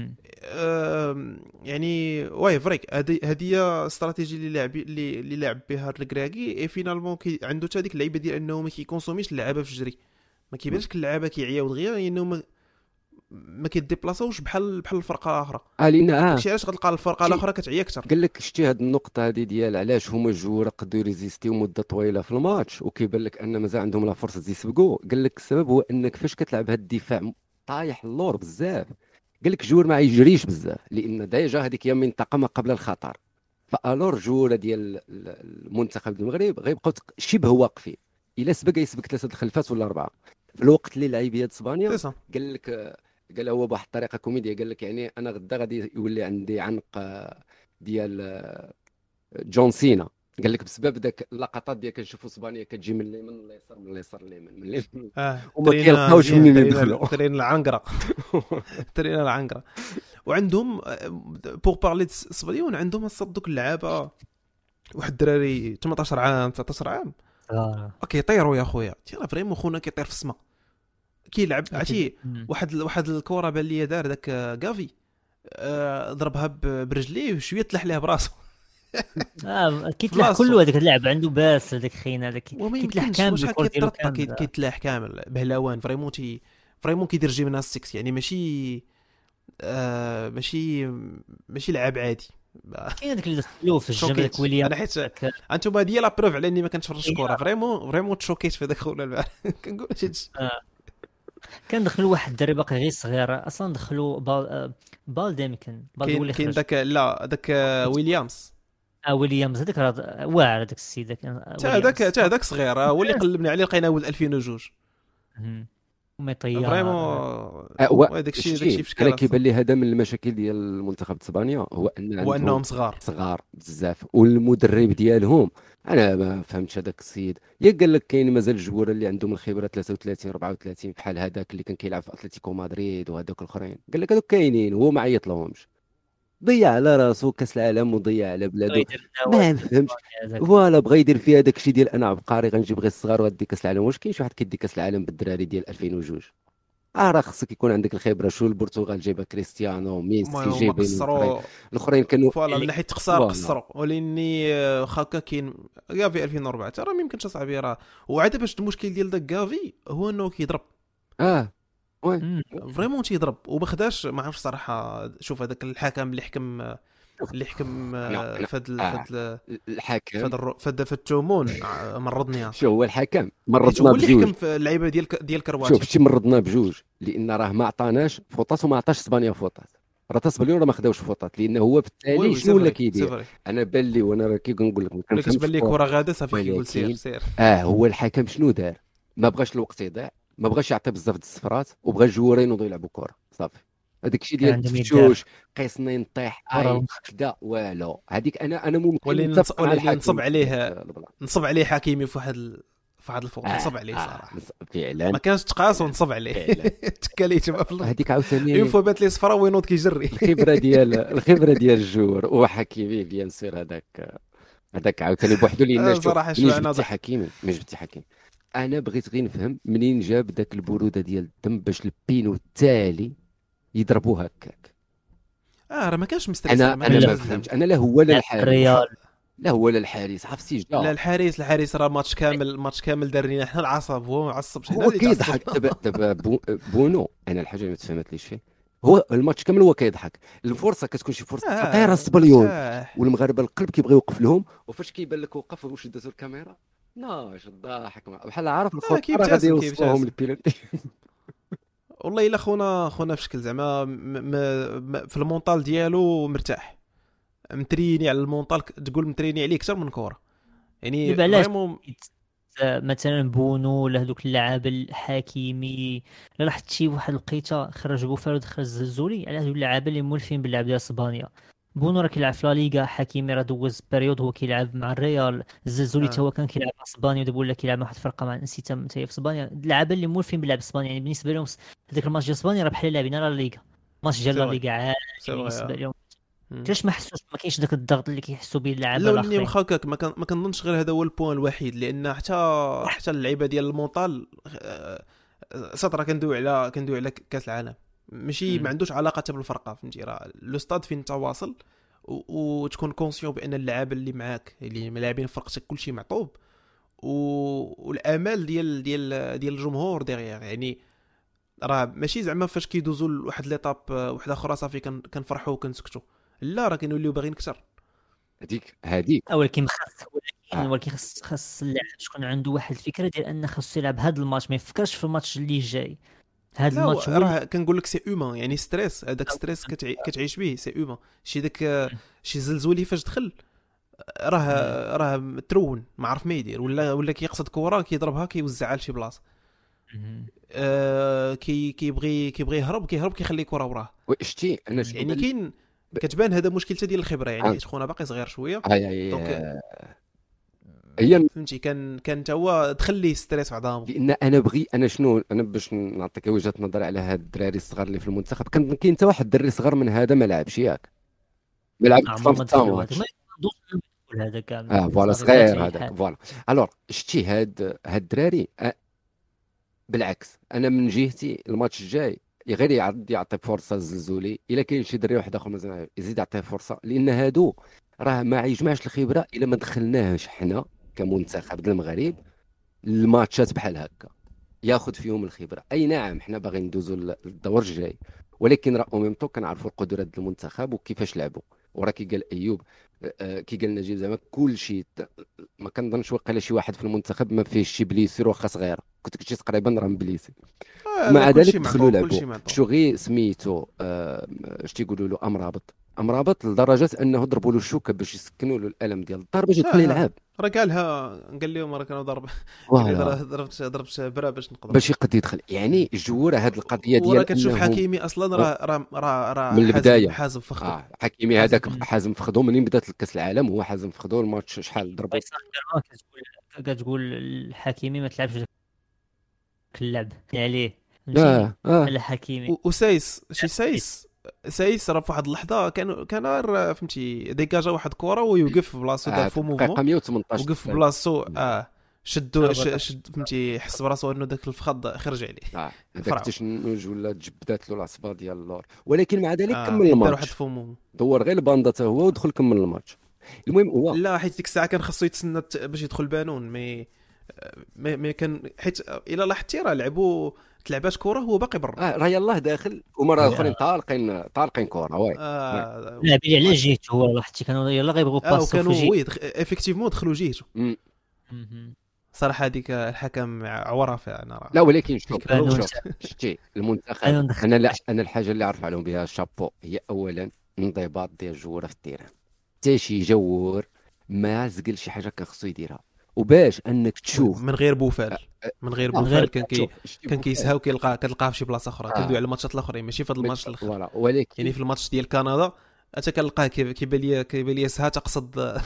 آه يعني واي فريك هذه هذه استراتيجي اللي لعب اللي اللي لعب بها الركراكي اي فينالمون كي عنده حتى ديك اللعيبه ديال انه ما كيكونسوميش اللعابه في الجري، ما كيبانش اللعابه كيعياو دغيا لانه ما ما كيديبلاصاوش بحال بحال الفرقه الاخرى. اه لان اه داكشي علاش غتلقى الفرقه الاخرى كتعيا اكثر. قال لك شتي هذه النقطه هذه ديال علاش هما الجوار قدروا يريزيستيو مده طويله في الماتش وكيبان لك ان مازال عندهم لا فرصه يسبقوا. قال لك السبب هو انك فاش كتلعب هذا الدفاع طايح اللور بزاف قال لك الجوار ما يجريش بزاف لان ديجا هذيك هي منطقه ما قبل الخطر. فالور جوره ديال المنتخب المغرب غيبقاو شبه واقفين الا سبق يسبق ثلاثه الخلفات ولا اربعه في الوقت اللي لعيبه اسبانيا. قال لك قال هو بواحد الطريقه كوميديه قال لك يعني انا غدا غادي يولي عندي عنق ديال جون سينا. قال لك بسبب ذاك اللقطات ديال كنشوفوا اسبانيا كتجي من اليمين لليسار من اليسار لليمين من اليمين اه وما كيلقاوش منين يدخلوا ترين العنقره ترين العنقره. وعندهم بوغ بارلي اسبانيون عندهم الصد دوك اللعابه واحد الدراري ثمنطاش عام تسعطاش عام اه كيطيروا يا خويا تيرا فريمون خونا كيطير في السماء كيلعب عرفتي واحد واحد الكره بان لي دار داك غافي آه ضربها برجليه وشويه تلح ليه براسو. اه كيتلاح كله هذاك اللعب عنده باس هذاك خينا هذاك كيتلاح كامل كيتطرطق كيتلاح كامل بهلاوان فريمون تي فريمون كيدير جيمناستيكس يعني ماشي آه ماشي ماشي لعب عادي. كاين هذاك اللي دخلوه في الجيم داك ويليام. انا حيت انتم هذه لا بروف على اني ما كنتفرجش كره فريمون فريمون تشوكيت في داك خونا البارح كنقول هادشي. كان دخلوا واحد الدري باقي غير صغير اصلا دخلوا بال بالديم كان كاين كاين داك لا داك ويليامز اه ويليامز هذاك راه واعر هذاك السيد حتى هذاك حتى هذاك صغير هو اللي قلبنا عليه لقينا ولد ألفين وجوج مهم. ومطيار فريمون آه، و- هذاك الشيء داك الشيء شتي في انا شكل كيبان لي هذا من المشاكل ديال المنتخب اسبانيا، هو ان هو عندهم انهم صغار. صغار بزاف، والمدرب ديالهم انا ما فهمتش هذاك السيد. يا قال لك كاين مازال الجوار اللي عندهم الخبره ثلاثة وثلاثين أربعة وثلاثين بحال هذاك اللي كان كيلعب في اتلتيكو مدريد وهذوك الاخرين، قال لك هذوك كاينين، هو ما عيط لهمش، ضيع على راسو كاس العالم وضيع على بلادو. يدير ما النوادي فهمتش هذاك. فوالا، بغى يدير فيها داك الشيء ديال انا عبقري غنجيب غير الصغار وغادي كاس العالم. واش كاين شي واحد كيدي كاس العالم بالدراري ديال ألفين وجوج؟ اه راه خصك يكون عندك الخبره. شو البرتغال جايبه كريستيانو ميسي ما هما جايبين الاخرين، قصروا الاخرين كانوا فوالا من ناحيه تخسار فوالا. قصروا، ولاني آه، خاكا كاين كافي ألفين وأربعة راه ما يمكنش اصاحبي راه. وعاد باش المشكل ديال داك كافي هو انه كيضرب اه وي مم. فريمون تيضرب وما خداش. ما عرفتش صراحه. شوف هذاك الحكم اللي حكم اللي حكم لا، لا. فهاد آه. فهاد الحكم فهاد الرو- فهاد فهاد التومون ع- مرضني. شو هو الحكم حيت مرضنا هو اللي بجوج. حكم في اللعيبه ديال ك- ديال شوف كرواتيا. شتي مرضنا بجوج، لان راه ما عطاناش فوطات وما عطاش اسبانيا فوطات. راه تا اسبانيا راه ما خداوش فوطات، لان هو وي بالتالي وي سي شنو ولا فري سي كيدير. فري. انا بان لي وانا راه كي كنقول لك ما ولا كنفهمش كتبان في لي الكورة، كره غاده صافي كيقول سير ولكن سير. اه هو الحكم شنو دار؟ ما بغاش الوقت يضيع، ما بغاش يعطي بزاف د الصفرات، وبغى الجوارين ينوضوا يلعبوا كره صافي. هذاك الشيء كان ديال عندهم يدار التفتوش قيسني نطيح اي ورا كذا والو، هذيك انا انا ممكن ولي نص... نتفق مع ولي الحكم نصب في عليه ذاك البلاصه. نصب عليه حكيمي في واحد ال... في واحد الفوق اه نصب عليه اه صراحه. نص- فعلا ما كانش تقاس فعلا ونصب عليه فعلا. تكاليت ما في الأرض. هذيك اون عاوتاني فوا بات لي صفرا وينوض كيجري. الخبره ديال الخبره ديال الجور وحكيمي بيان سير. هذاك هذاك عاوتاني بوحدو، لان آه، شوف صراحه منين شويه انا جبتي ضحك. حكيمي منين جبتي حكيمي انا بغيت غير نفهم منين جاب ذاك البروده ديال الدم باش البينو التالي يضربوه هكاك. اه راه ما كانش مستريس، انا راه ما انا كانش ما هز الهم. فهمتش، انا لا هو لا لعب في الحارس، الريال. لا هو لا الحارس عرفتي لا جا الحارس الحارس راه ماتش كامل ماتش كامل دار لينا حنا العصب، هو ما عصبش حنا هو اللي كيضحك. تعصبنا. دابا دابا بو- بونو انا الحاجه اللي ما تفهمتليش فيه، هو الماتش كامل هو كيضحك، الفرصه كتكون شي فرصه خطيره اه السبليون، مرتاح. والمغاربه القلب كيبغي يوقف لهم، وفاش كيبان لك وقف واش دازو الكاميرا ناش الضحك مع- بحال عارف اه الخطره غادي كيبتسم يوصلوهم كيبتسم. البينالتي. والله الا خونا خونا في شكل زعما م... م... م... في المونطال ديالو مرتاح، متريني على المونطال. ك- تقول متريني عليه اكثر من كوره يعني دابا علاش فريمون. آه، مثلا بونو ولا هذوك اللعابه الحكيمي، لا لاحظت شي واحد الوقيته خرج بوفال ودخل الزلزولي على هذوك اللعابه اللي مولفين باللعب ديال اسبانيا. بونو راه كيلعب في لا ليغا، حكيمي راه دوز بيريود هو كيلعب مع الريال، الزلزولي حتى اه هو كان كيلعب مع اسبانيا ودابا ولا كيلعب مع واحد الفرقه مع نسيتها حتى هي في اسبانيا. اللعابه اللي مولفين باللعب اسبانيا يعني بالنسبه لهم س- هذاك الماتش ديال اسبانيا راه بحال لاعبين لا ليغا، ماتش ديال سي لا فري ليغا عادي سي فري. بالنسبه آه. لهم. مم. علاش ما حسوش ما كاينش داك الضغط اللي كيحسوا به اللعابه لا ولاني الاخرين؟ واخا هكاك ما كان ما كنظنش غير هذا هو البوان الوحيد، لان حتى حتى اللعيبه ديال المونطال آه، سطر كندوي على كندوي على كاس العالم، ماشي ما مم. عندوش علاقه حتى بالفرقه. فهمتي راه لو ستاد فين تواصل و- وتكون كونسيون بان اللعابه اللي معاك اللي لاعبين فرقتك كلشي معطوب، و- والامال ديال ديال ديال الجمهور ديغيغ يعني. راه ماشي زعما فاش كيدوزوا لواحد ليطاب واحده اخرى صافي كن- كنفرحوا وكنسكتوا، لا راه كنوليو باغيين اكثر. هذيك هذيك أو ولكن خاص ولكن آه. ولكن خاص خاص اللاعب تكون عنده واحد الفكره ديال ان خاصو يلعب هذا الماتش، ما يفكرش في الماتش اللي جاي. هذا لا الماتش هو اللي راه كنقول لك سي اومان يعني ستريس، هذاك ستريس كتعي... كتعيش به سي اومان. شي داك آه، شي زلزولي فاش دخل راه مم. راه ترون ما عرف ما يدير، ولا ولا كيقصد كره كيضربها كيوزعها لشي بلاصه. مم. آه كي كيبغي كيبغي يهرب كيهرب كيخلي كره وراه. شتي انا شنو يعني بان كاين كتبان هذا مشكل حتى ديال الخبره يعني، آه. حيت خونا باقي صغير شويه هاي هاي دونك هي فهمتي كان كان تا هو دخل ليه ستريس في عظامه. لان انا بغي انا شنو انا باش نعطيك وجهه نظر على هاد الدراري الصغار اللي في المنتخب. كان كاين حتى واحد الدري صغر من هذا ما لعبش ياك، ما لعبش عمر ما حتى دخلوا هذا ماتش. ما ينظنش إنه يدخل هذا كامل اه فوالا صافي بغى صغير اي هذاك حاجه. فوالا. الوغ شتي هاد هاد الدراري آه بالعكس انا من جهتي الماتش الجاي غير يعرض يعطي فرصه للزلزولي، الا كاين شي دري واحد اخر مزال يزيد يعطيه فرصه، لان هادو راه ما يجمعش الخبره الا ما دخلناهش حنا كمنتخب ديال المغرب الماتشات بحال هكا ياخذ فيهم الخبره. اي نعم حنا باغيين ندوزو للدور الجاي، ولكن راه او ميم طون كنعرفوا القدرات ديال المنتخب وكيفاش لعبوا. وراه كي قال ايوب آه، كي قال نجيب زعما كل شيء ما كنظنش واقيلا شي واحد في المنتخب ما فيهش شي بليسير واخا صغيره، كنت كنتي تقريبا راه مبليسي. آه مع لا ذلك كلشي دخلوا معطوب لعبوا كلشي معطوب. شو غير سميتو آه، اش تيقولوا له امرابط امرابط لدرجه انه ضربوا له الشوكه باش يسكنوا له الالم ديال الضرب باش يدخل لا يلعب. راه قالها، قال لهم راه كانوا ضرب قال لي فوالا ضربت ضربت برا باش نقدر. باش يقد يدخل. يعني الجوره هاد القضيه وراه ديال كتشوف انهم حكيمي اصلا راه راه راه من راه حازم البدايه حازم فخدو. اه حكيمي حازم هذاك فخدو. حازم فخدو منين بدات الكاس العالم، هو حازم فخدو الماتش شحال ضربوا. باريس سان جيرمان كتقول كتقول الحكيمي ما تلعبش داك اللعب عليه، فهمتيني؟ اه اه على حكيمي و- وسايس شي سايس سايس راه في واحد اللحظه كان كان غير فهمتي ديكاجا واحد كره ويوقف في بلاصتو، دار آه فو دقيقه موفمون مية وثمنطاش وقف في تقريبا. بلاصتو. اه شدو ضربة ش- داك شد فهمتي، حس براسو انه داك الفخذ خرج عليه. اه هذاك فرعو. التشنج ولا تجبدات له العصبه ديال اللور، ولكن مع ذلك اه كمل حيت دار واحد الماتش، الفو موفمون. دور غير الباندا حتى هو ودخل كمل الماتش. المهم هو لا حيت ديك الساعه كان خاصو يتسنى ت- باش يدخل بانون، مي مي, مي كان حيت الا لاحظتي راه لعبوا تلعبات كره هو باقي برا. اه راه يلاه داخل ومره اخرين لا طالقين طالقين كره واي واي. اه لا بلي على جهته هو لاحظتي كانوا يلا غيبغيو اه باسو في وكانوا جهته. وي دخ... افكتيفمون دخلوا جيهته. مم. مهم. صراحه هذيك الحكم عوره فيها انا راه. لا ولكن شوف ديك كانوا شوف شتي المنتخب، كانوا ندخل انا لا انا الحاجه اللي عرف عليهم بها شابو هي اولا انضباط ديال الجوره في التيران. حتى شي جوور ما زقل شي حاجه كان خصو يديرها، وباش انك تشوف من غير بوفال من غير آه، من غير بوفال كان كي شوف شتي كان بوفال. كيسها وكيلقى كتلقاه في شي بلاصه اخرى. آه. كندوي على الماتشات الاخرين ماشي في هذا الماتش الاخر. فوالا ولكن يعني في الماتش ديال كندا حتى كنلقاه كي- كيبان لي كيبان لي سها تقصد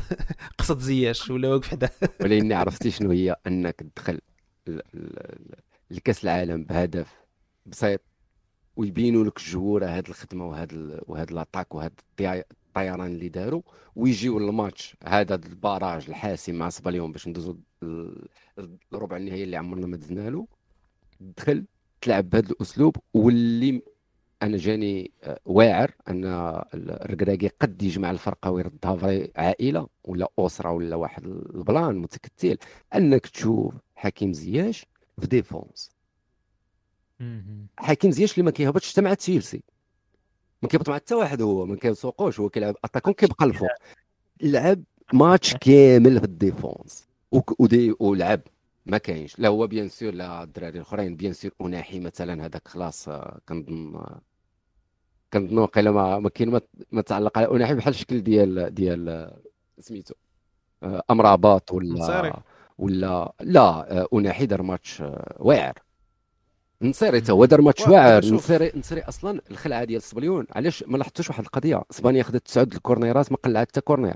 قصد زياش ولا واقف حداه. ولكن عرفتي شنو هي انك تدخل ال- ال- ال- الكاس العالم بهدف بسيط ويبينوا لك الجوره هاد الخدمه وهاد ال- وهاد لاطاك وهاد الطي- الطيران اللي داروا، ويجيو الماتش هذا الباراج الحاسم مع سباليون باش ندوزو ال- الربع النهائي اللي عمرنا ما دزنا له. دخل تلعب بهذا الاسلوب واللي انا جاني آه، واعر ان الركراكي قد يجمع الفرقه ويردها فري عائله ولا اسره ولا واحد البلان متكتل، انك تشوف حكيم زياش في ديفونس. مهم. حكيم زياش اللي ما كيهبطش حتى مع تشيلسي، ما كيهبط مع حتى واحد، هو ما كيسوقوش، هو كيلعب اتاكون كيبقى الفوق. لعب ماتش كامل في الديفونس وك- ودي ولعب ما كاينش لا هو بيان سور لا الدراري الاخرين بيان سور اناحي مثلا هذاك خلاص آه، كنظن آه، كنظن واقيلا ما ما كاين ما ما تعلق على اناحي بحال الشكل ديال ديال آه، سميتو آه، امراباط نصيري ولا ولا لا آه، اناحي دار ماتش آه، واعر. نصيري تا هو دار ماتش وا- دابا واعر. شوف. نصيري نصيري اصلا الخلعه ديال سبليون علاش ما لاحظتوش واحد القضيه؟ اسبانيا خدت تسعود الكورنيرات ما قلعت حتى كورنير.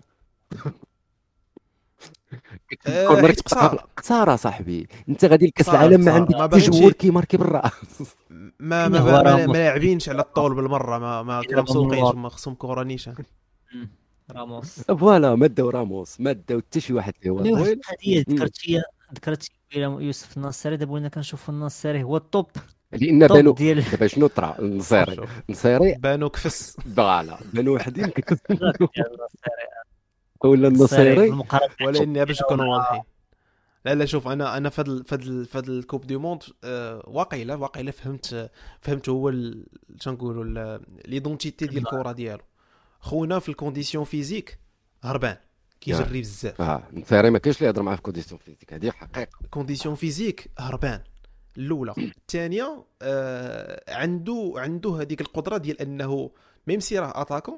آه، كورنر حيت كيبقى قصار قصاره صاحبي، انت غادي لكاس قصار العالم ما قصار عندك ما حتى باغينش جوار كيماركي بالراس. ما إنه ما هو ما, ما, راموس. ما لاعبينش على الطول بالمره، ما ما كانوا يلعبوا من مسوقينش الوسط. هما خصهم كره نيشان. مم. راموس. فوالا ما داو راموس ما داو حتى شي واحد اللي هو لا واحد طويل. القضيه مم. ذكرتي ذكرتي قبيله يوسف الناصري. دابا ولينا كنشوفوا الناصري هو الطوب لان الطوب بانوا ديال دابا شنو طرا نصيري شوف نصيري بانو كفس. فوالا بانوا وحدين ديال الناصري. ولا الناصري النصيري بالمقارنه ولا اني باش نكونوا واضحين. لا لا شوف انا انا فهاد ال- فهاد ال- فهاد الكوب دي موند آه، واقيلا واقيلا فهمت فهمت هو ال- شنقولوا ال- ليدونتيتي ديال الكره ديالو. خونا في الكونديسيون فيزيك هربان كيجري بزاف. اه نصيري ما كاينش اللي يهضر معاه في كونديسيون فيزيك، هذه حقيقه. كونديسيون فيزيك هربان الاولى. الثانيه آه عنده عنده هذيك القدره ديال انه ميم سي راه اتاكو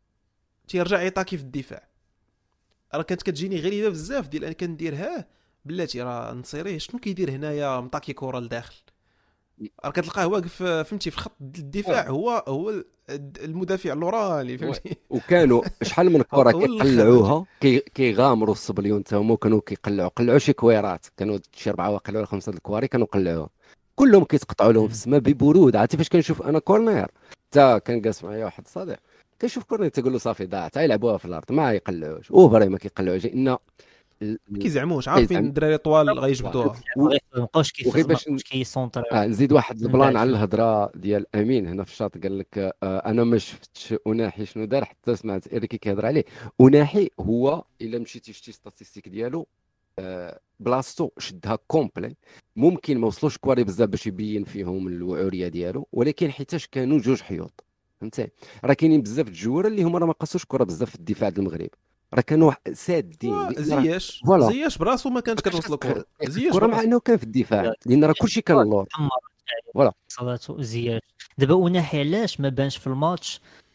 تيرجع يطاكي في الدفاع. راه كانت كتجيني غريبه بزاف ديال انا كندير ها بلاتي راه نصيري شنو كيدير هنايا مطاكي كره لداخل. راه كتلقاه واقف آه، فهمتي في خط الدفاع، هو هو ال- المدافع اللوراني فهمتي. وكانوا شحال من كره هو اللي كيقلعوها كي- كيغامروا الصبليون تا هما كانوا كيقلعوا قلعوا شي كويرات، كانوا شي اربعه واقيلا ولا خمسه د الكواري كانوا قلعوها كلهم كيتقطعوا لهم في السماء ببرود. عرفتي فاش كنشوف انا كورنير حتى كان جالس معايا واحد صديق كنشوف كورنير تقول له صافي ضاعت يلعبوها في الارض ما يقلعوش، وفري ما كيقلعوش لان ال- ما كيزعموش عارفين كيزعم. الدراري طوال غيجبدوها. و- ما بقاوش وغير كيف باش باش كيسونطر. آه نزيد واحد من البلان بعد على فيه. الهضره ديال امين هنا في الشاط. قال لك آه انا ما شفتش اناحي شنو دار حتى سمعت اريكي كيهضر عليه. اناحي هو الا مشيتي شتي ستاتيستيك ديالو آه بلاصتو شدها كومبلي. ممكن ما وصلوش كواري بزاف باش يبين فيهم الوعوريه ديالو، ولكن حيتاش كانوا جوج حيوط فهمتي. راه كاينين بزاف الجوار اللي هما راه ما قاسوش كره بزاف في الدفاع ديال المغرب، راه كانوا سادين لأن راه- زياش فوالا. زياش براسو ما كانش كتوصل الكره. زياش الكره مع براسو انه كان في الدفاع لان راه كلشي كان اللور. محمر فوالا. صلاته زياد. دابا اناحي علاش ما بانش في الماتش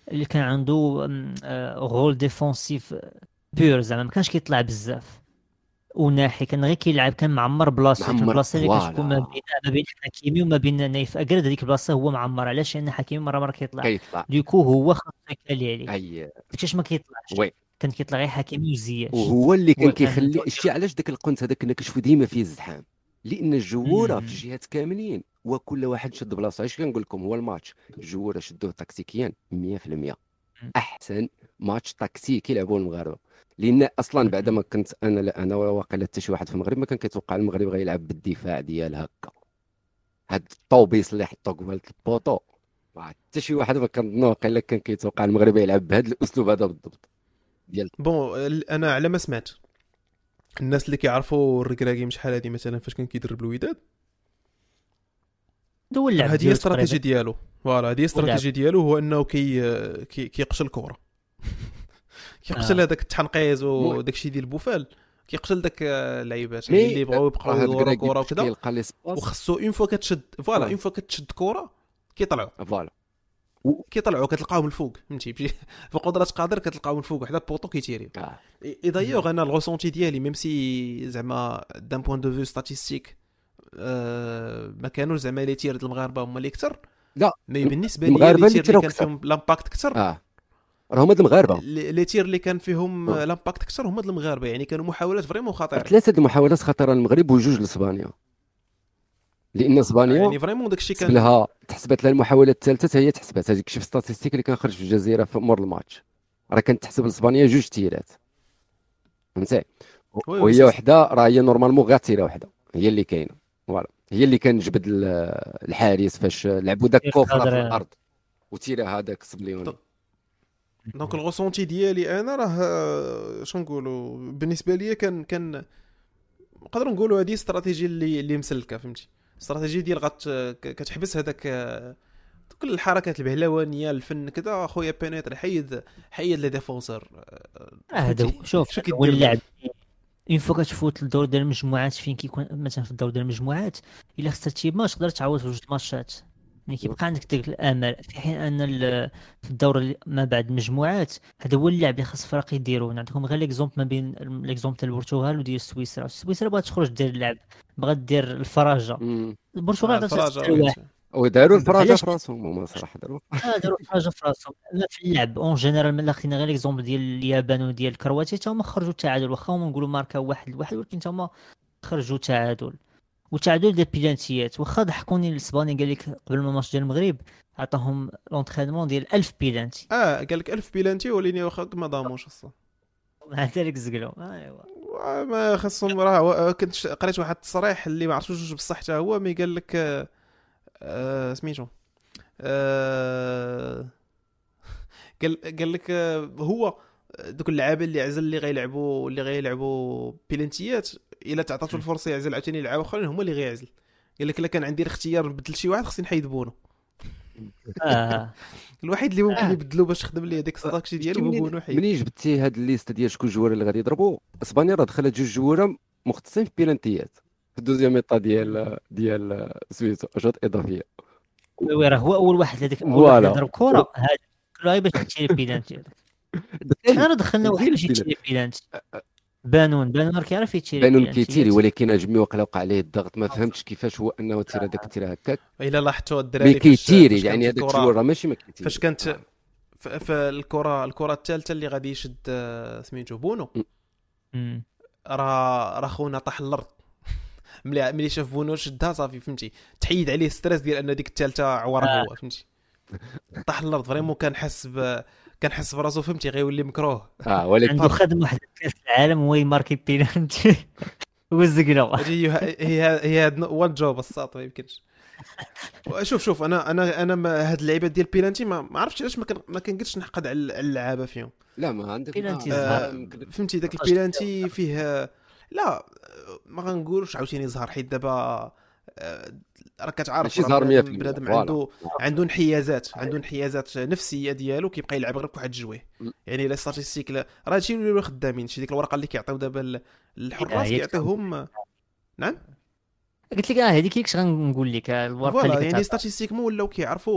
اللي كان عنده رول ديفونسيف بيور، زعما ما كانش كيطلع بزاف وناحي، كان غير كيلعب، كان معمر بلاصه، ديك معمر البلاصه اللي كتكون ما فوالا بين ما بين حكيمي وما بين نايف اكرد، هذيك البلاصه هو معمر. علاش؟ لان حكيمي مره مره كيطلع، كيطلع دوكو هو خاصو يكالي عليه، اي داكشي ما كيطلعش، وي. كان كيطلع غير حكيمي وزياش. وهو اللي كان وكان كيخلي الشيء، علاش داك القنت هذاك كنا كنشوفو ديما فيه الزحام، لان الجووره في الجهات كاملين وكل واحد شد بلاصه. اش كنقول لكم، هو الماتش الجووره شدوه تكتيكيا مية في المية، احسن ماتش تكتيكي لعبوه المغاربه. لان اصلا بعد ما كنت انا لا انا واقيلا حتى شي واحد في المغرب ما كان كيتوقع المغرب غيلعب بالدفاع ديال هكا، هاد الطوبيس اللي حطوه قبالة البوطو، ما حتى شي واحد ما كنظن واقيلا كان كيتوقع المغرب يلعب بهذا الاسلوب هذا بالضبط ديال. بون ال- انا على ما سمعت الناس اللي كيعرفوا الركراكي من شحال هادي مثلا فاش كان كيدرب الوداد، هو اللعب هذه هي ديالو الاستراتيجيه تقريبا. ديالو. فوالا هذه هي الاستراتيجيه ديالو، هو انه كي كي كيقشل الكره كيقتل آه. هذاك التحنقيز مو- وداك الشيء ديال بوفال، كيقتل داك اللعيبات مي اللي بغاو يبقاو راه يدوروا الكراكي كره باش وكذا، كيلقى لي سباس وخصو اون فوا كتشد فوالا آه. اون فوا كتشد كره كيطلعوا فوالا كيطلعوا كتلقاهم من الفوق، فهمتي بشي بقدره قادر كتلقاهم من الفوق وحده بوطو كيتيريو. آه. اي دايوغ انا الغوسونتي ديالي ميم سي زعما دان بوين دو فيو ستاتيستيك أه ما كانوش زعما لي تير د المغاربه هما اللي كثر، لا مي بالنسبه لي المغاربة لي اللي تير اللي تيراو كان كثر. فيهم لامباكت كثر، اه راهم هاد المغاربه لي لي تير اللي كان فيهم آه. لامباكت كثر هما د المغاربه، يعني كانوا محاولات فريمون خطيره، ثلاثه د المحاولات خطيره للمغرب وجوج لاسبانيا، لان اسبانيا يعني فريمون داكشي تحسب كان لها تحسبت لها المحاوله الثالثه حتى هي تحسبات. هذيك شوف ستاتيستيك اللي كان خرج في الجزيره في مور الماتش، راه كانت تحسب لاسبانيا جوج تيرات، فهمتي؟ وي وي وهي سي وحده راه هي نورمالمون غير تيره وحده هي اللي كاينه، فوالا هي اللي كان جبد ال- الحارس فاش لعبوا داك كيف كوفره في قادر- الارض وتيره هذاك سبليوني. طب. دونك الغوسونتي ديالي انا راه شنو نقولوا بالنسبه ليا كان كان نقدروا نقولوا هذه استراتيجيه اللي اللي مسلكه، فهمتي؟ استراتيجيه ديال غت كتحبس هذاك كل الحركات البهلوانيه الفن كذا، اخويا بينيتر حيد حيد لي ديفونسور. آه، هذا هو. شوف شو هذا هو كيدير اللعب. اون فوا كتفوت للدور ديال المجموعات، فين كيكون مثلا في الدور ديال المجموعات الا خسرتي ماتش تقدر تعوض في جوج ماتشات، يعني كيبقى عندك داك الامل، في حين ان ال- في الدور اللي ما بعد المجموعات هذا هو اللعب اللي خاص الفرق يديروه. نعطيكم غير ليكزومبل ما بين ليكزومبل تاع البرتغال وديال سويسرا. سويسرا بغات تخرج دير اللعب، بغات دير الفرجه، امم البرتغال عطات الفراجه ستة واحد. وداروا الفراجه علاش؟ في راسهم هما صراحه داروا اه داروا حاجه في راسهم. لا في اللعب اون جينيرال، ملي خدينا غير ليكزومبل ديال اليابان وديال كرواتيا، تا هما خرجوا تعادل، واخا هما نقولوا ماركا واحد لواحد، ولكن تا هما خرجوا تعادل، وتعادل ديال بيلانتيات. واخا ضحكوني الاسباني قال لك قبل ما الماتش ديال المغرب عطاهم لونترينمون ديال ألف بيلانتي، اه قال لك ألف بيلانتي وليني واخا ما ضاموش اصلا، مع ذلك زقلوا. ايوا ما خصهم راه كنت قريت واحد التصريح اللي ما عرفتش بصح حتى هو، مي قال لك آه، آه سميتو آه قال قال لك آه، هو دوك اللعابه اللي عزل اللي غيلعبوا اللي غيلعبوا بيلانتيات، الا تعطاتو الفرصه يعزل عاوتاني يلعبوا اخرين هما اللي غيعزل. قال لك الا كان عندي الاختيار نبدل شي واحد خصني نحيد بونو، اه الوحيد اللي ممكن آه. يبدلو باش يخدم ليه ديك الستراكشي ديالو هو بونو حيد. منين جبتي هاد الليست ديال شكون الجوار اللي غادي يضربوا؟ اسبانيا راه دخلت جوج جواره مختصين في بيلانتيات في الدوزيام ميطا ديال ديال سويسرا، اشواط اضافيه. وي راه هو اول واحد هذاك اول واحد فوالا. يضرب كره، هذا كله باش تشري بيلانتي. هذاك دخل حنا دخلنا واحد دخل باش يشري بيلانتي، بانون بانون راه كيعرف يتشري بانون بيلانتي. كيتيري، ولكن اجمي وقع وقع عليه الضغط ما فهمتش كيفاش هو انه تيرا داك التيره هكاك. الا لاحظتوا مي الدراري فاش كيتيري فاش يعني كانت هذاك الكرة- الجوار راه ماشي ما كيتيري فاش كانت ف- فالكره الكره الثالثه اللي غادي يشد آه، سميتو بونو، مم. راه راه خونا طاح الارض ملي ملي شاف بونو شدها صافي، فهمتي؟ تحيد عليه ستريس ديال ان ديك الثالثه عوره آه. هو، فهمتي؟ طاح الارض فريمون، كان حس ب كان حس براسو، فهمتي؟ غيولي مكروه. اه ولكن عنده خدمه واحد كاس العالم هو يماركي بيلانتي وزقنا. هي هي هي وان جوب الساط ما يمكنش. شوف شوف انا انا انا ما- هاد اللعيبات ديال بيلانتي ما, ما عرفتش علاش ما كان ما كنقدرش نحقد على على اللعابه فيهم. لا ما عندك بيلانتي آه، زهر. يمكن- فهمتي داك البيلانتي فيه لا ما غنقولوش عاوتاني زهر، حيت دابا آه، راك كتعرف ماشي راه زهر مية في بنادم- المية. بنادم فوالا. عنده عنده انحيازات عنده انحيازات نفسيه ديالو، كيبقى يلعب غير بواحد الجويه. م. يعني لا ستاتيستيك لا راه هادشي اللي ولاو خدامين، شي ديك الورقه اللي كيعطيو دابا ال- الحراس هي كيعطيوهم. نعم قلت لك اه هذيك كيكش غنقول لك الورقه فوالا اللي يعني كتعطي. ستاتيستيك مو ولاو كيعرفوا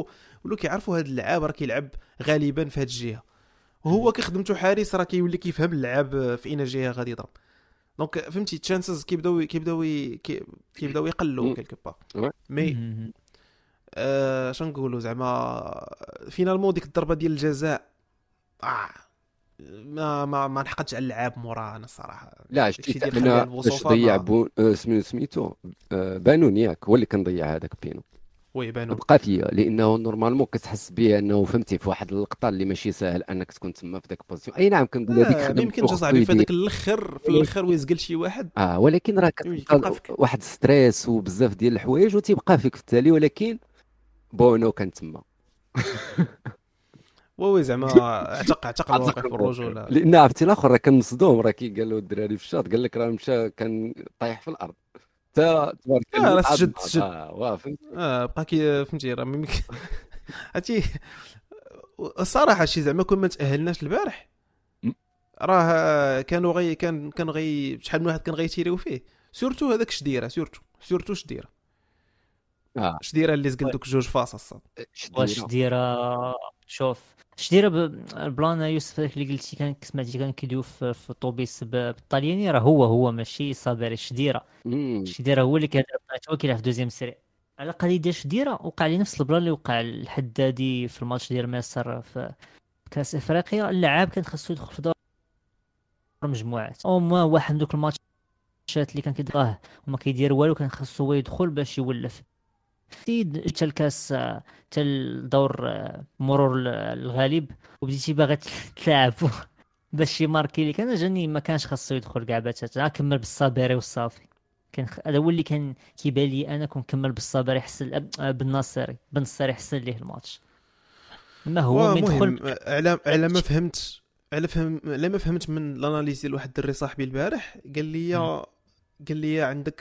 ولاو كيعرفوا هاد اللعاب راه كيلعب غالبا في هاد الجهه، وهو كيخدمتو حارس راه كيولي كيفهم اللعاب في اين جهه غادي يضرب. دونك فهمتي تشانسز كيبداو كيبداو كي- كيبداو يقلوا مم. كيلكو با. Ouais. مي مم. آه شنقولوا زعما فينالمون ديك الضربه ديال الجزاء آه ما ما ما نحقدش على اللعاب مورا انا الصراحه. لا داكشي شتي ديال انا خليها باش البوصوفه ضيع ما بون آه، سميتو سميتو آه، بانون ياك هو اللي كان ضيع هذاك بينو. وي بانون. بقى فيا لانه نورمالمون كتحس به انه فهمتي في واحد اللقطه اللي ماشي ساهل انك تكون تما في ذاك البوزيسيون. اي نعم كنقول هذيك اه ما خدمته يمكنش خصو اصاحبي في يدير. هذاك الاخر في الاخر ويزقل شي واحد اه ولكن راه كيبقى كتبقى فيك. واحد ستريس وبزاف ديال الحوايج وتيبقى فيك في التالي، ولكن بونو كان تما. وي زعما اعتق اعتق الموقف بالرجوله. لان عرفتي الاخر راه كان مصدوم، راه كي قال له الدراري في الشاط قال لك راه مشى كان طايح في الارض تا تبارك اه الله راه عاد سجد نهض. سجد اه واه فهمت. اه بقى كي فهمتي راه ما يمكن عرفتي الصراحه شي زعما كون ما تاهلناش البارح م. راه كانوا غي كان كان غي شحال من واحد كان غيتيريو فيه، سورتو هذاك شديره سورتو سورتو شديره اه شديره اللي زقل دوك جوج فاص الصاد. واش شديره دايره؟ شوف اش دايره ب- البلان يوسف هذاك اللي قلتي كان سمعتي كان كيدوي في في الطوبيس ب- بالطلياني، راه هو هو ماشي صابري. شديره امم شديره هو اللي كيهضر بطبيعته، هو كيلعب في دوزيام سيري. على قضيه ديال شديره وقع لي نفس البلان اللي وقع الحدادي في الماتش ديال مصر في كاس افريقيا. اللاعب كان خاصو يدخل في دور مجموعات او ما واحد من دوك الماتشات اللي كان كيدغاه وما كيدير والو، كان خاصو هو يدخل باش يولف تيد حتى الكاس، حتى الدور آه، مرور ال- الغالب، وبديتي باغي تلعب باش يماركي لك. انا جاني ما كانش خاصو يدخل كاع باتاتا، كمل بالصابري والصافي. كان خ- هذا هو اللي كان كيبان لي انا كون كمل بالصابري يحسن آه، بالناصري بالنصير يحسن ليه الماتش. اما هو ما يدخل. ومهم على على ما فهمت على فهم على ما فهمت من الاناليز ديال واحد الدري صاحبي البارح قال لي قال لي عندك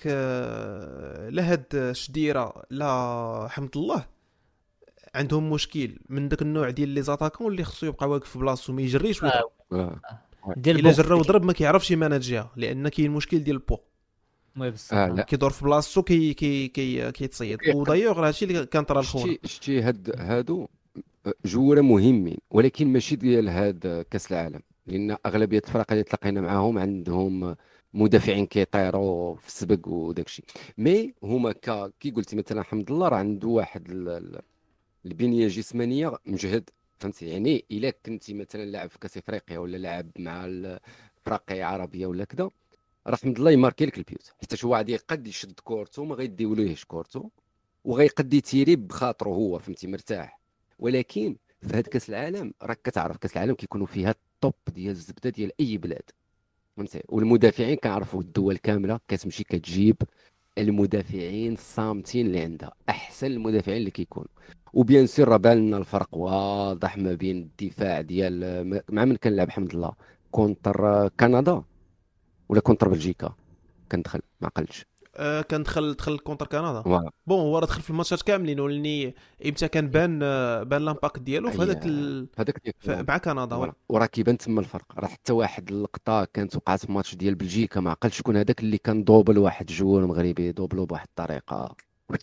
آه، لا هاد شديره لا حمد الله عندهم مشكل من داك النوع ديال لي زاتاكون اللي خصو يبقى واقف في بلاصتو ما يجريش ويضرب. اه ديال الا البوغ جرى وضرب ما كيعرفش يماناجيها لان كاين مشكل ديال البو المهم آه، بصح لا كيدور في بلاصتو كي كي كي كيتصيد. ودايوغ هادشي اللي كان طرا لخونا. شتي شتي هاد هادو جوره مهمين ولكن ماشي ديال هاد كاس العالم، لان اغلبيه الفرق اللي تلاقينا معاهم عندهم مدافعين كيطيروا في السبق وداك الشيء. مي هما ك... كي قلتي مثلا حمد الله راه عنده واحد ال- ال- البنيه جسمانيه مجهد، فهمتي يعني الا كنتي مثلا لاعب في كاس افريقيا ولا لاعب مع الفرق عربيه ولا كذا، راه حمد الله يماركي لك البيوت، حتى شي واحد يقد يشد كورته ما غيديولوهش كورته وغيقد يتيري بخاطره هو، فهمتي مرتاح. ولكن في هاد كاس العالم راك كتعرف كاس العالم كيكونوا فيها الطوب ديال الزبده ديال اي بلاد، فهمتي، والمدافعين كنعرفوا الدول كامله كتمشي كتجيب المدافعين الصامتين اللي عندها احسن المدافعين اللي كيكونوا. وبيان سور راه بان لنا الفرق واضح ما بين الدفاع ديال مع من كان لعب حمد الله كونتر كندا ولا كونتر بلجيكا، كندخل ما عقلتش. آه كان دخل دخل كونتر كندا. فوالا بون هو راه دخل في الماتشات كاملين ولني امتى كان بان آه، بان لامباكت ديالو في هذاك ال... هذاك ديال ف- مع كندا. وي فوالا وراه كيبان تما الفرق. راه حتى واحد اللقطه كانت وقعت في ماتش ديال بلجيكا ما عقلتش شكون هذاك اللي كان دوبل واحد جوار مغربي دوبلو بواحد الطريقه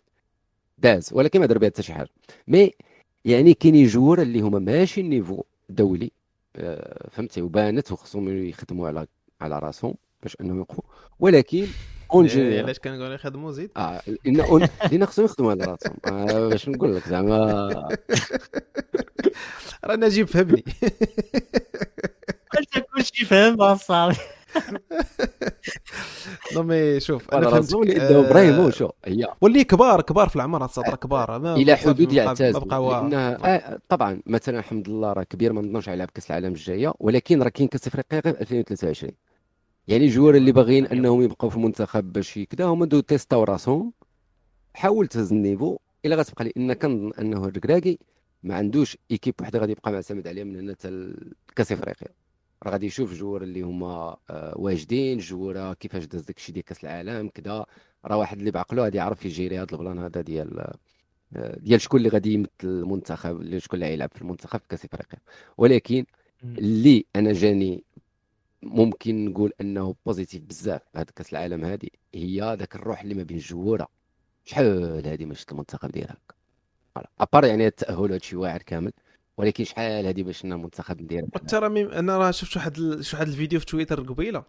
داز، ولكن ما دار بها حتى شي حاجه. مي يعني كاينين جوار اللي هما ماشي النيفو دولي، آه، فهمتي، وبانت وخصهم يخدموا على على راسهم باش انهم يوقفوا، ولكن اون جينيرال علاش كنقول يخدموا زيد اه لان أون... لان خصهم يخدموا على راسهم. آه باش نقول لك زعما راه نجيب فهمني. انت كلشي فاهم اصاحبي. نو مي شوف على انا فهمتك. راسهم اللي قدام ابراهيم آه، شو هي واللي كبار كبار في العمر السطر كبار ما الى بصافي حدود ما بقى- يعتزل، ما بقى وا- لان آه طبعا مثلا الحمد لله راه كبير ما نظنش يلعب كاس العالم الجايه، ولكن راه كاين كاس افريقيا غير في ألفين وثلاثة وعشرين. يعني الجوار اللي باغيين انهم يبقاو في المنتخب باش كذا هما دو تيستاو راسهم، حاول تهز النيفو الا غتبقى، لان كنظن انه الركراكي ما عندوش ايكيب وحده غادي يبقى معتمد عليها من هنا حتى كاس افريقيا. راه غادي يشوف جوار اللي هما آه، واجدين، جوار كيفاش داز داكشي ديال كاس العالم كذا، راه واحد اللي بعقله غادي يعرف يجيري هذا البلان هذا ديال آه، ديال شكون اللي غادي يمثل المنتخب، اللي شكون اللي غيلعب في المنتخب في كاس افريقيا. ولكن اللي انا جاني ممكن نقول انه بوزيتيف بزاف هذا كاس العالم هذه هي ذاك الروح اللي ما بين الجواره. شحال هذه ما شفت المنتخب ديالها هكا، فوالا ابار يعني التاهل هادشي واعر كامل، ولكن شحال هادي باش لنا المنتخب ندير بحال وترى ميم انا راه شفت واحد ال... شفت واحد الفيديو في تويتر قبيله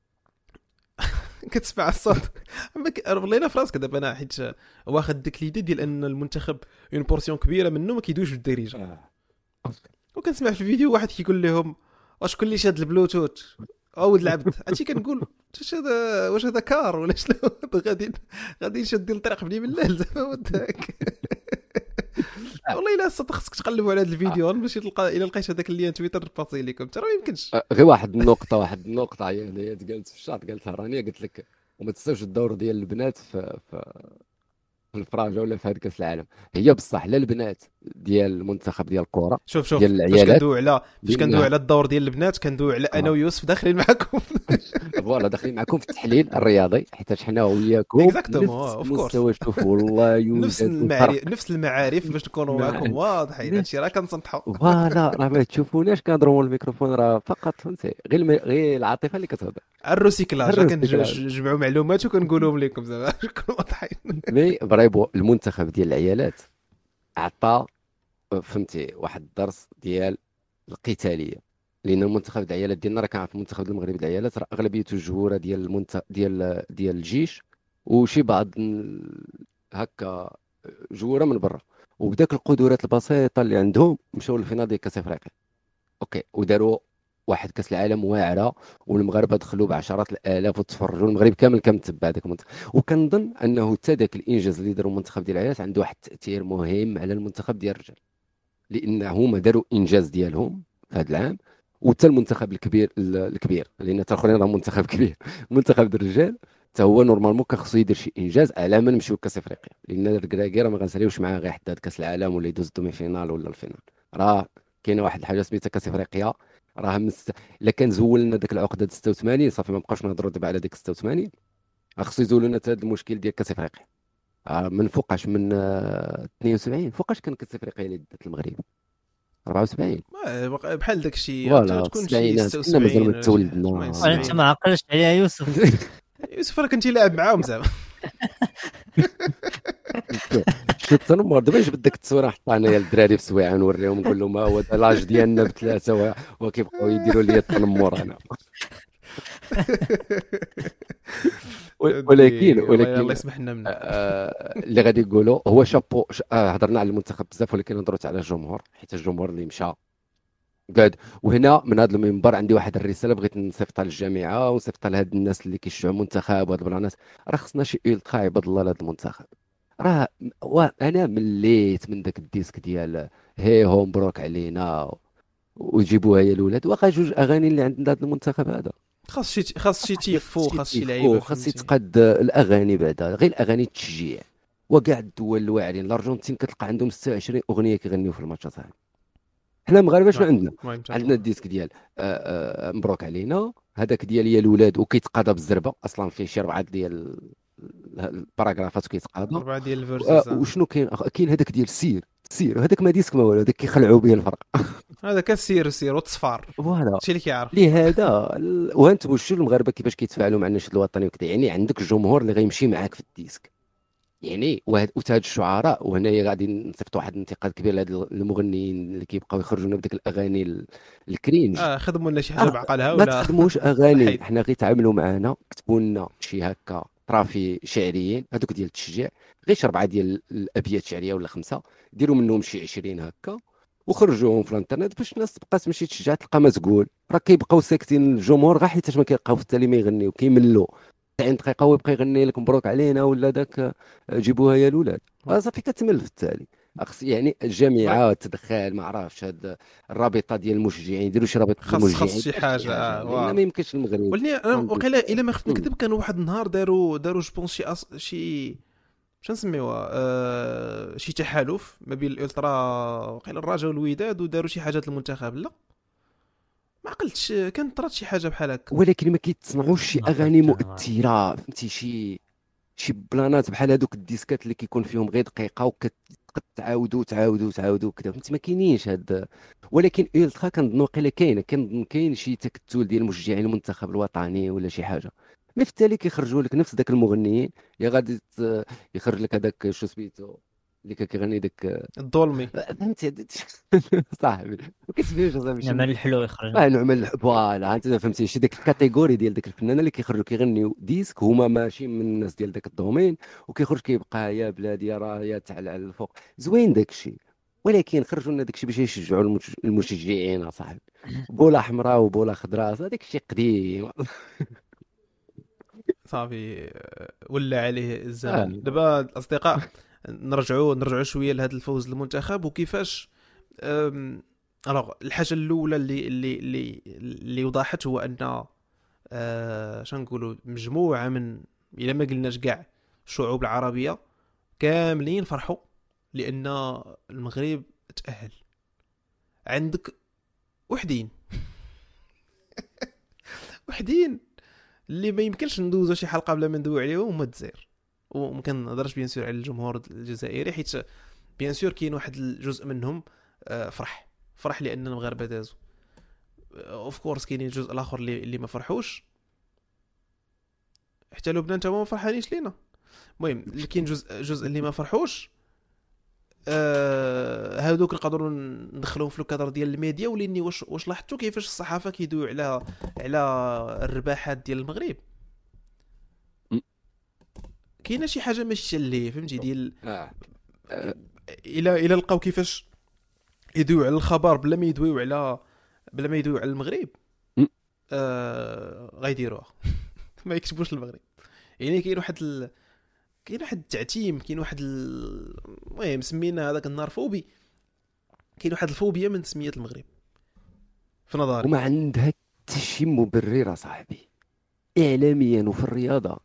كتسمع الصوت اما ك- والله في راسك دابا انا حيت واخد ديك ليدي ديال ان المنتخب اون بورسيون كبيره منه ما كيدويش بالدارجه، هذا. وكنسمع في الفيديو واحد كيقول لهم واش كل شاد البلوتوث عاود العبد هادشي، كنقول واش هذا واش هذا كار ولا شنو غادي غادي شادين الطريق بني من الليل زعما وداك. والله الا صدق خصك تقلبوا على هذا الفيديو باش تلقى الا لقيت هذاك اللين تويتر باسي لكم ترى ما يمكنش. آه، غير واحد النقطة واحد النقطة هي هي قالت في الشاط، قالتها رانيا، قلت لك وما تنساوش الدور ديال البنات في في في الفراجة ولا في هاد كأس العالم. هي بصح لا البنات ديال المنتخب ديال الكرة شوف شوف ديال فاش العيالات، كندوي على فاش كندوي لأن على الدور ديال البنات كندوي على انا آه. ويوسف داخلين معكم. فوالا داخلين معكم في التحليل الرياضي، حيت حنا وياكم اكزاكتومون نفس اوف كورس، المستوى. شوف والله نفس يوجد الفرق. المعارف نفس المعارف باش نكونوا مع معكم واضحين، نفس هادشي راه كنسنطحوا. فوالا راه ما تشوفوناش كنضربوا الميكروفون، راه فقط فهمتي غير الم... غير العاطفة اللي كتهضر. الروسيكلاج غير الريسيكلاج. كنجمعوا معلومات وكنقولهم لكم زعما باش نكونوا واضحين. مي بريبو المنتخب ديال العيالات عطى فهمتي واحد الدرس ديال القتاليه، لان المنتخب ديال العيالات ديالنا راه كنعرف المنتخب المغربي ديال العيالات راه اغلبيته الجهوره ديال المنت... ديال ديال الجيش وشي بعض ال- هكا جهوره من برا، وبداك القدرات البسيطه اللي عندهم مشاو للفينال ديال كاس افريقيا. اوكي وداروا واحد كاس العالم واعره، والمغاربه دخلوا بعشرات الالاف وتفرجوا، المغرب كامل كان متبع داك المنتخب. وكنظن انه حتى داك الانجاز اللي داروا المنتخب ديال العيالات عنده واحد التاثير مهم على المنتخب ديال الرجال، لان هما داروا انجاز ديالهم في هذا العام. وحتى المنتخب الكبير الكبير لان حتى الاخرين راه منتخب كبير المنتخب ديال الرجال حتى هو نورمالمون كان خصو يدير شي انجاز على ما نمشيو لكاس افريقيا، لان الكراكي راه ما غنساليوش معاه غير حتى كاس العالم ولا يدوز الدومي فينال ولا الفينال. راه كاينه واحد الحاجه سميتها كاس افريقيا، راه مس... الا كان زولنا داك العقده ستة وثمانين صافي ما بقاوش نهضروا دابا على ديك ستة وثمانين، راه خصو يزولوا لنا هذا المشكل ديال كاس افريقيا. آه، من فوقاش من آه، اثنين وسبعين فوقاش كان كاس افريقيا اللي دات المغرب أربعة وسبعين. ما بق- بحال داك الشيء فوالا في تكون شي السبعينات كنا مازال ستة وسبعين ما ولا شي حاجه تولدنا. المهم ولا انت سبعين. ما عقلش عليها يوسف؟ يوسف راه كنتي لاعب معاهم زعما. شفت تنمر دابا جبت ديك التصويره نحطها انايا للدراري في سويعه نوريهم نقول لهم ها هو دا لاج ديالنا بثلاثه و- وكيبقاو يديروا لي التنمر انا. و- ولكن الله الله ولكن يسمح لنا منه. آه، اللي غادي نقولوا هو شابو ش- آه، هضرنا على المنتخب بزاف، ولكن هضروا على الجمهور، حيت الجمهور اللي مشى قاعد. وهنا من هذا المنبر عندي واحد الرساله بغيت نصيفطها للجامعه ونصيفطها لهاد الناس اللي كيشجعوا المنتخب وهاد البلانات. راه خصنا شي التقا عباد الله لهاد المنتخب. راه وا- انا مليت من داك الديسك ديال هي هو مبروك علينا وجيبوها يا الاولاد، واخا جوج اغاني اللي عندنا هذا المنتخب هذا. خاص شي خاص شي تيفو، خاص شي تيفو، لعيبه خاص فهمتي. يتقاد الاغاني بعدا غير الاغاني التشجيع. وكاع الدول الواعرين الارجنتين كتلقى عندهم ستة وعشرين اغنيه كيغنيو في الماتشات هذه. حنا المغاربه شنو عندنا؟ المهم عندنا الديسك ديال آه، آه، مبروك علينا، هذاك ديال يا الاولاد وكيتقاضى بالزربه، اصلا فيه شي اربعه ديال الباراغرافات وكيتقاضى. اربعه ديال آه، الفيرسز. وشنو كاين أخ- كاين هذاك ديال سير سير، هذاك ما ديسك ما والو، هذاك كيخلعوا به الفرق. هذا كسير سير وتصفار فوالا هادشي اللي كيعرف. لهذا ال- وانتم شفتوا المغاربه كيفاش كيتفاعلوا مع النشيد الوطني وكذا، يعني عندك الجمهور اللي غيمشي معاك في الديسك. يعني وهاد وهاد الشعراء، وهنايا غادي نصيفط واحد الانتقاد كبير لهاد المغنيين اللي كيبقاو يخرجوا لنا بديك الاغاني ال- الكرينج. اه خدموا لنا شي حاجه آه، بعقلها ما ولا تخدموش اغاني، حيد. حنا غير تعاملوا معنا، كتبوا لنا شي هكا طرافي شعريين هذوك ديال التشجيع، غير شي اربعه ديال الابيات شعريه ولا خمسه، ديروا منهم شي عشرين هكا وخرجوهم في الانترنت باش الناس تبقى تمشي تشجع، تلقى ما تقول. راه كيبقاو ساكتين الجمهور غير حيتاش ما كيلقاو في التالي ما يغنيو، كيملوا تسعين دقيقه هو يبقى يغني لك مبروك علينا ولا داك آه، جيبوها يا الاولاد. آه، صافي كتمل في التالي. خص يعني الجامعه تدخل ما عرفتش هاد الرابطه ديال المشجعين يديروا شي رابطه خاص المشجعين خاص شي يديروا حاجه آه، لان واو. ما يمكنش المغرب. ولكن انا عنده وقيلا الا ما خفت مم. نكذب كان واحد النهار داروا داروا جوبونس شي أص... شي شنو نسميوها آه... شي تحالف ما بين الالترا وقيلا الرجاء والوداد، وداروا شي حاجات المنتخب. لا ما عقلتش كانت طرات شي حاجه بحال هكا. ولكن ما كيتصنعوش شي ما اغاني عقلتش أنا. مؤثره، فهمتي؟ شي شي بلانات بحال هذوك الديسكات اللي كيكون فيهم غير دقيقه وكتعاودوا تعاودوا تعاودوا كذا، فهمتي؟ ما كاينينش هاد. ولكن الترا كنظن واقيلا كاين كنظن كاين شي تكتل ديال مشجعين المنتخب الوطني ولا شي حاجه، مي في التالي كيخرجوا لك نفس ذاك المغنيين، يا غادي ت- يخرج لك هذاك شو سميتو اللي كان كيغني داك الظلمي فهمتي هاد صاحبي ما كتبينش اصاحبي شي نعمل الحلو يخرج. اه نعمل الح- فوالا انت فهمتي شي ديك الكاتيجوري ديال ديك الفنانه اللي كيخرجوا كيغنيو ديسك هما ماشي من الناس ديال داك الدومين وكيخرج كيبقى يا بلادي راه يا تعال على الفوق زوين داك الشيء ولكن خرجوا لنا داك الشيء باش يشجعوا المش- المشجعين اصاحبي بولا حمراء وبولا خضراء هذاك الشيء قديم صافي آه، ولا عليه اه الزمن. دابا الاصدقاء نرجعوا نرجعوا شويه لهذا الفوز المنتخب وكيفاش. أم، الوغ الحاجه الاولى اللي اللي اللي اللي وضحت هو ان آه شنقولوا مجموعه من، الا ما قلناش كاع الشعوب العربيه كاملين فرحوا لان المغرب تاهل. عندك وحدين وحدين اللي ما يمكنش ندوزو شي حلقه بلا ما ندوي عليهم هما الجزائر. وممكن نهضرش بيان سور على الجمهور الجزائري حيت بيان سور كاين واحد الجزء منهم آه، فرح فرح لان المغاربه دازوا. اوف كورس كاينين الجزء الاخر اللي اللي ما فرحوش حتى لبنان تا هما ما فرحانيش لينا. المهم اللي كاين جزء جزء اللي ما فرحوش آه هادوك نقدروا ندخلوهم في الكادر ديال الميديا. ولاني واش واش لاحظتوا كيفاش الصحافه كيدويو على على الرباحات ديال المغرب. م- كاينه شي حاجه ماشي اللي فهمتي ديال اه آه، الى الى لقاو كيفاش يدويو على الخبر بلا ما يدويو على بلا ما يدويو على المغرب م- آه غيديروها ما يكتبوش المغرب. يعني كاين واحد ال... كاين واحد التعتيم كاين واحد ال- المهم سمينا هذاك النار فوبي. كاين واحد الفوبيا من تسميه المغرب في نظري. وما عندها حتى شي مبرر صاحبي اعلاميا وفي الرياضه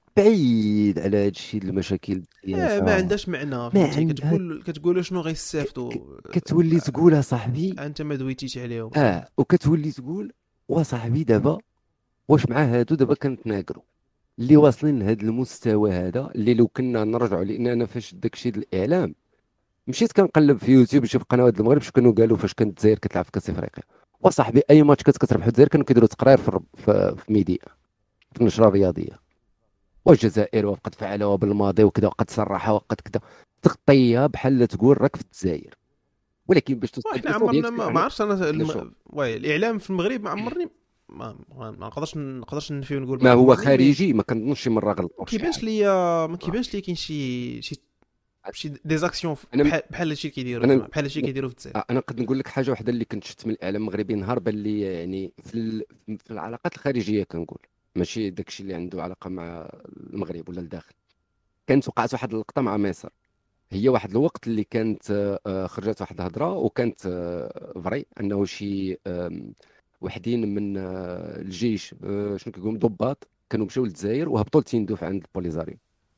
بعيد على هذا الشيء المشاكل آه السياسه ما عندهاش معنى ما فهمتي. عندها كتقول كتقول شنو ك- غيستافدوا ك- كتولي تقولها صاحبي انت ما دويتيش عليهم. اه وكتولي تقول وصاحبي دابا واش مع هادو دابا كنتناقروا اللي واصلين لهذا المستوى هذا اللي لو كنا نرجعوا لان انا فاش داكشي ديال الاعلام مشيت كنقلب في يوتيوب نشوف قنوات المغرب شنو كانوا قالوا فاش كانت الجزائر كتلعب في كاس افريقيا وصاحبي اي ماتش كانت كتربح الجزائر كانوا كيديروا تقرير في الرب- في, في ميديا في النشره الرياضيه والجزائر وقد فعلوا بالماضي وكذا وقد صرحوا وقد كذا تغطيها بحال لا تقول راك في الجزائر ولكن باش توصل احنا للقصة عمرنا ديال ما, ما احنا عرفتش انا احنا شوف الم... واي الاعلام في المغرب ما عمرني ما ما ما نقدرش ما نقدرش نفي ونقول ما هو عمرني. مي خارجي ما كنظنش شي مره ما غلطوا في شي كيبانش حاجه ليا ما آه. كيبانش لي كاين شي شي شي دي زاكسيون انا بحال بحال هادشي كيديروا انا زعما بحال هادشي كيديروا في الجزائر. آه، انا قد نقول لك حاجه واحده اللي كنت شفت من الاعلام المغربي نهار بان لي يعني في ال... في العلاقات الخارجيه كنقول ماشي داكشي اللي عنده علاقه مع المغرب ولا الداخل كانت وقعت واحد اللقطه مع مصر هي واحد الوقت اللي كانت آه، آه، خرجت واحد الهضره وكانت آه، فري انه شي آم، وحدين من آه، الجيش آه، شنو كيقولوا ضباط كانوا مشاو للجزائر وهبطوا لتيندوف عند البوليزاريو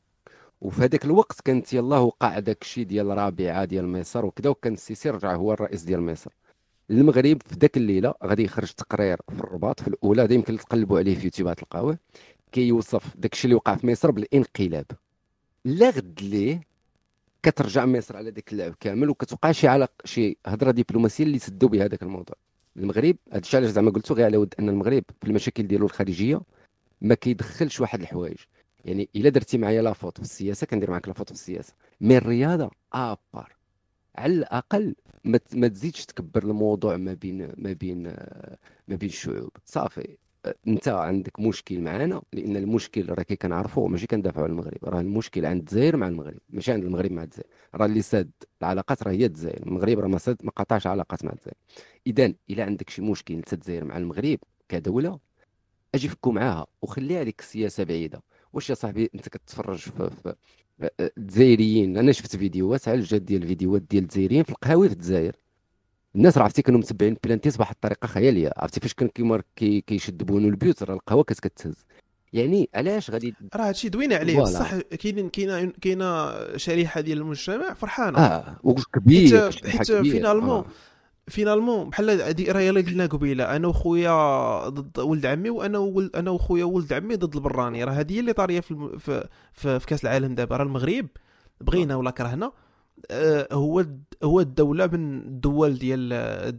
وفي هذاك الوقت كانت يلاه وقع داك الشيء ديال رابعه ديال مصر وكذا وكان السيسي رجع هو الرئيس ديال مصر المغرب في ذاك الليله غادي يخرج تقرير في الرباط في الاولى هذا يمكن تقلبوا عليه في يوتيوب تلقاوه كيوصف داك الشيء اللي وقع في مصر بالانقلاب لا غد ليه كترجع مصر على داك اللعب كامل وكتوقع شي علاقه شي هضره دبلوماسيه اللي سدوا بها هذاك الموضوع المغرب هذا الشيء علاش زعما قلتو غير على ود ان المغرب في المشاكل ديالو الخارجيه ما كيدخلش واحد الحوايج يعني الا درتي معايا لافوت في السياسه كندير معاك لافوت في السياسه مي الرياضه ابار على الاقل ما ت- ما تزيدش تكبر الموضوع ما بين ما بين آه، ما بين الشعوب صافي آه، انت عندك مشكل معنا لان المشكل راه كي كنعرفوا ماشي كندافعوا على المغرب راه المشكل عند الجزائر مع المغرب ماشي عند المغرب مع الجزائر راه اللي ساد العلاقات راه هي الجزائر المغرب راه ما ساد ما قطعش علاقات مع الجزائر اذا الا عندك شي مشكل انت الجزائر مع المغرب كدوله اجي فكوا معاها وخلي عليك السياسه بعيده واش يا صاحبي انت كتفرج في, في في- الجزائريين انا شفت فيديوهات على الجد ديال الفيديوهات ديال الجزائريين في القهاوي في الجزائر الناس راه عرفتي كانوا متبعين بلانتيز بواحد الطريقه خياليه عرفتي فاش كان كيمار كي كيشد بونو البيوت راه القهوه كانت كتهز يعني علاش غادي راه هادشي دوينا عليه فوالا بصح كاين كاينه كاينه شريحه ديال المجتمع فرحانه اه وش حيت كبير شريحه حيت كبير فينالمون اه فينالمون بحال هادي راه يلا قلنا قبيله انا وخويا ضد ولد عمي وانا ولد انا وخويا ولد عمي ضد البراني راه هذه هي اللي طاريه في, الم... في في في كاس العالم دابا راه المغرب بغينا ولا كرهنا آه، هو هو الدوله من الدول ديال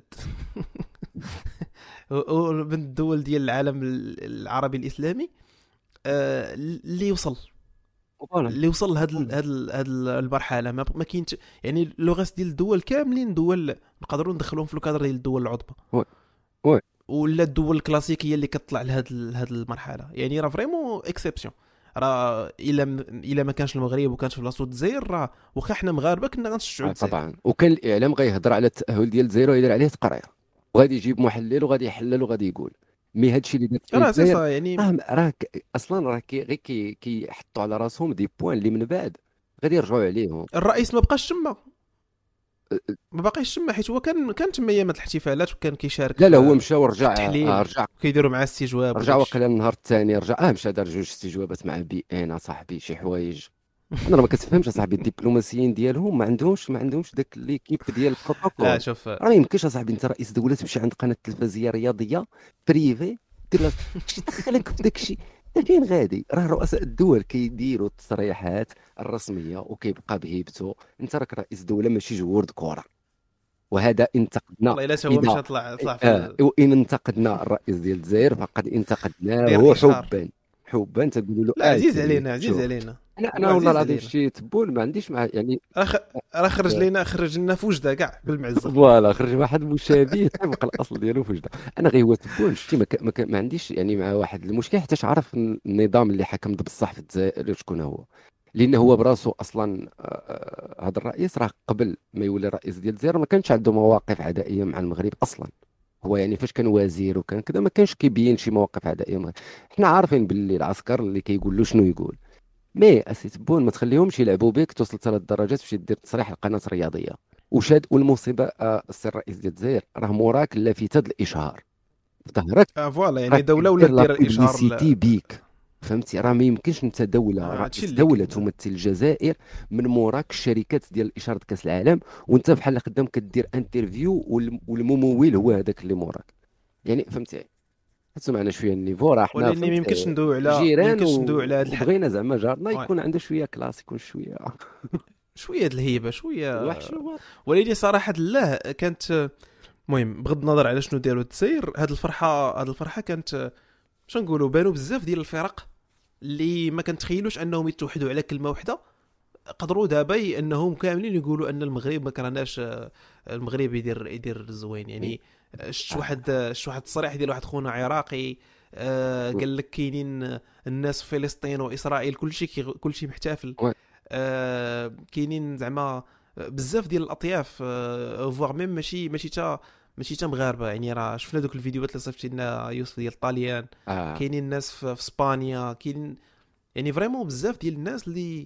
هو من الدول ديال العالم العربي الاسلامي آه، اللي وصل فوالا. اللي وصل لهاد مم. ال- هاد ال- هاد ال- المرحله ما ما كاين يعني اللغات ديال الدول كاملين دول نقدروا ندخلوهم في الكادر ديال الدول العظمى وي وي ولا الدول الكلاسيكيه اللي كتطلع لهاد ال- هاد المرحله يعني راه فريمون اكسبسيون راه الا م- الا ما كانش المغرب وكانش في بلاصه الجزائر راه واخا حنا مغاربه كنا غنشجعوا آه الجزائر طبعا. وكان الاعلام غيهضر على التاهل ديال الجزائر ويدير عليه تقرير وغادي يجيب محلل وغادي يحلل وغادي يقول مي هادشي اللي دارت فيه راه سي الجزائر صا يعني راه راه ك- اصلا راه كي غير كي كيحطوا على راسهم دي بوين اللي من بعد غادي يرجعوا عليهم. الرئيس ما بقاش تما ما باقيش تما حيت هو كان كان تما ايامات الاحتفالات وكان كيشارك لا لا هو في مشى في ورجع. آه التحليل رجع وكيديروا معاه استجواب رجع وداك الشيء وقيلا النهار الثاني رجع اه مشى دار جوج استجوابات مع بي ان صاحبي شي حوايج. انا راه ما كتفهمش اصاحبي الدبلوماسيين ديالهم ما عندهمش ما عندهمش داك ليكيب ديال لا البروتوكول. شوف راه ما يمكنش اصاحبي انت رئيس دوله تمشي عند قناه تلفزيونيه رياضيه بريفي دير لها شي دخلك في داك الشيء. انت فين غادي؟ راه رؤساء الدول كيديروا التصريحات الرسميه وكيبقى بهيبته. انت راك رئيس دوله ماشي جورد كره. وهذا انتقدنا والله الا تا هو اذا مشى طلع طلع في آه ال- وان انتقدنا الرئيس ديال الجزائر فقد داير انتقدناه اشهار حبا حبا تقولوا له لا عزيز اجري علينا عزيز شوف. علينا لا هو انا والله عزيز العظيم علينا شي تبول ما عنديش مع يعني راه خ- راه خرج لينا خرج لنا فوجده كاع بالمعزه فوالا خرج واحد مشابه طبق الاصل ديالو في وجده. انا غير هو تبون شتي ما, ك... ما, ك... ما عنديش يعني مع واحد المشكل حتى عارف النظام اللي حكم بصح في الجزائر شكون هو. لانه هو براسو اصلا آه، هذا الرئيس راه قبل ما يولي رئيس ديال الجزائر ما كانش عنده مواقف عدائيه مع المغرب اصلا. هو يعني فاش كان وزير وكان كذا ما كانش كيبين شي مواقف عدائيه مع- حنا عارفين باللي العسكر اللي كيقول له شنو يقول. مي اسي تبون ما تخليهمش يلعبوا بك توصل ثلاث درجات باش دير تصريح لقناه رياضيه. وشاد والمصيبه آه، السي الرئيس ديال الجزائر راه موراك لافتات الاشهار في ظهرك. آه فوالا يعني راك دوله ولا دير لا دير الاشهار بوبليسيتي ل- بيك. فهمتي راه ما يمكنش انت دوله آه، هادشي رئيس اللي دوله كاين تمثل الجزائر من موراك الشركات ديال الاشاره كاس العالم وانت بحال خدام كدير انترفيو والم- والممول هو هذاك اللي موراك. يعني فهمتي حسوا معنا شويه النيفو راه حنا ولاني ما فهمتي يمكنش ندوي على ما جيران يمكنش و- ندوي على هذا الحل وبغينا زعما جارنا واي. يكون عنده شويه كلاس يكون شويه شويه د الهيبه شويه وحش هو. ولكن صراحه لا كانت المهم بغض النظر على شنو داروا التسير هاد الفرحه هاد الفرحه كانت شنو نقولوا بانوا بزاف ديال الفرق اللي ما كنتخيلوش انهم يتوحدوا على كلمه واحده قدروا دابا انهم كاملين يقولوا ان المغرب ما كرهناش المغرب يدير يدير الزوين يعني شفت واحد شفت واحد التصريح ديال واحد خونا عراقي آه قال لك كاينين الناس في فلسطين واسرائيل كلشي كلشي محتفل وي. آه كاينين زعما بزاف ديال الاطياف آه فوار ميم ماشي ماشي تا ماشي تا مغاربه يعني راه شفنا دوك الفيديوهات اللي صيفطي لنا يوسف ديال الطاليان آه. كاينين الناس في, في اسبانيا كاين يعني فريمون بزاف ديال الناس اللي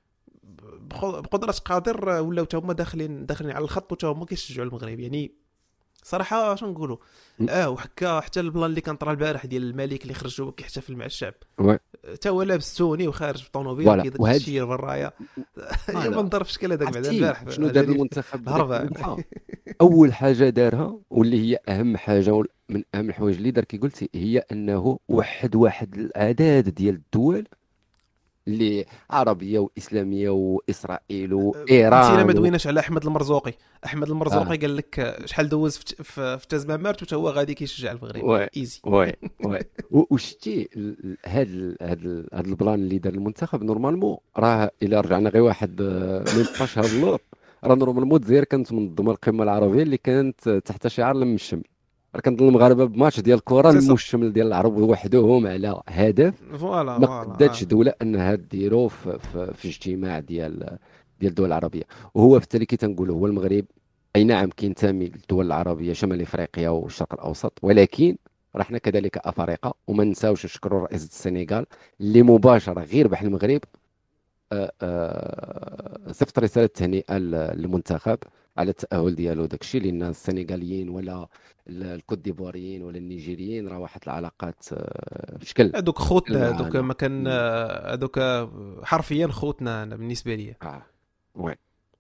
بخ- بقدره قادر ولاو تا هما داخلين داخلين على الخط وتا هما كيشجعوا المغرب يعني صراحه شنو نقولوا م. اه وحكا حتى البلان اللي كان طرا البارح ديال الملك اللي خرجوا كيحتفل مع الشعب وي. تا هو لابس توني وخارج بطونوبيل فوالا. كيدير وهاد- الشير بالرايه فوالا. يا منظر في شكل هذاك بعدا عرفتي البارح شنو دار جاني المنتخب الهربة. بداك الوقعة؟ اول حاجه دارها واللي هي اهم حاجه وال- من اهم الحوايج اللي دار كي قلتي هي انه وحد واحد الاعداد ديال الدول اللي عربيه واسلاميه واسرائيل نسينا وايران ما و... دويناش على احمد المرزوقي احمد المرزوقي آه. قال لك شحال دوز في في, في تازمامارت وتا هو غادي كيشجع المغرب وي. ايزي وي وي و- وشتي ال- ال- هاد ال- هاد ال- هاد البلان اللي دار المنتخب نورمالمون راه الا رجعنا غير واحد آه، من اثناش هاد اللور راه نورمالمون الجزائر كانت منظمه القمه العربيه اللي كانت تحت شعار لم الشمل. راه كنظن المغاربه بماتش ديال الكره سي صا. لموا الشمل ديال العرب وحدهم على هدف فوالا ما فوالا قداتش آه. دوله انها ديرو في, في, في اجتماع ديال ديال الدول العربيه. وهو في التالي كي تنقولوا هو المغرب اي نعم كينتمي للدول العربيه شمال افريقيا والشرق الاوسط ولكن راه حنا كذلك افارقه وما نساوش نشكروا رئيس السنغال اللي مباشره غير بحال المغرب آه، آه، صيفط رساله تهنئه للمنتخب على التاهل ديالو داكشي لان السنغاليين ولا ال- الكوت ديفواريين ولا النيجيريين راه واحد العلاقات آه، بشكل هذوك خوتنا هذوك معنا. ما كان مم. هذوك حرفيا خوتنا انا بالنسبه لي اه وي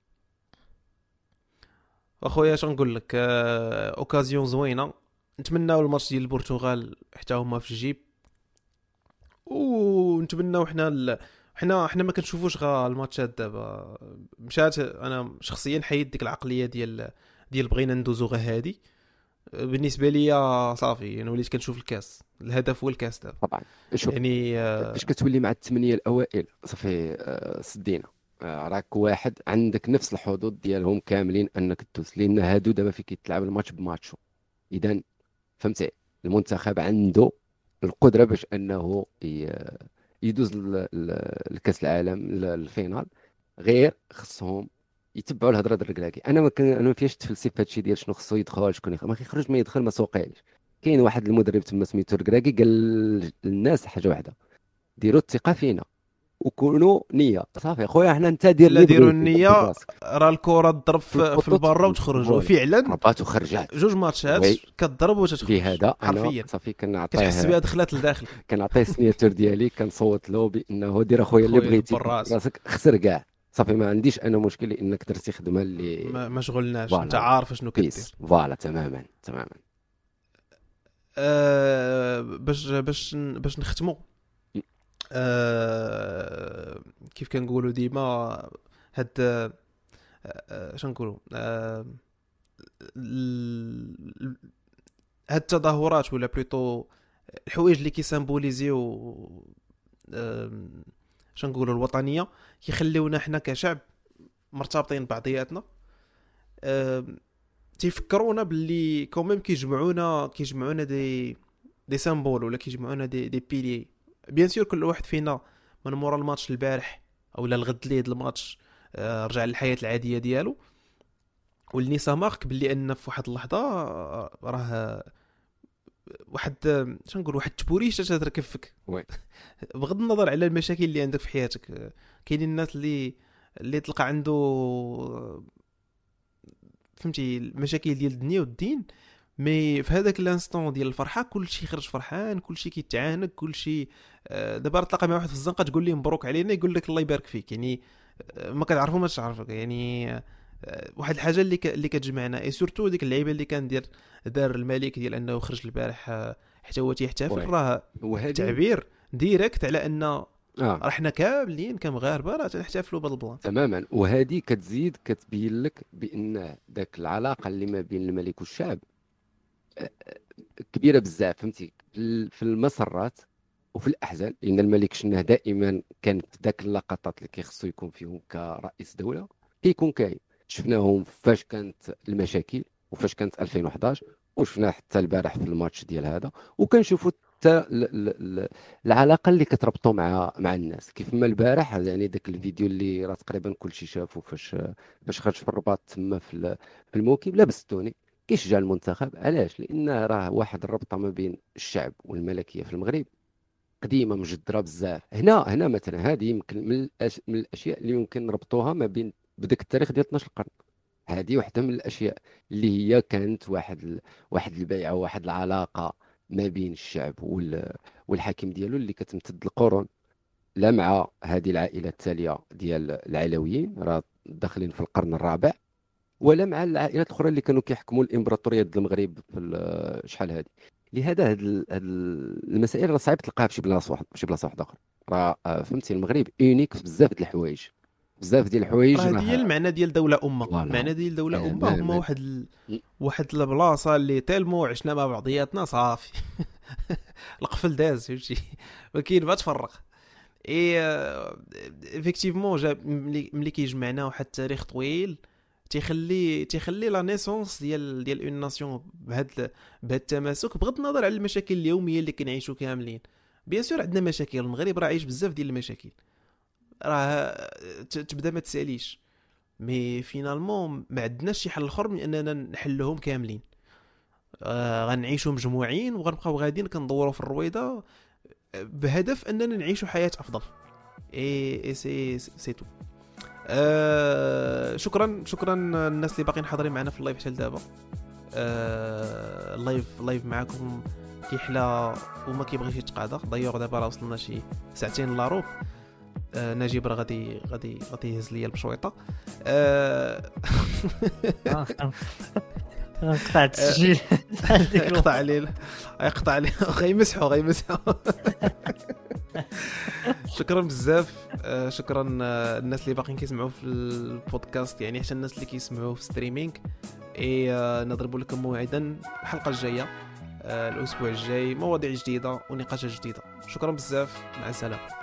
اخويا اش نقول لك آه، اوكازيون زوينه نتمناو الماتش ديال البرتغال حتى هما في الجيب ونتمناو حنا ال... حنا حنا ما كنشوفوش غا الماتشات دابا مشات انا شخصيا حيد ديك العقليه ديال ديال بغينا ندوزو غا هادي بالنسبه لي صافي انا وليت كنشوف الكاس، الهدف هو الكاس دابا طبعا. شوف يعني. آه، باش كتولي مع الثمانيه الاوائل صافي آه، سدينا. آه، راك واحد عندك نفس الحظوظ ديالهم كاملين انك تدوز، لان هادو دابا فيك يتلعب الماتش بماتشو. اذا فهمتي المنتخب عنده القدره باش انه ي- يدوز ل- ل- لكاس العالم ل- الفينال. غير خصهم يتبعوا الهضره ديال الكراكي. انا ما كان انا ما فيهاش تفلسف هادشي ديال شنو خصو يدخل شكون يخرج، ما كيخرج ما يدخل ما سوقيلش. كاين واحد المدرب تما سميتو الكراكي قال للناس حاجه واحده: ديروا الثقه فينا وكونوا نيه. صافي خويا حنا انت دير لا اللي ديروا بغيتي دبر النيه، راسك راه الكره تضرب في في, في الخطوط البرا وتخرج، فوالا. وفعلا ضربات وخرجات. جوج ماتشات وي كتضرب وتتخرج لهذا انا حرفيا، صافي كتحس كنعطيه بها دخلت لداخل. كنعطيه السنياتور ديالي، كنصوت له بانه دير اخويا اللي خويا بغيتي دبر راسك. راسك خسر كاع. صافي ما عنديش انا مشكل انك درتي خدمه اللي ما, ما شغلناش، فوالا. انت عارف شنو كدير. بيس فوالا تماما تماما. أه باش باش باش نختموا. أه كيف كنقولوا ديما هاد أه شنقولوا أه ال- هاد التظاهرات ولا بلوتو الحوايج اللي كيسامبوليزيو أه شنقولوا الوطنيه، كيخليونا حنا كشعب مرتبطين ببعضياتنا. أه تيفكرونا باللي كوميم كيجمعونا كيجمعونا دي دي سامبول ولا كيجمعونا دي دي بيلي. بيان سور كل واحد فينا من مورا الماتش البارح اولا الغد ليه الماتش آه رجع للحياه العاديه ديالو، واللي سامارك باللي ان في واحد اللحظه آه راه واحد آه شنقول واحد تبوريشه تتركب فيك وي. بغض النظر على المشاكل اللي عندك في حياتك. آه كاينين الناس اللي اللي تلقى عنده آه فهمتي المشاكل ديال الدنيا والدين، مي في هذاك الانستون ديال الفرحه كل شيء خرج فرحان، كل شيء كيتعانق، كل شيء آه دابا تلقى مع واحد في الزنقه تقول ليه مبروك علينا، يقول لك الله يبارك فيك. يعني آه ما كتعرفوا ما تعرفك. يعني آه واحد الحاجه اللي ك... اللي كتجمعنا اي سورتو ديك اللعيبه اللي كان دير دار الملك ديال انه خرج البارح آه حتى هو تيحتفل، وي. راه وهذه تعبير ديريكت على ان اه راه حنا كاملين كمغاربه راه تنحتفلوا بهذا البلان. تماما. وهذه كتزيد كتبين لك بان ذاك العلاقه اللي ما بين الملك والشعب آه، كبيره بزاف. فهمتي في في المسرات وفي الاحزان، لان الملك شناه دائما كان في ذاك اللقطات اللي كيخصو يكون فيهم كرئيس دوله كيكون كاين. شفناهم فاش كانت المشاكل وفاش كانت ألفين وحداش، وشفناه حتى البارح في الماتش ديال هذا، وكنشوفوا حتى ال- ال- ال- العلاقه اللي كتربطوا مع مع الناس. كيف ما البارح يعني ذاك الفيديو اللي راه تقريبا كلشي شافو فاش فاش خرج في الرباط تما في ال- في الموكب لابس التوني كيشجع المنتخب. علاش؟ لان راه واحد الربطه ما بين الشعب والملكيه في المغرب قديمه مجدره بزاف. هنا هنا مثلا هذه يمكن من الأش... من الاشياء اللي يمكن نربطوها ما بين بداك التاريخ ديال اثناش القرن. هذه واحده من الاشياء اللي هي كانت واحد ال... واحد البيعه وواحد العلاقه ما بين الشعب وال... والحاكم ديالو اللي كتمتد القرون. لا مع هذه العائله التاليه ديال العلويين راه داخلين في القرن الرابع، ولا مع العائلات الاخرى اللي كانوا كيحكموا الامبراطوريه ديال المغرب في ال- شحال هذه. لهذا هاد ال- هاد المسائل راه صعيب تلقاها في شي بلاصه واحد في شي بلاصه واحده اخرى. راه آه، فهمتي المغرب اونيك في بزاف ديال الحوايج، بزاف ديال الحوايج راه هذه هي راه المعنى ديال دوله امه. فوالا معنى ديال دوله امه هما تماما. واحد ال... واحد البلاصه اللي تالمو عشنا مع بعضياتنا صافي القفل داز فهمتي ما كاين ما تفرق. اي افيكتيفمون جا ملي ملي كيجمعنا واحد التاريخ طويل تيخلي تيخلي لا نيسونس ديال ديال اون ناسيون بهذا بهذا التماسك، بغض النظر على المشاكل اليوميه اللي كنعيشوا كاملين. بيان سور عندنا مشاكل، المغرب راه عايش بزاف ديال المشاكل، راه ت- تبدا ما تساليش، مي فينالمون ما عندناش شي حل اخر من اننا نحلهم كاملين. آه غنعيشوا مجموعين وغنبقاو غاديين كندوروا في الرويضه بهدف اننا نعيشوا حياه افضل. اي اي سي سي تو. آه شكرا شكرا الناس اللي باقيين حاضرين معنا في اللايف حتى لدابا. آه اللايف اللايف معكم كيحلى وما كيبغيش يتقاضى. دايوغ دابا راه وصلنا شي ساعتين الا روب. آه نجيب راه غادي غادي غادي يهز ليا البشويطه. آه قطع التسجيل يقطع عليه يقطع عليه غيمسحوا غيمسحوا شكرا بزاف. آه شكرا آه الناس اللي باقيين كيسمعوا في البودكاست، يعني حتى الناس اللي كيسمعوا في ستريمينغ. اي آه، نضرب لكم موعدا الحلقه الجايه آه، الاسبوع الجاي، مواضيع جديده ونقاشات جديده. شكرا بزاف، مع السلامه.